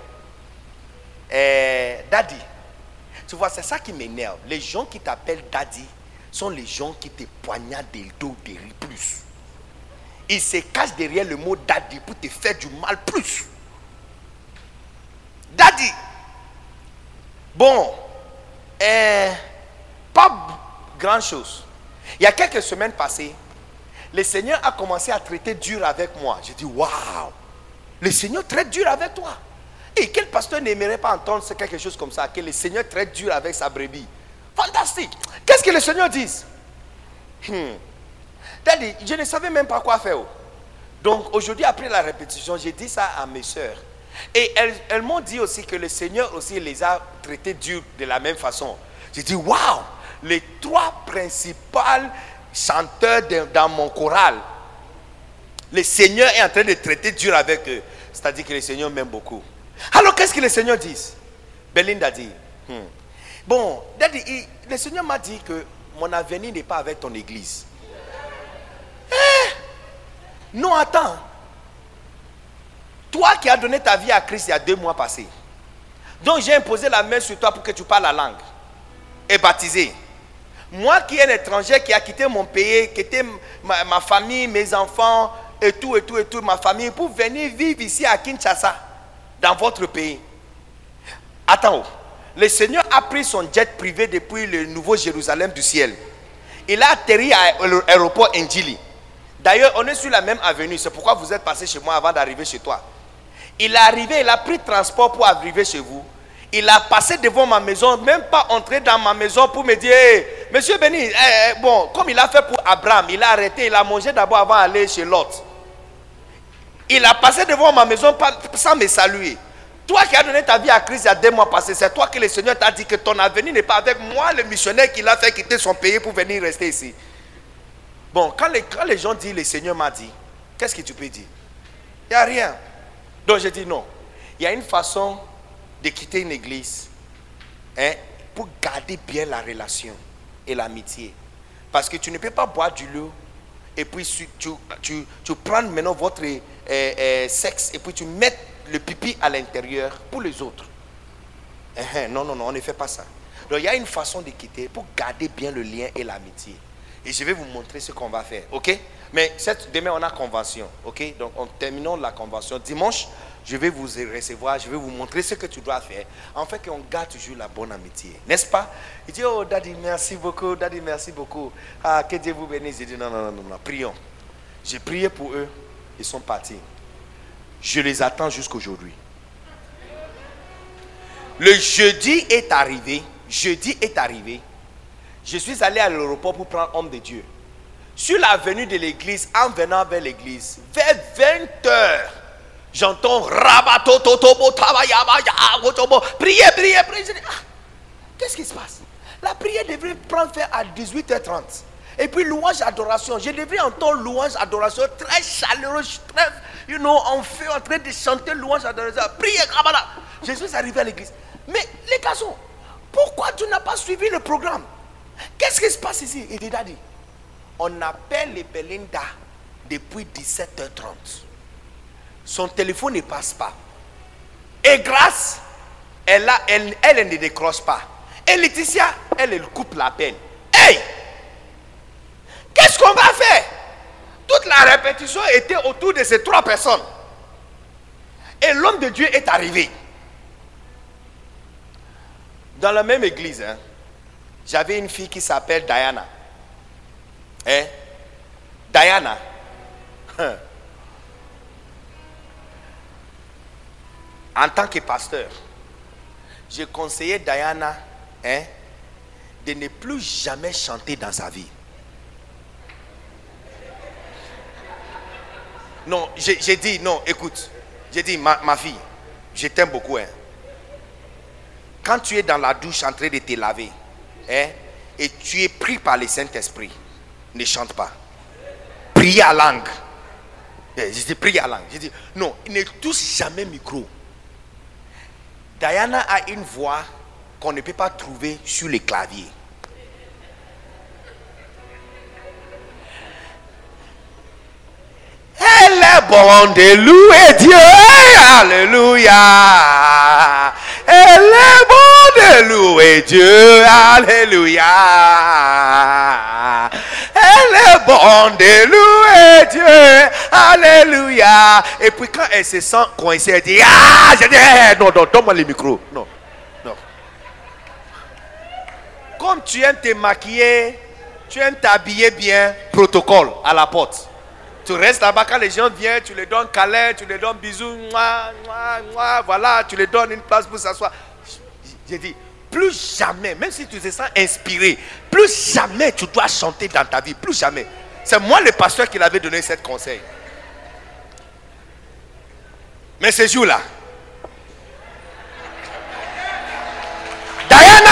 Eh, Daddy, tu vois, c'est ça qui m'énerve. Les gens qui t'appellent Daddy sont les gens qui te poignardent le dos derrière plus. Ils se cachent derrière le mot Daddy pour te faire du mal plus. Daddy. Bon, eh, pas grand chose. Il y a quelques semaines passées, le Seigneur a commencé à traiter dur avec moi. J'ai dit, waouh, le Seigneur traite dur avec toi. Et quel pasteur n'aimerait pas entendre quelque chose comme ça, que le Seigneur traite dur avec sa brebis? Fantastique. Qu'est-ce que le Seigneur dit? hmm. Daddy, je ne savais même pas quoi faire. Donc aujourd'hui, après la répétition, j'ai dit ça à mes soeurs. Et elles, elles m'ont dit aussi que le Seigneur aussi les a traités dur de la même façon. J'ai dit, waouh, les trois principaux chanteurs de, dans mon choral, le Seigneur est en train de traiter dur avec eux. C'est-à-dire que le Seigneur m'aime beaucoup. Alors qu'est-ce que le Seigneur dit? Belinda dit, hmm. bon, Daddy, il, le Seigneur m'a dit que mon avenir n'est pas avec ton église. Eh? Non, attends. Toi qui as donné ta vie à Christ il y a deux mois passés. Donc j'ai imposé la main sur toi pour que tu parles la langue. Et baptisé. Moi qui est un étranger qui a quitté mon pays, quitté ma, ma famille, mes enfants, et tout, et tout, et tout, ma famille, pour venir vivre ici à Kinshasa, dans votre pays. Attends, le Seigneur a pris son jet privé depuis le nouveau Jérusalem du ciel. Il a atterri à l'aéroport Njili. D'ailleurs, on est sur la même avenue. C'est pourquoi vous êtes passé chez moi avant d'arriver chez toi. Il est arrivé, il a pris transport pour arriver chez vous. Il a passé devant ma maison, même pas entré dans ma maison pour me dire, hey, Monsieur Béni, eh, eh, bon, comme il a fait pour Abraham, il a arrêté, il a mangé d'abord avant d'aller chez Lot. Il a passé devant ma maison sans me saluer. Toi qui as donné ta vie à Christ il y a deux mois passés, c'est toi que le Seigneur t'a dit que ton avenir n'est pas avec moi, le missionnaire qui l'a fait quitter son pays pour venir rester ici. Bon, quand les, quand les gens disent le Seigneur m'a dit, qu'est-ce que tu peux dire? Il n'y a rien. Donc je dis non. Il y a une façon de quitter une église, hein, pour garder bien la relation et l'amitié. Parce que tu ne peux pas boire du lait et puis tu, tu, tu, tu prends maintenant votre euh, euh, sexe et puis tu mets le pipi à l'intérieur pour les autres. Uh-huh. Non, non, non, on ne fait pas ça. Donc il y a une façon de quitter pour garder bien le lien et l'amitié. Et je vais vous montrer ce qu'on va faire, ok? Mais cette, demain on a convention, ok? Donc en terminant la convention, dimanche, je vais vous recevoir, je vais vous montrer ce que tu dois faire. En fait, qu'on garde toujours la bonne amitié, n'est-ce pas? Il dit, oh Daddy, merci beaucoup, Daddy, merci beaucoup. Ah, que Dieu vous bénisse. Il dit, non, non, non, non, non, prions. J'ai prié pour eux, ils sont partis. Je les attends jusqu'aujourd'hui. Le jeudi est arrivé, jeudi est arrivé. Je suis allé à l'aéroport pour prendre homme de Dieu. Sur l'avenue de l'église, en venant vers l'église, vers vingt heures, j'entends Rabato Totobo Tabayaba Yagotobo. Priez, priez, priez. Je dis, ah, qu'est-ce qui se passe? La prière devrait prendre fin à dix-huit heures trente. Et puis louange, adoration. Je devrais entendre louange, adoration très chaleureux, très, you know, en feu, en train de chanter louange, adoration. Priez, Kabbalah. Je suis arrivé à l'église. Mais les garçons, pourquoi tu n'as pas suivi le programme? Qu'est-ce qui se passe ici? Il dit, Daddy, on appelle les Belinda depuis dix-sept heures trente. Son téléphone ne passe pas. Et grâce, elle, a, elle, elle ne décroche pas. Et Laetitia, elle, elle coupe l'appel. Hey! Qu'est-ce qu'on va faire? Toute la répétition était autour de ces trois personnes. Et l'homme de Dieu est arrivé. Dans la même église, hein, j'avais une fille qui s'appelle Diana. Hein? Diana. En tant que pasteur, j'ai conseillé Diana, hein, de ne plus jamais chanter dans sa vie. Non, j'ai, j'ai dit, non, écoute. J'ai dit, ma, ma fille, je t'aime beaucoup. Hein. Quand tu es dans la douche en train de te laver, hein, et tu es pris par le Saint-Esprit, ne chante pas. Prie à langue. J'ai dit, prie à langue. J'ai dit, non, ne touche jamais micro. Diana a une voix qu'on ne peut pas trouver sur les claviers. Elle est bonne de louer Dieu, alléluia. Elle est bonne de louer Dieu, alléluia. Elle est bonne de louer Dieu, alléluia. Et puis quand elle se sent coincée, elle dit, ah, je dis, hey, non, non, donne-moi le micro. Non, non. Comme tu aimes te maquiller, tu aimes t'habiller bien, protocole à la porte. Tu restes là-bas quand les gens viennent, tu les donnes câlin, tu les donnes bisous, mouah, mouah, mouah, voilà, tu les donnes une place pour s'asseoir. J'ai dit, plus jamais, même si tu te sens inspiré, plus jamais tu dois chanter dans ta vie, plus jamais. C'est moi le pasteur qui l'avait donné ce conseil. Mais ce jour-là, Diana!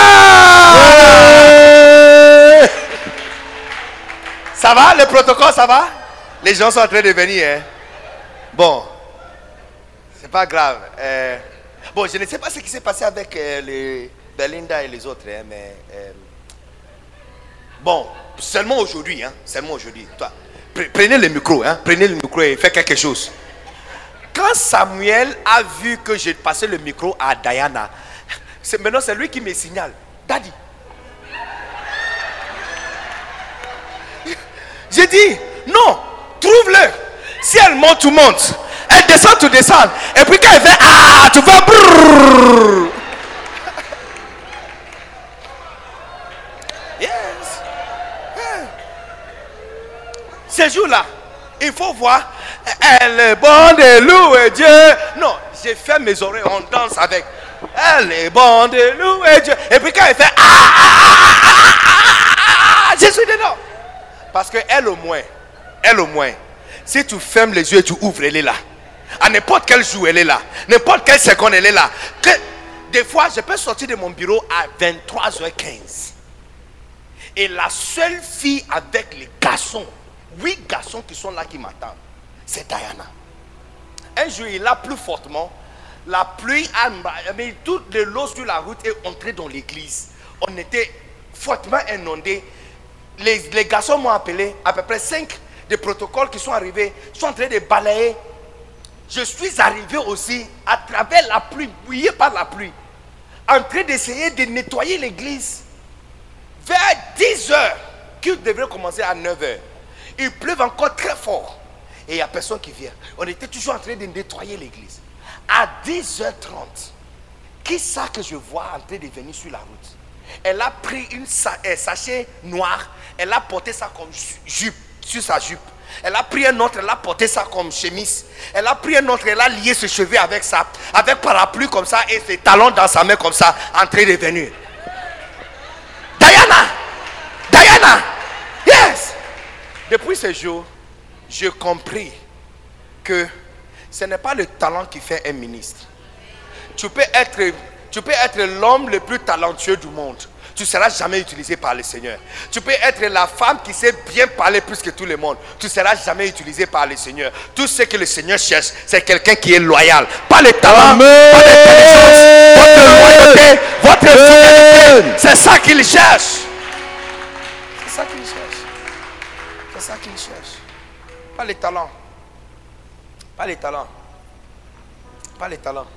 Ça va, le protocole, ça va? Les gens sont en train de venir. Hein? Bon, c'est pas grave. Euh, bon, je ne sais pas ce qui s'est passé avec euh, les Belinda et les autres, hein, mais euh, bon, seulement aujourd'hui, hein, seulement aujourd'hui. Toi, prenez le micro, hein, prenez le micro et faites quelque chose. Quand Samuel a vu que j'ai passé le micro à Diana, c'est, maintenant c'est lui qui me signale, Daddy. J'ai dit, non. Trouve-le. Si elle monte, tu montes. Elle descend, tu descends. Et puis quand elle fait ah, tu vas brrrr. Yes. Yeah. Ce jour-là, il faut voir. Elle est bonne de louer Dieu. Non, j'ai fait mes oreilles, on danse avec. Elle est bonne de louer Dieu. Et puis quand elle fait ah, ah, ah, ah, je suis dedans. Parce qu'elle au moins. Elle au moins, si tu fermes les yeux et tu ouvres, elle est là. À n'importe quel jour, elle est là. N'importe quelle seconde, elle est là. Que, des fois, je peux sortir de mon bureau à vingt-trois heures quinze. Et la seule fille avec les garçons, huit garçons qui sont là qui m'attendent, c'est Diana. Un jour, il a plu fortement. La pluie a mis toute l'eau sur la route et entré dans l'église. On était fortement inondés. Les, les garçons m'ont appelé, à peu près cinq des protocoles qui sont arrivés, sont en train de balayer. Je suis arrivé aussi à travers la pluie, mouillé par la pluie, en train d'essayer de nettoyer l'église. Vers dix heures, qui devrait commencer à neuf heures, il pleut encore très fort. Et il n'y a personne qui vient. On était toujours en train de nettoyer l'église. À dix heures trente, qui ça que je vois en train de venir sur la route? Elle a pris une sa- un sachet noir, elle a porté ça comme jupe, sur sa jupe. Elle a pris un autre, elle a porté ça comme chemise. Elle a pris un autre, elle a lié ses cheveux avec ça, avec parapluie comme ça et ses talons dans sa main comme ça, en train de venir. Diana, Diana, yes. Depuis ce jour, j'ai compris que ce n'est pas le talent qui fait un ministre. Tu peux être, tu peux être l'homme le plus talentueux du monde. Tu ne seras jamais utilisé par le Seigneur. Tu peux être la femme qui sait bien parler plus que tout le monde. Tu ne seras jamais utilisé par le Seigneur. Tout ce que le Seigneur cherche, c'est quelqu'un qui est loyal. Pas le talent, Amen. Pas l'intelligence, votre loyauté, votre fidélité. C'est ça qu'il cherche. C'est ça qu'il cherche. C'est ça qu'il cherche. Pas les talents. Pas les talents. Pas les talents.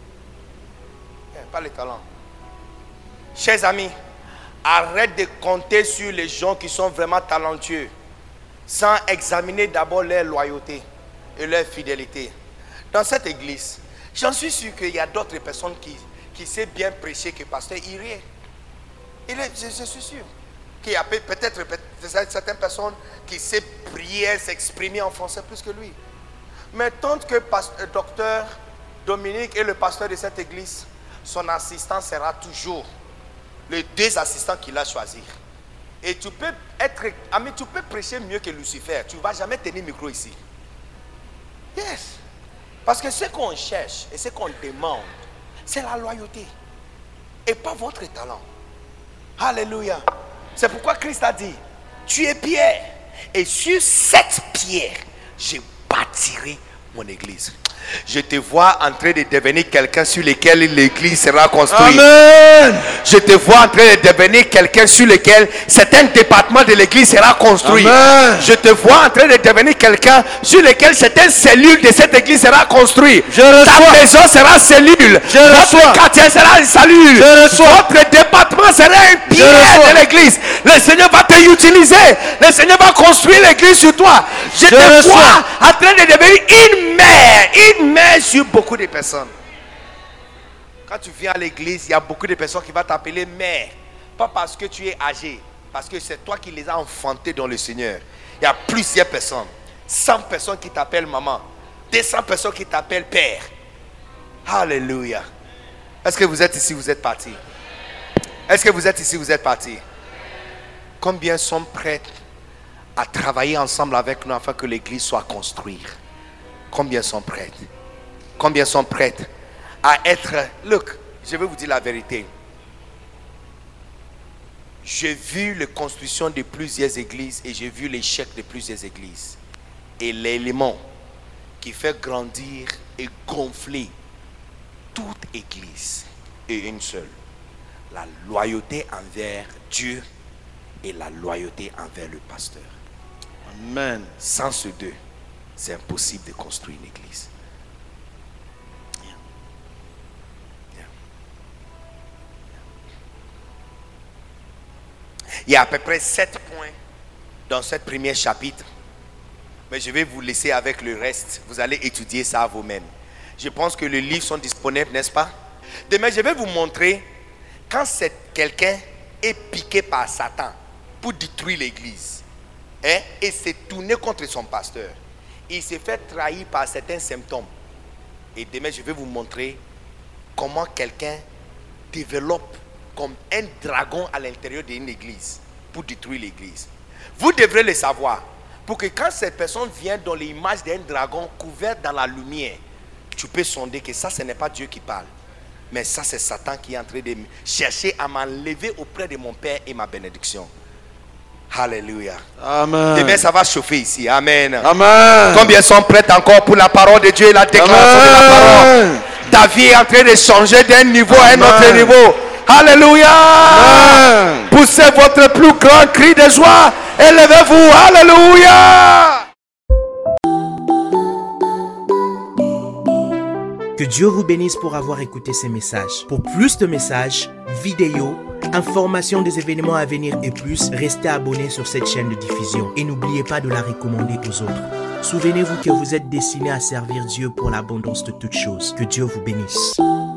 Pas les talents. Chers amis, arrête de compter sur les gens qui sont vraiment talentueux sans examiner d'abord leur loyauté et leur fidélité. Dans cette église, j'en suis sûr qu'il y a d'autres personnes qui, qui savent bien prêcher que pasteur Irie. Il est, je, je suis sûr qu'il y a peut-être peut certaines personnes qui savent prier, s'exprimer en français plus que lui. Mais tant que pasteur, docteur Dominique est le pasteur de cette église, son assistant sera toujours les deux assistants qu'il a choisis. Et tu peux être, ami, tu peux prêcher mieux que Lucifer. Tu ne vas jamais tenir le micro ici. Yes. Parce que ce qu'on cherche et ce qu'on demande, c'est la loyauté. Et pas votre talent. Alléluia. C'est pourquoi Christ a dit, tu es pierre. Et sur cette pierre, je bâtirai mon église. Je te vois en train de devenir quelqu'un sur lequel l'église sera construite. Amen. Je te vois en train de devenir quelqu'un sur lequel certains départements de l'église sera construit. Amen. Je te vois en train de devenir quelqu'un sur lequel certaines cellules de cette église sera construite. Je Ta maison sera cellule. Je Votre reçois. quartier sera une cellule. Votre département sera une pierre de l'église. Le Seigneur va te utiliser. Le Seigneur va construire l'église sur toi. Je, Je te reçois. vois en train de devenir une mère. Une mère sur beaucoup de personnes. Quand tu viens à l'église, il y a beaucoup de personnes qui vont t'appeler mère. Pas parce que tu es âgé, parce que c'est toi qui les as enfantés dans le Seigneur. Il y a plusieurs personnes. cent personnes qui t'appellent maman. deux cents personnes qui t'appellent père. Alléluia. Est-ce que vous êtes ici, vous êtes partis? Est-ce que vous êtes ici, vous êtes partis? Combien sont prêts à travailler ensemble avec nous afin que l'église soit construite? Combien sont prêtes? Combien sont prêtes à être... Look, je vais vous dire la vérité. J'ai vu la construction de plusieurs églises et j'ai vu l'échec de plusieurs églises. Et l'élément qui fait grandir et gonfler toute église est une seule. La loyauté envers Dieu et la loyauté envers le pasteur. Amen. Sans ces deux, c'est impossible de construire une église. Yeah. Yeah. Yeah. Il y a à peu près sept points dans ce premier chapitre. Mais je vais vous laisser avec le reste. Vous allez étudier ça vous-même. Je pense que les livres sont disponibles, n'est-ce pas? Demain, je vais vous montrer quand c'est quelqu'un est piqué par Satan pour détruire l'église, hein, et s'est tourné contre son pasteur. Il s'est fait trahir par certains symptômes. Et demain, je vais vous montrer comment quelqu'un développe comme un dragon à l'intérieur d'une église pour détruire l'église. Vous devrez le savoir. Pour que quand cette personne vient dans l'image d'un dragon couvert dans la lumière, tu peux sonder que ça, ce n'est pas Dieu qui parle. Mais ça, c'est Satan qui est en train de chercher à m'enlever auprès de mon Père et ma bénédiction. Alléluia. Amen. Demain, ça va chauffer ici. Amen. Amen. Combien sont prêts encore pour la parole de Dieu et la déclaration Amen. De la parole? Ta vie est en train de changer d'un niveau Amen. À un autre niveau. Alléluia. Amen. Poussez votre plus grand cri de joie. Élevez-vous. Alléluia. Que Dieu vous bénisse pour avoir écouté ces messages. Pour plus de messages, vidéos, informations des événements à venir et plus, restez abonnés sur cette chaîne de diffusion et n'oubliez pas de la recommander aux autres. Souvenez-vous que vous êtes destinés à servir Dieu pour l'abondance de toutes choses. Que Dieu vous bénisse.